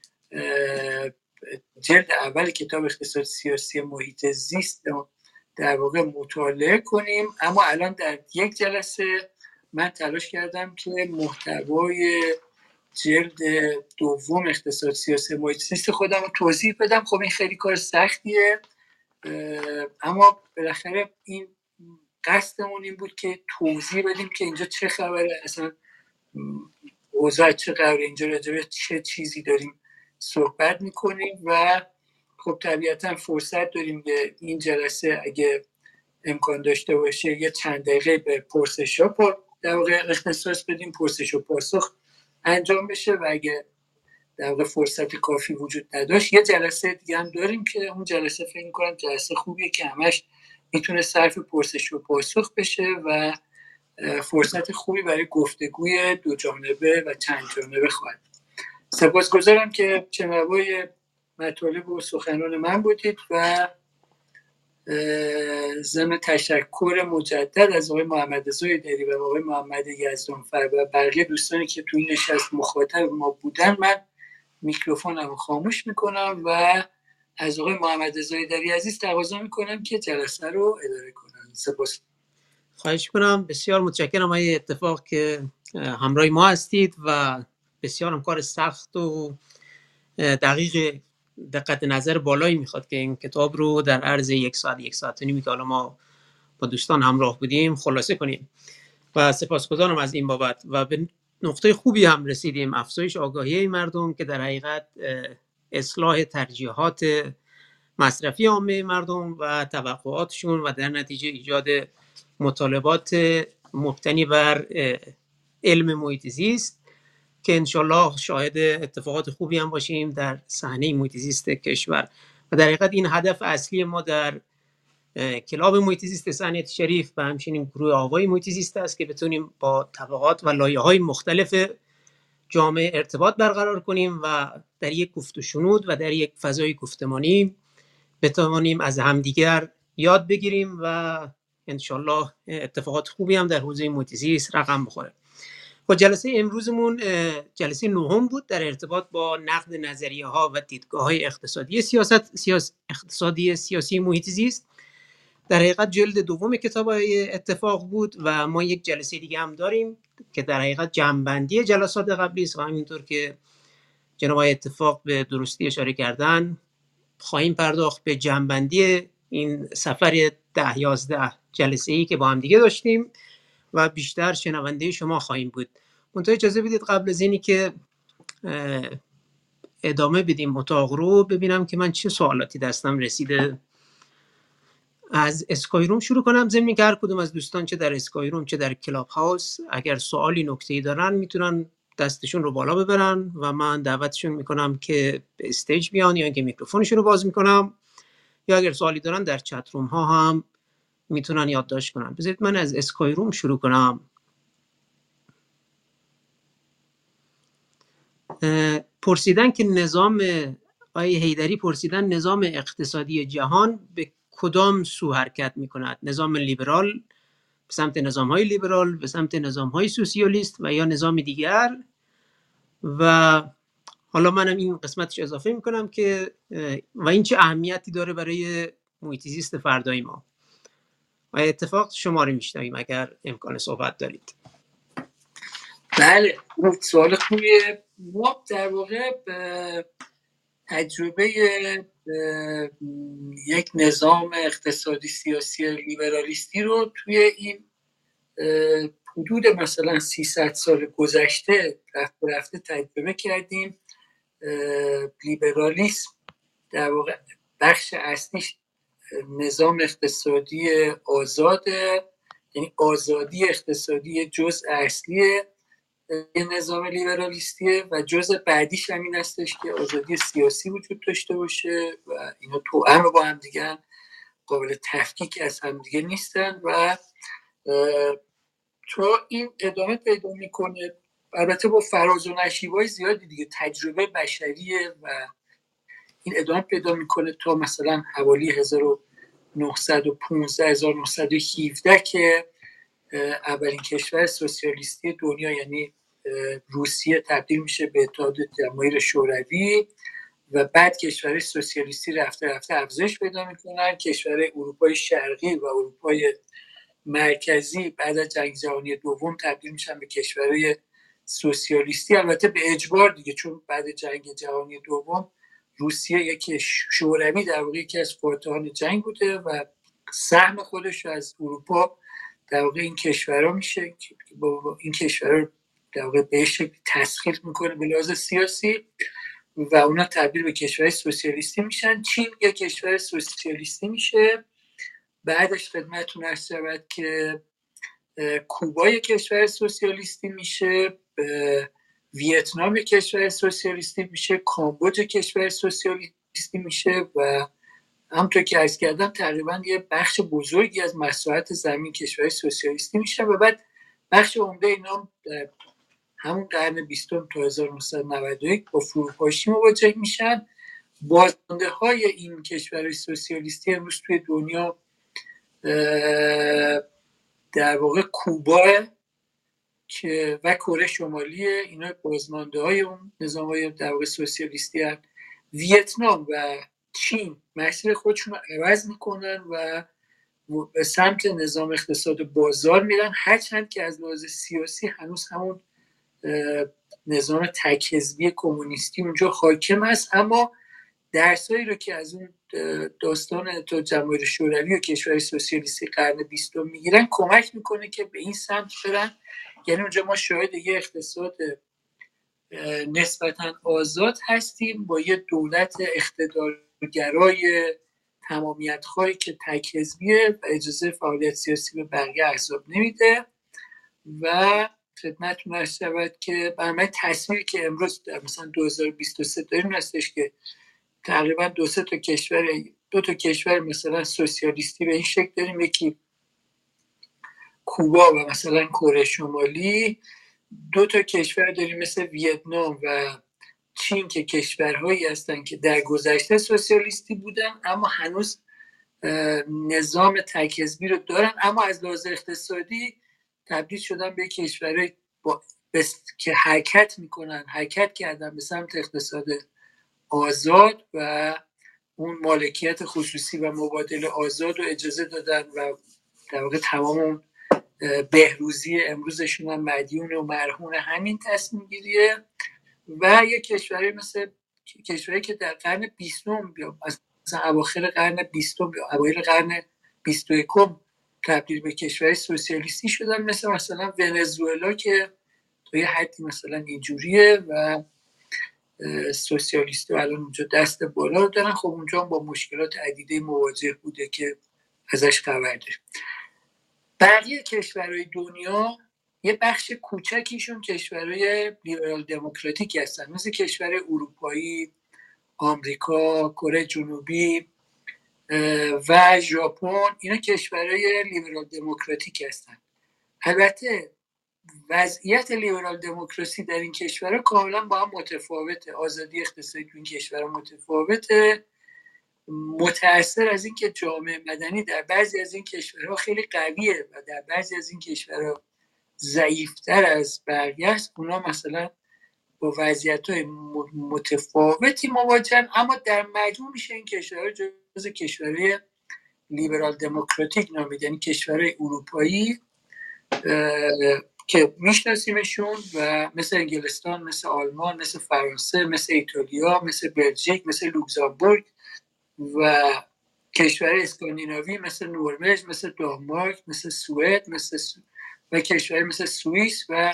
جلد اول کتاب اقتصاد سیاسی محیط زیست در واقع مطالعه کنیم، اما الان در 1 جلسه من تلاش کردم که محتوای جلد دوم اقتصاد سیاسی محیط زیست خودم رو توضیح بدم. خب این خیلی کار سختیه، اما بالاخره این قصدمون این بود که توضیح بدیم که اینجا چه خبره، اصلا اوضاع چه قراره، اینجا راجع به چه چیزی داریم صحبت میکنیم. و خب طبیعتا فرصت داریم به این جلسه اگه امکان داشته باشه یه چند دقیقه به پرسش‌ها در واقع اختصاص بدیم، پرسش و پاسخ انجام بشه و اگه در واقع فرصت کافی وجود نداشت یه جلسه دیگه هم داریم که اون جلسه فکر می‌کنم جلسه خوبیه که همش میتونه صرف پرسش و پاسخ بشه و فرصت خوبی برای گفتگوی دو جانبه و چند جانبه خواهد. سپاسگزارم که شنوای مطالب و سخنان من بودید و ضمن تشکر مجدد از آقای محمد رضا ایدری و آقای محمد یزدانفر و بقیه دوستانی که توی نشست مخاطب ما بودن، من میکروفونم خاموش میکنم و از آقای محمد رضا ایدری عزیز تقاضا میکنم که جلسه رو اداره کنن. سپاس. خواهش کنم. بسیار متشکرم آقای اتفاق که همراه ما هستید و بسیار هم کار سخت و دقیق دقت نظر بالایی میخواد که این کتاب رو در عرض 1 ساعت 1 ساعت و نیمی که حالا ما با دوستان همراه بودیم خلاصه کنیم و سپاسگزارم از این بابت. و به نقطه خوبی هم رسیدیم، افزایش آگاهی مردم که در حقیقت اصلاح ترجیحات مصرفی عامه مردم و توقعاتشون و در نتیجه ایجاد مطالبات مبتنی بر علم محیط زیست که انشالله شاهد اتفاقات خوبی هم باشیم در صحنه محیط زیست کشور. و در حقیقت این هدف اصلی ما در کلاب محیط زیست صنعت شریف و همچنین گروه آوای محیط زیست است که بتونیم با طبقات و لایه‌های مختلف جامعه ارتباط برقرار کنیم و در یک گفت و شنود و در یک فضای گفتمانی بتوانیم از همدیگر یاد بگیریم و انشالله اتفاقات خوبی هم در حوزه محیط زیست رقم بخوره. با جلسه امروزمون جلسه نهم بود در ارتباط با نقد نظریه ها و دیدگاه های اقتصادی سیاسی محیط زیست. در حقیقت جلد دوم کتاب های اتفاق بود و ما یک جلسه دیگه هم داریم که در حقیقت جمع‌بندی جلسات قبلی است و همینطور که جناب های اتفاق به درستی اشاره کردن خواهیم پرداخت به جمع‌بندی این سفر 10-11 جلسه‌ای که با هم دیگه داشتیم و بیشتر شنونده شما خواهیم بود. منتها اجازه بدید قبل از اینی که ادامه بدیم اتاق رو ببینم که من چه سوالاتی دستم رسیده. از اسکای روم شروع کنم، ضمن اینکه هر کدوم از دوستان چه در اسکای روم چه در کلاب هاوس اگر سوالی نکته‌ای دارن میتونن دستشون رو بالا ببرن و من دعوتشون میکنم که به استیج بیان یا اینکه میکروفونشون رو باز میکنم، یا اگر سوالی دارن در چت روم ها هم میتونن یادداشت کنن. بذارید من از اسکای روم شروع کنم. پرسیدن که نظام آقای حیدری پرسیدن نظام اقتصادی جهان به کدام سو حرکت میکند؟ نظام لیبرال به سمت نظام‌های لیبرال، به سمت نظام‌های سوسیالیست و یا نظام دیگر؟ و حالا منم این قسمتش اضافه میکنم که و این چه اهمیتی داره برای محیط زیست فردای ما. و اتفاق شما رو میشنویم اگر امکان صحبت دارید. بله، سوال خوبیه. ما در واقع تجربه یک نظام اقتصادی سیاسی لیبرالیستی رو توی این حدود مثلا 300 سال گذشته رفته تجربه کردیم. لیبرالیسم در واقع بخش اصلیش نظام اقتصادی آزاده، یعنی آزادی اقتصادی جزء اصلی نظام لیبرالیستیه و جزء بعدیش همین هستش که آزادی سیاسی وجود داشته باشه و اینا توأم با هم دیگه، قابل تفکیک از هم دیگه نیستن و تو این ادامه پیدا میکنه، البته با فراز و نشیب‌های زیادی دیگه. تجربه بشریه و این ادامه پیدا میکنه تا مثلا حوالی 1915 1917 که اولین کشور سوسیالیستی دنیا یعنی روسیه تبدیل میشه به اتحاد جماهیر شوروی و بعد کشورهای سوسیالیستی رفته رفته افزایش پیدا میکنن. کشورهای اروپای شرقی و اروپای مرکزی بعد از جنگ جهانی دوم تبدیل میشن به کشورهای سوسیالیستی، البته به اجبار دیگه، چون بعد جنگ جهانی دوم روسیه یک شوروی در واقع یکی از فاتحان جنگ بوده و سهم خودش از اروپا در واقع این کشورها میشه که با این کشورها در واقع به شکلی تسخیر میکنه به لحاظ سیاسی و اونا تبدیل به کشور سوسیالیستی میشن. چین یک کشور سوسیالیستی میشه. بعدش خدمتتون عرض شود که کوبا یک کشور سوسیالیستی میشه، ویتنام یک کشور سوسیالیستی میشه، کامبوج کشور سوسیالیستی میشه و همونطور که عرض کردم تقریبا یه بخش بزرگی از مساحت زمین کشور سوسیالیستی میشه و بعد بخش عمده اینا همون قرن 20 تا 1991 با فروپاشی مواجه میشن. بازمانده های این کشورهای سوسیالیستی امروز توی دنیا در واقع کوبا که و کره شمالی، اینا بازمانده های اون نظام های در واقع سوسیالیستی هست. ویتنام و چین مسیر خودشون رو عوض میکنن و به سمت نظام اقتصاد بازار میرن، هرچند که از لحاظ سیاسی هنوز همون نظام تک حزبی کمونیستی اونجا حاکم است، اما درسایی رو که از اون داستان تا جمهوری شوروی و کشورهای سوسیالیستی قرن 20 میگیرن کمک میکنه که به این سمت برن. یعنی اونجا ما شاهد یه اقتصاد نسبتاً آزاد هستیم با یه دولت اقتدارگرای تمامیت‌خواهی که تک حزبیه و اجازه فعالیت سیاسی به بقیه احزاب نمیده و خدمتتون عرض شود که برای تصویری که امروز در مثلا 2023 داریم هستش که تقریبا دو تا کشور مثلا سوسیالیستی به این شکل داریم، یکی کوبا و مثلا کره شمالی، دو تا کشور داریم مثل ویتنام و چین که کشورهایی هستن که در گذشته سوسیالیستی بودن اما هنوز نظام تک حزبی رو دارن، اما از لحاظ اقتصادی تبدیل شدن به کشورهایی که حرکت کردن به سمت اقتصاد آزاد و اون مالکیت خصوصی و مبادله آزاد رو اجازه دادن و در واقع تمام بهروزی امروزشون هم مدیون و مرهون همین تصمیم گیریه. و یک کشوری مثل کشوری که در قرن 20 یا مثلا اواخر قرن 20 یا اوایل قرن 21 تبدیل به کشور سوسیالیستی شدن، مثلا ونزوئلا که تا یه حدی مثلا اینجوریه و سوسیالیستی الان اونجا دست بالا رو دارن. خب اونجا با مشکلات عدیده مواجه بوده که ازش خبر داریم. بقیه کشورهای دنیا یه بخش کوچکیشون کشورهای لیبرال دموکراتیک هستن، مثل کشورهای اروپایی، آمریکا، کره جنوبی و ژاپن. اینا کشورهای لیبرال دموکراتیک هستن. البته وضعیت لیبرال دموکراسی در این کشورها کاملا با هم متفاوته. آزادی اقتصادی تو این کشورها متفاوته، متأثر از این که جامعه مدنی در بعضی از این کشورها خیلی قویه و در بعضی از این کشورها ضعیفتر از بقیه است. اونا مثلا با وضعیت‌های متفاوتی مواجهن، اما در مجموع میشه این کشورها جزو کشورهای لیبرال دموکراتیک نامید، یعنی کشورهای اروپایی که میشناسیمشون و مثل انگلستان، مثل آلمان، مثل فرانسه، مثل ایتالیا، مثل بلژیک، مثل لوکزامبورگ و کشور اسکاندیناوی مثل نروژ، مثل دانمارک، مثل سوئد، و کشور مثل سوئیس و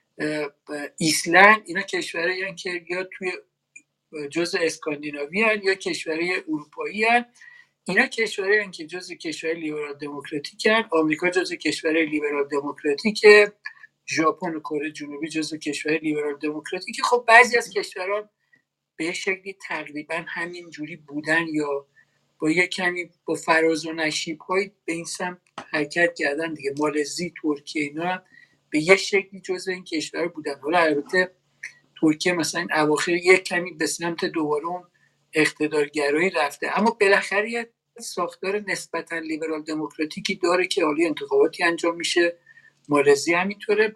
ایسلند. اینا کشورهایی هستند که یا توی جزء اسکاندیناوی هستند یا کشورهای اروپایی هستند. اینا کشورهایی هستند که جزء کشورهای لیبرال دموکراتیک هستند. آمریکا جزء کشورهای لیبرال دموکراتیکه، ژاپن و کره جنوبی جزء کشورهای لیبرال دموکراتیکه. خب بعضی از کشورها به شکلی تقریبا همین جوری بودن یا با یک کمی با فراز و نشیب‌های به این سمت حرکت کردن دیگه. مالزی، ترکیه، اینا به یک شکلی جزء این کشور بودن. حالا البته ترکیه مثلا اواخر یک کمی به سمت دوباره اون اقتدارگرایی رفته، اما بالاخره یک ساختار نسبتا لیبرال دموکراتیکی داره که حالی انتخاباتی انجام میشه. مالزی همینطوره.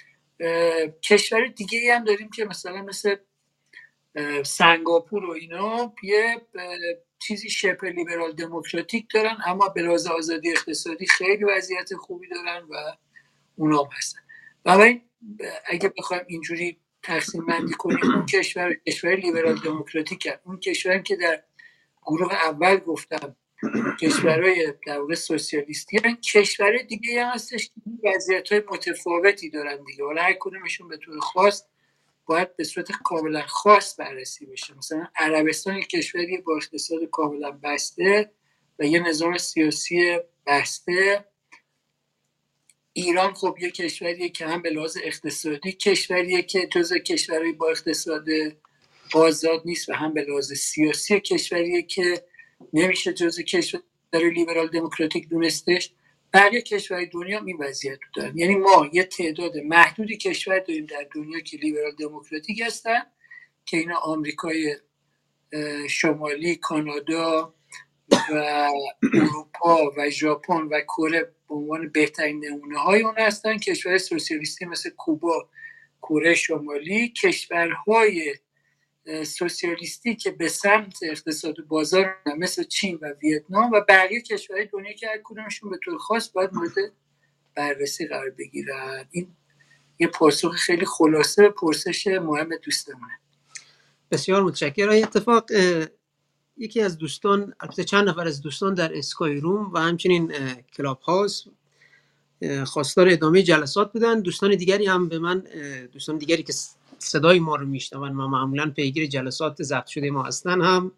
کشور دیگه هم داریم که مثل سنگاپور و اینا یه چیزی شبه لیبرال دموکراتیک دارن، اما به لحاظ آزادی اقتصادی خیلی وضعیت خوبی دارن و اونا هم هستن. و اگه بخوایم اینجوری تقسیم بندی کنیم، اون کشور لیبرال دموکراتیک هست. اون کشوری که در گروه اول گفتم کشورهای در واقع سوسیالیستی هستن. کشور دیگه هم هستش که وضعیت‌های متفاوتی دارن دیگه. حالا هر کدومشون به طور خاص باید به صورت کاملا خاص بررسی بشه. مثلا عربستان یک کشوری با اقتصاد کاملا بسته و یه نظام سیاسی بسته. ایران خب یک کشوریه که هم به لحاظ اقتصادی کشوریه که جزء کشورهای با اقتصاد آزاد نیست و هم به لحاظ سیاسی کشوریه که نمیشه جزء کشور لیبرال دموکراتیک دونستش. بقیه کشورهای دنیا این وضعیت رو دارن. یعنی ما یه تعداد محدودی کشور داریم در دنیا که لیبرال دموکراتیک هستن که اینا آمریکای شمالی، کانادا و اروپا و ژاپن و کره به عنوان بهترین نمونه های اون هستن. کشور سوسیالیستی مثل کوبا، کره شمالی، کشورهای سوسیالیستی که به سمت اقتصاد بازار مثل چین و ویتنام و بقیه کشورهای دنیا که هر کدومشون به طور خاص باید مورد بررسی قرار بگیرن. این یه پاسخ خیلی خلاصه به پرسش مهم دوستمونه. بسیار متشکرم. اتفاق یکی از دوستان، البته چند نفر از دوستان در اسکای روم و همچنین کلاب هاوس خواستار ادامه جلسات بودن. دوستان دیگری هم به من، دوستان دیگری که صدای ما رو میشنون و معمولا پیگیر جلسات ضبط شده ما هستن، هم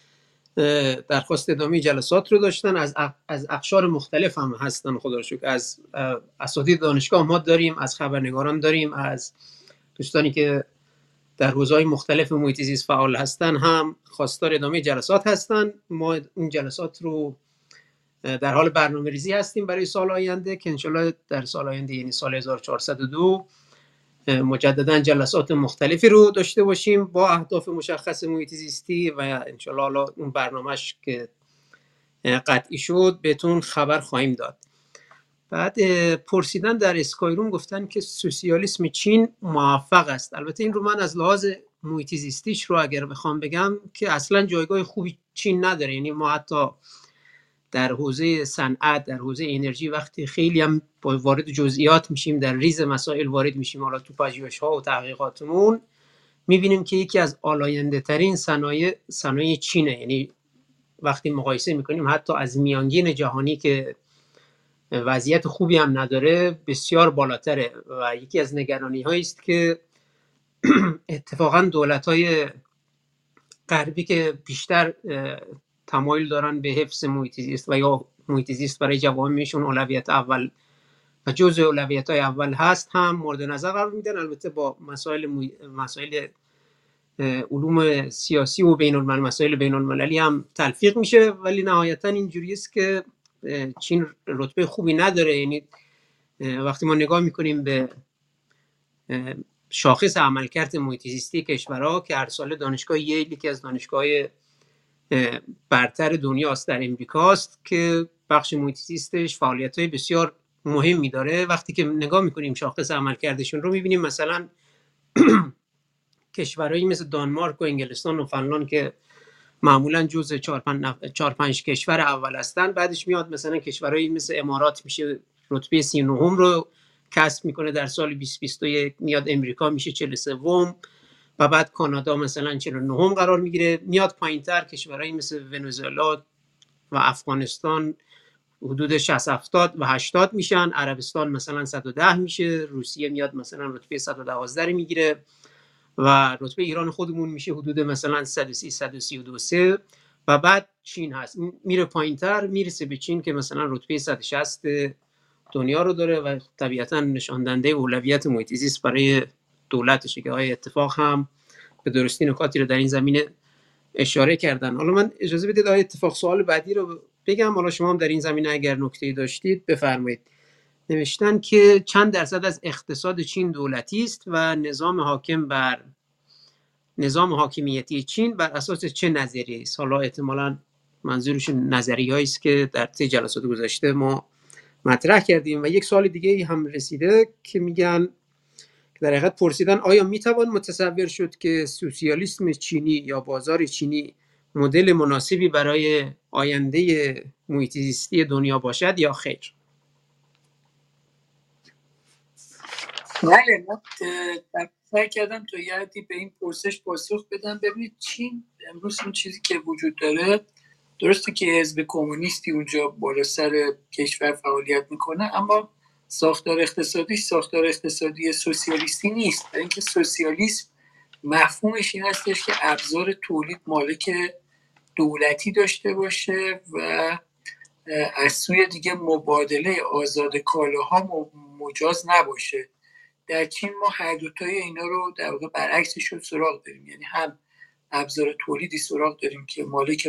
درخواست ادامه جلسات رو داشتن. از اقشار مختلف هم هستن، خدا رو شکر. از اساتید دانشگاه ما داریم، از خبرنگاران داریم، از دوستانی که در حوزه‌های مختلف محیط زیست فعال هستن هم خواستار ادامه جلسات هستن. ما این جلسات رو در حال برنامه‌ریزی هستیم برای سال آینده که انشالله در سال آینده، یعنی سال 1402، مجددا جلسات مختلفی رو داشته باشیم با اهداف مشخص محیط زیستی و انشالله حالا اون برنامه‌اش که قطعی شد بهتون خبر خواهیم داد. بعد پرسیدن در اسکای روم گفتن که سوسیالیسم چین موفق است. البته این رو من از لحاظ محیط زیستیش رو اگر بخوام بگم که اصلا جایگاه خوبی چین نداره. یعنی ما حتی در حوزه صنعت، در حوزه انرژی وقتی خیلی هم وارد جزئیات میشیم، در ریز مسائل وارد میشیم، حالا تو پژوهش‌ها و تحقیقاتمون میبینیم که یکی از آلاینده ترین صنایع چینه. یعنی وقتی مقایسه میکنیم حتی از میانگین جهانی که وضعیت خوبی هم نداره بسیار بالاتره و یکی از نگرانی هایی است که اتفاقا دولت‌های غربی که بیشتر تمایل دارن به حفظ محیط زیست و یا محیط زیست برای جوامعشون اولویت اول و جزء اولویت‌های اول هست هم مورد نظر قرار میدن. البته با مسائل علوم سیاسی و مسائل بین المللی هم تلفیق میشه، ولی نهایتا اینجوری است که چین رتبه خوبی نداره. یعنی وقتی ما نگاه میکنیم به شاخص عملکرد محیط زیستی کشورها که هر سال دانشگاه ییل، یکی از دانشگاه‌های برتر دنیاست در امریکاست که بخش محیط زیستش فعالیت‌های بسیار مهمی داره، وقتی که نگاه میکنیم شاخص عملکردشون رو میبینیم مثلا کشورهایی مثل دانمارک و انگلستان و فنلاند که معمولا جزء 4-5 کشور اول هستن، بعدش میاد مثلا کشورهایی مثل امارات میشه رتبه 39 رو کسب میکنه. در سال 2021 میاد امریکا میشه 43م و بعد کانادا مثلا 49م قرار میگیره. میاد پایینتر کشورهایی مثل ونزوئلا و افغانستان حدود 60 70 و 80 میشن. عربستان مثلا 110 میشه. روسیه میاد مثلا رتبه 112 میگیره و رتبه ایران خودمون میشه حدود مثلا 130 132 و بعد چین هست میره پایینتر میرسه به چین که مثلا رتبه 160 دنیا رو داره و طبیعتا نشان دهنده اولویت محیط زیست برای دولتشه که آیا اتفاق هم به درستی نکاتی رو در این زمینه اشاره کردن. حالا من اجازه بدید آیا اتفاق سوال بعدی رو بگم، حالا شما هم در این زمینه اگر نکته‌ای داشتید بفرمایید. نوشتن که چند درصد از اقتصاد چین دولتی است و نظام حاکمیتی چین بر اساس چه نظریه‌ای است؟ حالا احتمالاً منظورشون نظریه‌ای است که در طی جلسات گذشته ما مطرح کردیم. و یک سوال دیگه هم رسیده که میگن در حقیقت پرسیدن آیا میتوان متصور شد که سوسیالیسم چینی یا بازار چینی مدل مناسبی برای آینده محیط زیستی دنیا باشد یا خیر؟ بله، من سعی کردم تا یه حدی به این پرسش پاسخ بدم. ببینید چین امروز این چیزی که وجود داره، درسته که حزب کمونیستی اونجا بالا سر کشور فعالیت میکنه، اما ساختار اقتصادی سوسیالیستی نیست. برای اینکه سوسیالیسم مفهومش این هستش که ابزار تولید مالک دولتی داشته باشه و از سوی دیگه مبادله آزاد کالاها مجاز نباشه. در چین ما هر دوتای اینا رو در واقع برعکسش رو سراغ داریم. یعنی هم ابزار تولیدی سراغ داریم که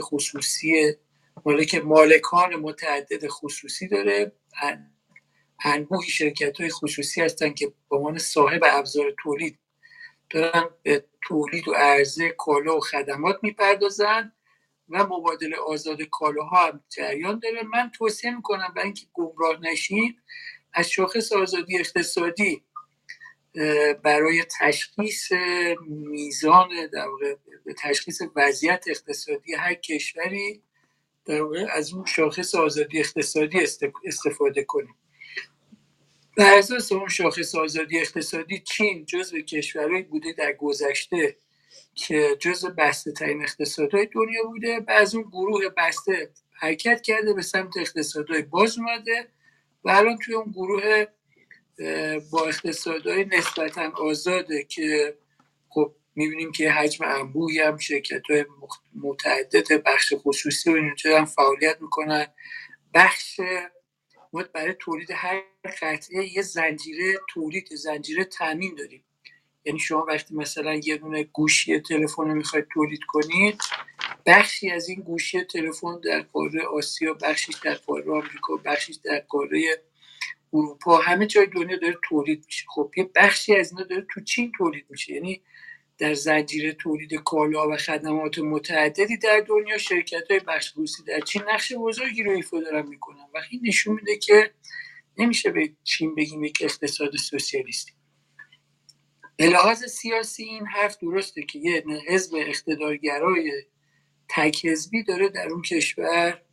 مالکان متعدد خصوصی داره. انبوهی شرکت‌های خصوصی هستن که به عنوان صاحب ابزار تولید دارن به تولید و عرضه کالا و خدمات میپردازن و مبادله آزاد کالاها هم جریان داره. من توصیه میکنم برای اینکه گمراه نشیم از شاخص آزادی اقتصادی برای تشخیص میزان در واقع تشخیص وضعیت اقتصادی هر کشوری در واقع از اون شاخص آزادی اقتصادی استفاده کنیم. بر اساس اون شاخص آزادی اقتصادی چین جزو کشورهایی بوده در گذشته که جزو بسته ترین اقتصادهای دنیا بوده و از اون گروه بسته حرکت کرده به سمت اقتصادهای باز اومده و الان توی اون گروه با اقتصادهای نسبتاً آزاده که خب میبینیم که حجم انبوهی هم شرکت‌های متعدد بخش خصوصی و اینجا هم فعالیت میکنن. بخش ما برای تولید هر قطعه یه زنجیره تامین داریم. یعنی شما وقتی مثلا یه دونه گوشی تلفن رو میخواید تولید کنید، بخشی از این گوشی تلفن در قاره آسیا، بخشی در قاره آمریکا، بخشی در قاره اروپا، همه جای دنیا داره تولید میشه. خب یه بخشی از اینا داره تو چین تولید میشه. یعنی در زنجیره تولید کالا و خدمات متعددی در دنیا شرکت‌های بخش خصوصی در چین نقش بزرگی رو ایفا دارن میکنن و این نشون میده که نمیشه به چین بگیم یک اقتصاد سوسیالیستی. به لحاظ سیاسی این حرف درسته که یه حزب اقتدارگرای تک حزبی داره در اون کشور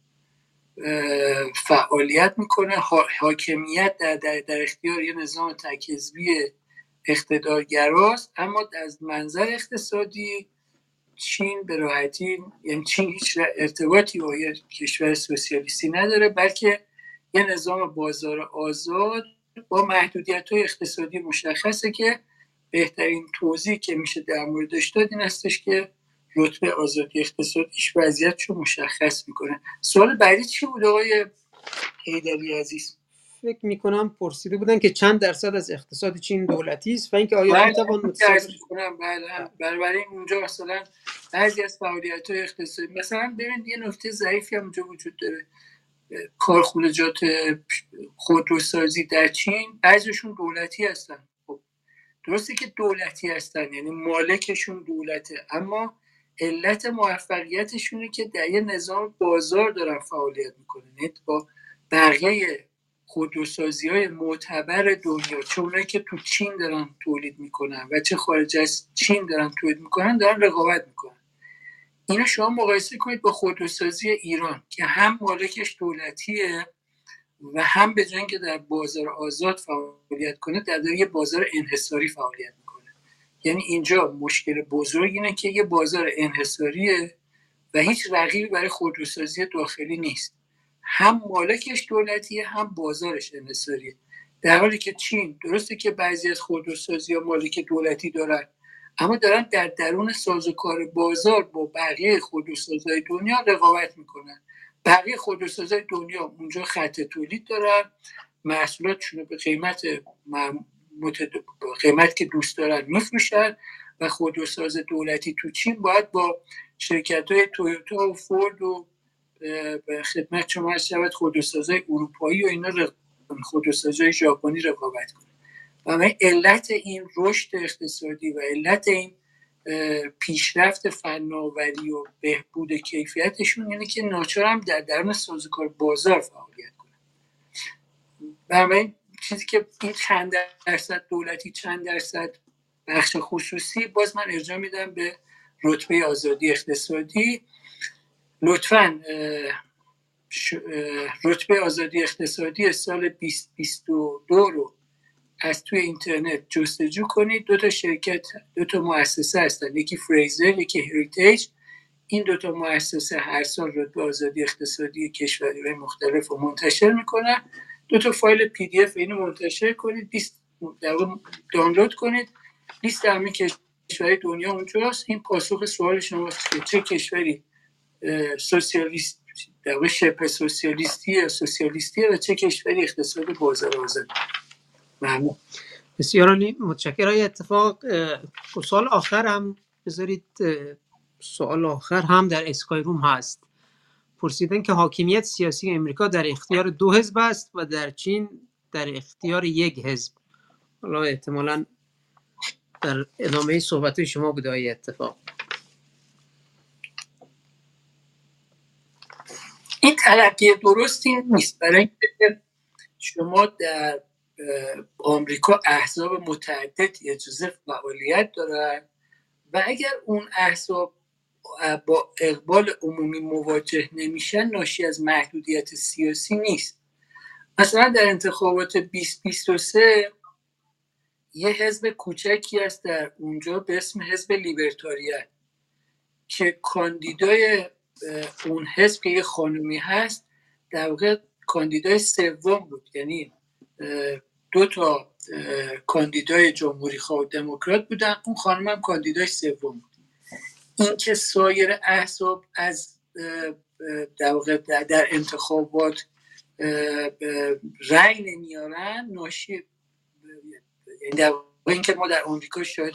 فعالیت میکنه. حاکمیت در اختیار یه نظام تک حزبی اقتدارگراست، اما از منظر اقتصادی چین به راحتی، یعنی چین هیچ ارتباطی با یه کشور سوسیالیستی نداره، بلکه یه نظام بازار آزاد با محدودیت‌های اقتصادی مشخصه که بهترین توضیح که میشه در موردش داد این هستش که رتبه آزادی اقتصادیش وضعیتشو مشخص میکنه. سوال بعدی چی بود آقای حیدری عزیز؟ فکر میکنم پرسیده بودن که چند درصد از اقتصاد چین دولتی است و اینکه آیا میتوان متصور برای اونجا مثلا بعضی از فعالیت‌های اقتصادی، مثلا ببینید یه نکته ضعیفی هم اونجا وجود داره. کارخونجات خودروسازی در چین بعضیشون دولتی هستن. خب درسته که دولتی هستن، یعنی مالکشون دولته، اما علت موفقیتشونه که در یه نظام بازار دارن فعالیت میکنن. یعنی با بقیه خودروسازی‌های معتبر دنیا، چه اونایی که تو چین دارن تولید میکنن و چه خارج از چین دارن تولید میکنن، دارن رقابت میکنن. اینا شما مقایسه کنید با خودروسازی ایران که هم مالکش دولتیه و هم به جای اینکه در بازار آزاد فعالیت کنه در یه بازار انحصاری فعالیت میکنه. یعنی اینجا مشکل بزرگ اینه که یه بازار انحصاریه و هیچ رقیبی برای خودروسازی داخلی نیست. هم مالکش دولتیه هم بازارش انحصاریه. در حالی که چین درسته که بعضی از خودروسازی‌ها مالک دولتی دارن، اما دارن در درون سازوکار بازار با بقیه خودروسازهای دنیا رقابت میکنن. بقیه خودروسازهای دنیا اونجا خط تولید دارن، محصولاتشون رو به قیمت که دوست دارن میفروشن و خودروساز دولتی تو چین باید با شرکت‌های تویوتا و فورد و به خدمت شما عرض شود خودروسازهای اروپایی و اینا خودروسازهای ژاپنی رقابت کنه. و علت این رشد اقتصادی و علت این پیشرفت فناوری و بهبود کیفیتشون اینه که ناچارم در درون سازوکار بازار فعالیت کنه. بنابراین چیزی که این چند درصد دولتی چند درصد بخش خصوصی، باز من ارجاع میدم به رتبه آزادی اقتصادی. لطفاً رتبه آزادی اقتصادی سال 2022 رو از توی اینترنت جستجو کنید. 2 شرکت 2 مؤسسه هستن، یکی فریزر یکی هریتیج. این 2 مؤسسه هر سال رتبه آزادی اقتصادی کشورهای مختلف رو منتشر میکنن. 2 فایل پی دی اف اینو منتشر کنید، دانلود کنید. لیست همه کشورهای دنیا اونجاست. این پاسخ سوال شماست که چه کشوری سوسیالیست در شبه سوسیالیستیه و چه کشوری اقتصاد بازار آزاد. ممنون. بسیار عالی، متشکرم. اتفاق سوال آخر هم بذارید، سوال آخر هم در اسکای روم هست. پرسیدن که حاکمیت سیاسی امریکا در اختیار 2 حزب است و در چین در اختیار 1 حزب. حالا احتمالاً در ادامه صحبت شما بوده ای اتفاق. این تلقی درستی نیست، برای اینکه شما در آمریکا احزاب متعددی اجازه فعالیت دارن و اگر اون احزاب با اقبال عمومی مواجه نمیشن ناشی از محدودیت سیاسی نیست. مثلا در انتخابات 2023 یه حزب کوچکی هست در اونجا به اسم حزب لیبرتاریان که کاندیدای اون حزب که یه خانومی هست در واقع کاندیدای سوم بود. یعنی 2 کاندیدای جمهوری خواه و دموکرات بودن، اون خانم هم کاندیدای سوم بود. این که سایر احزاب از در واقع در انتخابات رأی نمیارن ناشی، در واقع این که ما در آمریکا شاهد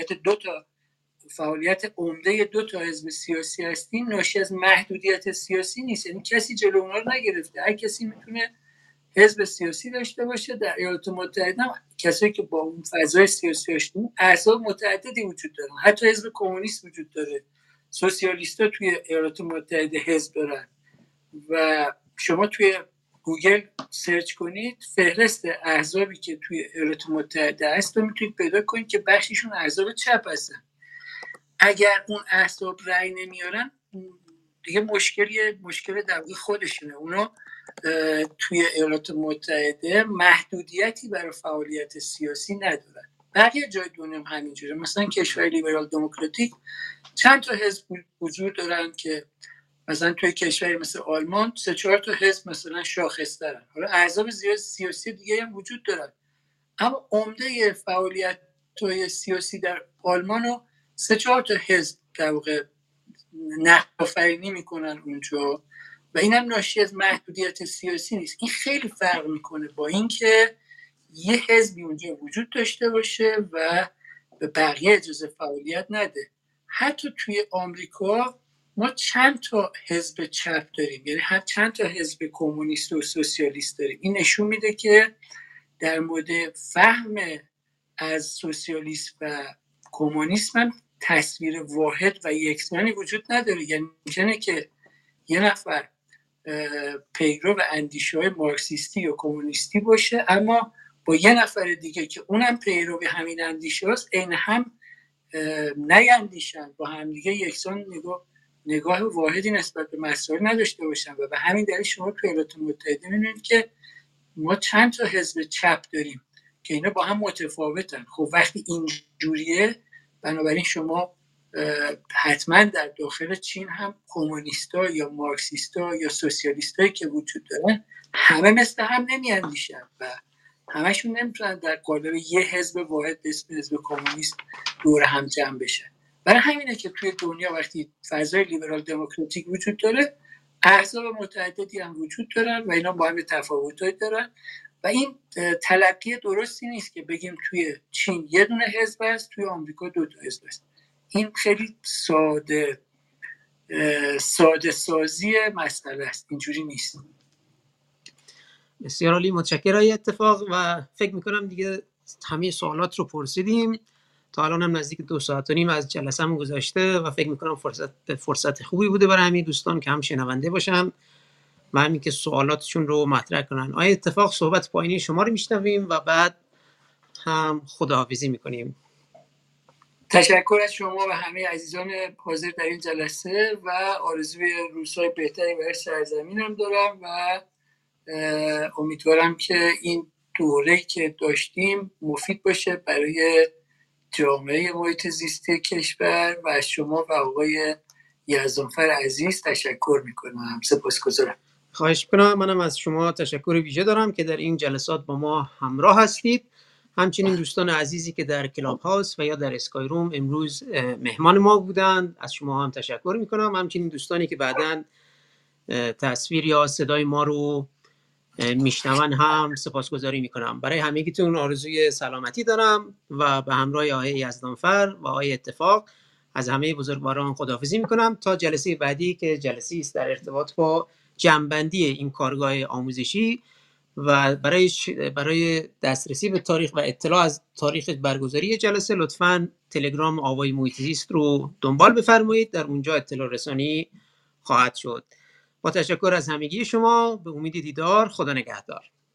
فعالیت عمده 2 حزب سیاسی هستیم ناشی از محدودیت سیاسی نیست. یعنی کسی جلو اونا رو نگرفته، هر کسی میتونه حزب سیاسی داشته باشه. در ایالات متحده هم کسایی که با اون فضای سیاسی آشنا، احزاب متعددی وجود دارن، حتی حزب کمونیست وجود داره، سوسیالیست‌ها توی ایالات متحده حزب دارن و شما توی گوگل سرچ کنید فهرست احزابی که توی ایالات متحده هست رو میتونید پیدا کنید که بخشیشون احزاب چپ هستن. اگر اون احزاب رأی نمیارن دیگه مشکل در واقع خودشونه. اونا توی ایالات متحده محدودیتی برای فعالیت سیاسی ندارن. بقیه جای دنیا هم همینجوره. مثلا کشور لیبرال دموکراتیک چند تا حزب وجود دارن که مثلا توی کشوری مثل آلمان 3-4 تا حزب مثلا شاخص دارن. حالا احزاب زیاد سیاسی دیگه هم وجود دارن، اما عمده فعالیت‌های سیاسی در آلمان رو 3-4 تا حزب در واقع نهادآفرینی میکنن اونجا و اینم ناشی از محدودیت سیاسی نیست. این خیلی فرق میکنه با اینکه یه حزبی اونجا وجود داشته باشه و به بقیه اجازه فعالیت نده. حتی توی آمریکا ما چند تا حزب چپ داریم، یعنی چند تا حزب کمونیست و سوسیالیست داریم. این نشون میده که در مورد فهم از سوسیالیسم و کمونیسم هم تصویر واحد و یکسانی وجود نداره. یعنی ممکنه که یه نفر پیرو اندیشه‌های مارکسیستی یا کمونیستی باشه اما با یه نفر دیگه که اونم پیرو همین اندیشه هست عین هم نیندیشن، با هم دیگه یکسان نگاه واحدی نسبت به مسائل نداشته باشن و به همین دلیل شما تو ایالات متحده می‌بینید که ما چند تا حزب چپ داریم که اینا با هم متفاوتن. خب وقتی اینجوریه بنابراین شما حتما در داخل چین هم کمونیستا یا مارکسیستا یا سوسیالیستایی که وجود دارن همه مثل هم نمیاندیشن و همشون نمیتونن در قالب یه حزب واحد به اسم حزب کمونیست دور هم جمع بشن. برای همینه که توی دنیا وقتی فضای لیبرال دموکراتیک وجود داره احزاب متعددی هم وجود دارن و اینا با هم تفاوتایی دارن و این تلقی درستی نیست که بگیم توی چین یه دونه حزب است، توی آمریکا 2 تا حزب است. این خیلی ساده سازی مسئله است، اینجوری نیست. بسیار عالی، متشکرم. اتفاق و فکر میکنم دیگه همه سوالات رو پرسیدیم. تا الان هم نزدیک 2 ساعت و نیم از جلسه‌مون گذشته و فکر میکنم فرصت خوبی بوده برای همین دوستان که هم شنونده باشن و همین که سوالاتشون رو مطرح کنن. آیا اتفاق صحبت پایینی شما رو میشنویم و بعد هم خداحافظی میکنیم. تشکر از شما و همه عزیزان حاضر در این جلسه و آرزوی روزهای بهتری برای سرزمینم دارم و امیدوارم که این دوره‌ای که داشتیم مفید باشه برای جامعه محیط زیستی کشور و از شما و آقای یزدانفر عزیز تشکر میکنم. سپاسگزارم. خواهش میکنم. منم از شما تشکر ویژه دارم که در این جلسات با ما همراه هستید. همچنین دوستان عزیزی که در کلاب هاوس و یا در اسکای روم امروز مهمان ما بودند، از شما هم تشکر میکنم. همچنین دوستانی که بعداً تصویر یا صدای ما رو میشنون هم سپاسگزاری میکنم. برای همگیتون آرزوی سلامتی دارم و به همراه آقای یزدانفر و آقای اتفاق از همه بزرگواران خداحافظی میکنم تا جلسه بعدی که جلسه است در ارتباط با جمع‌بندی این کارگاه آموزشی و برای دسترسی به تاریخ و اطلاع از تاریخ برگزاری جلسه لطفاً تلگرام آوای محیط زیست رو دنبال بفرمایید، در اونجا اطلاع رسانی خواهد شد. با تشکر از همگی شما، به امید دیدار، خدا نگهدار.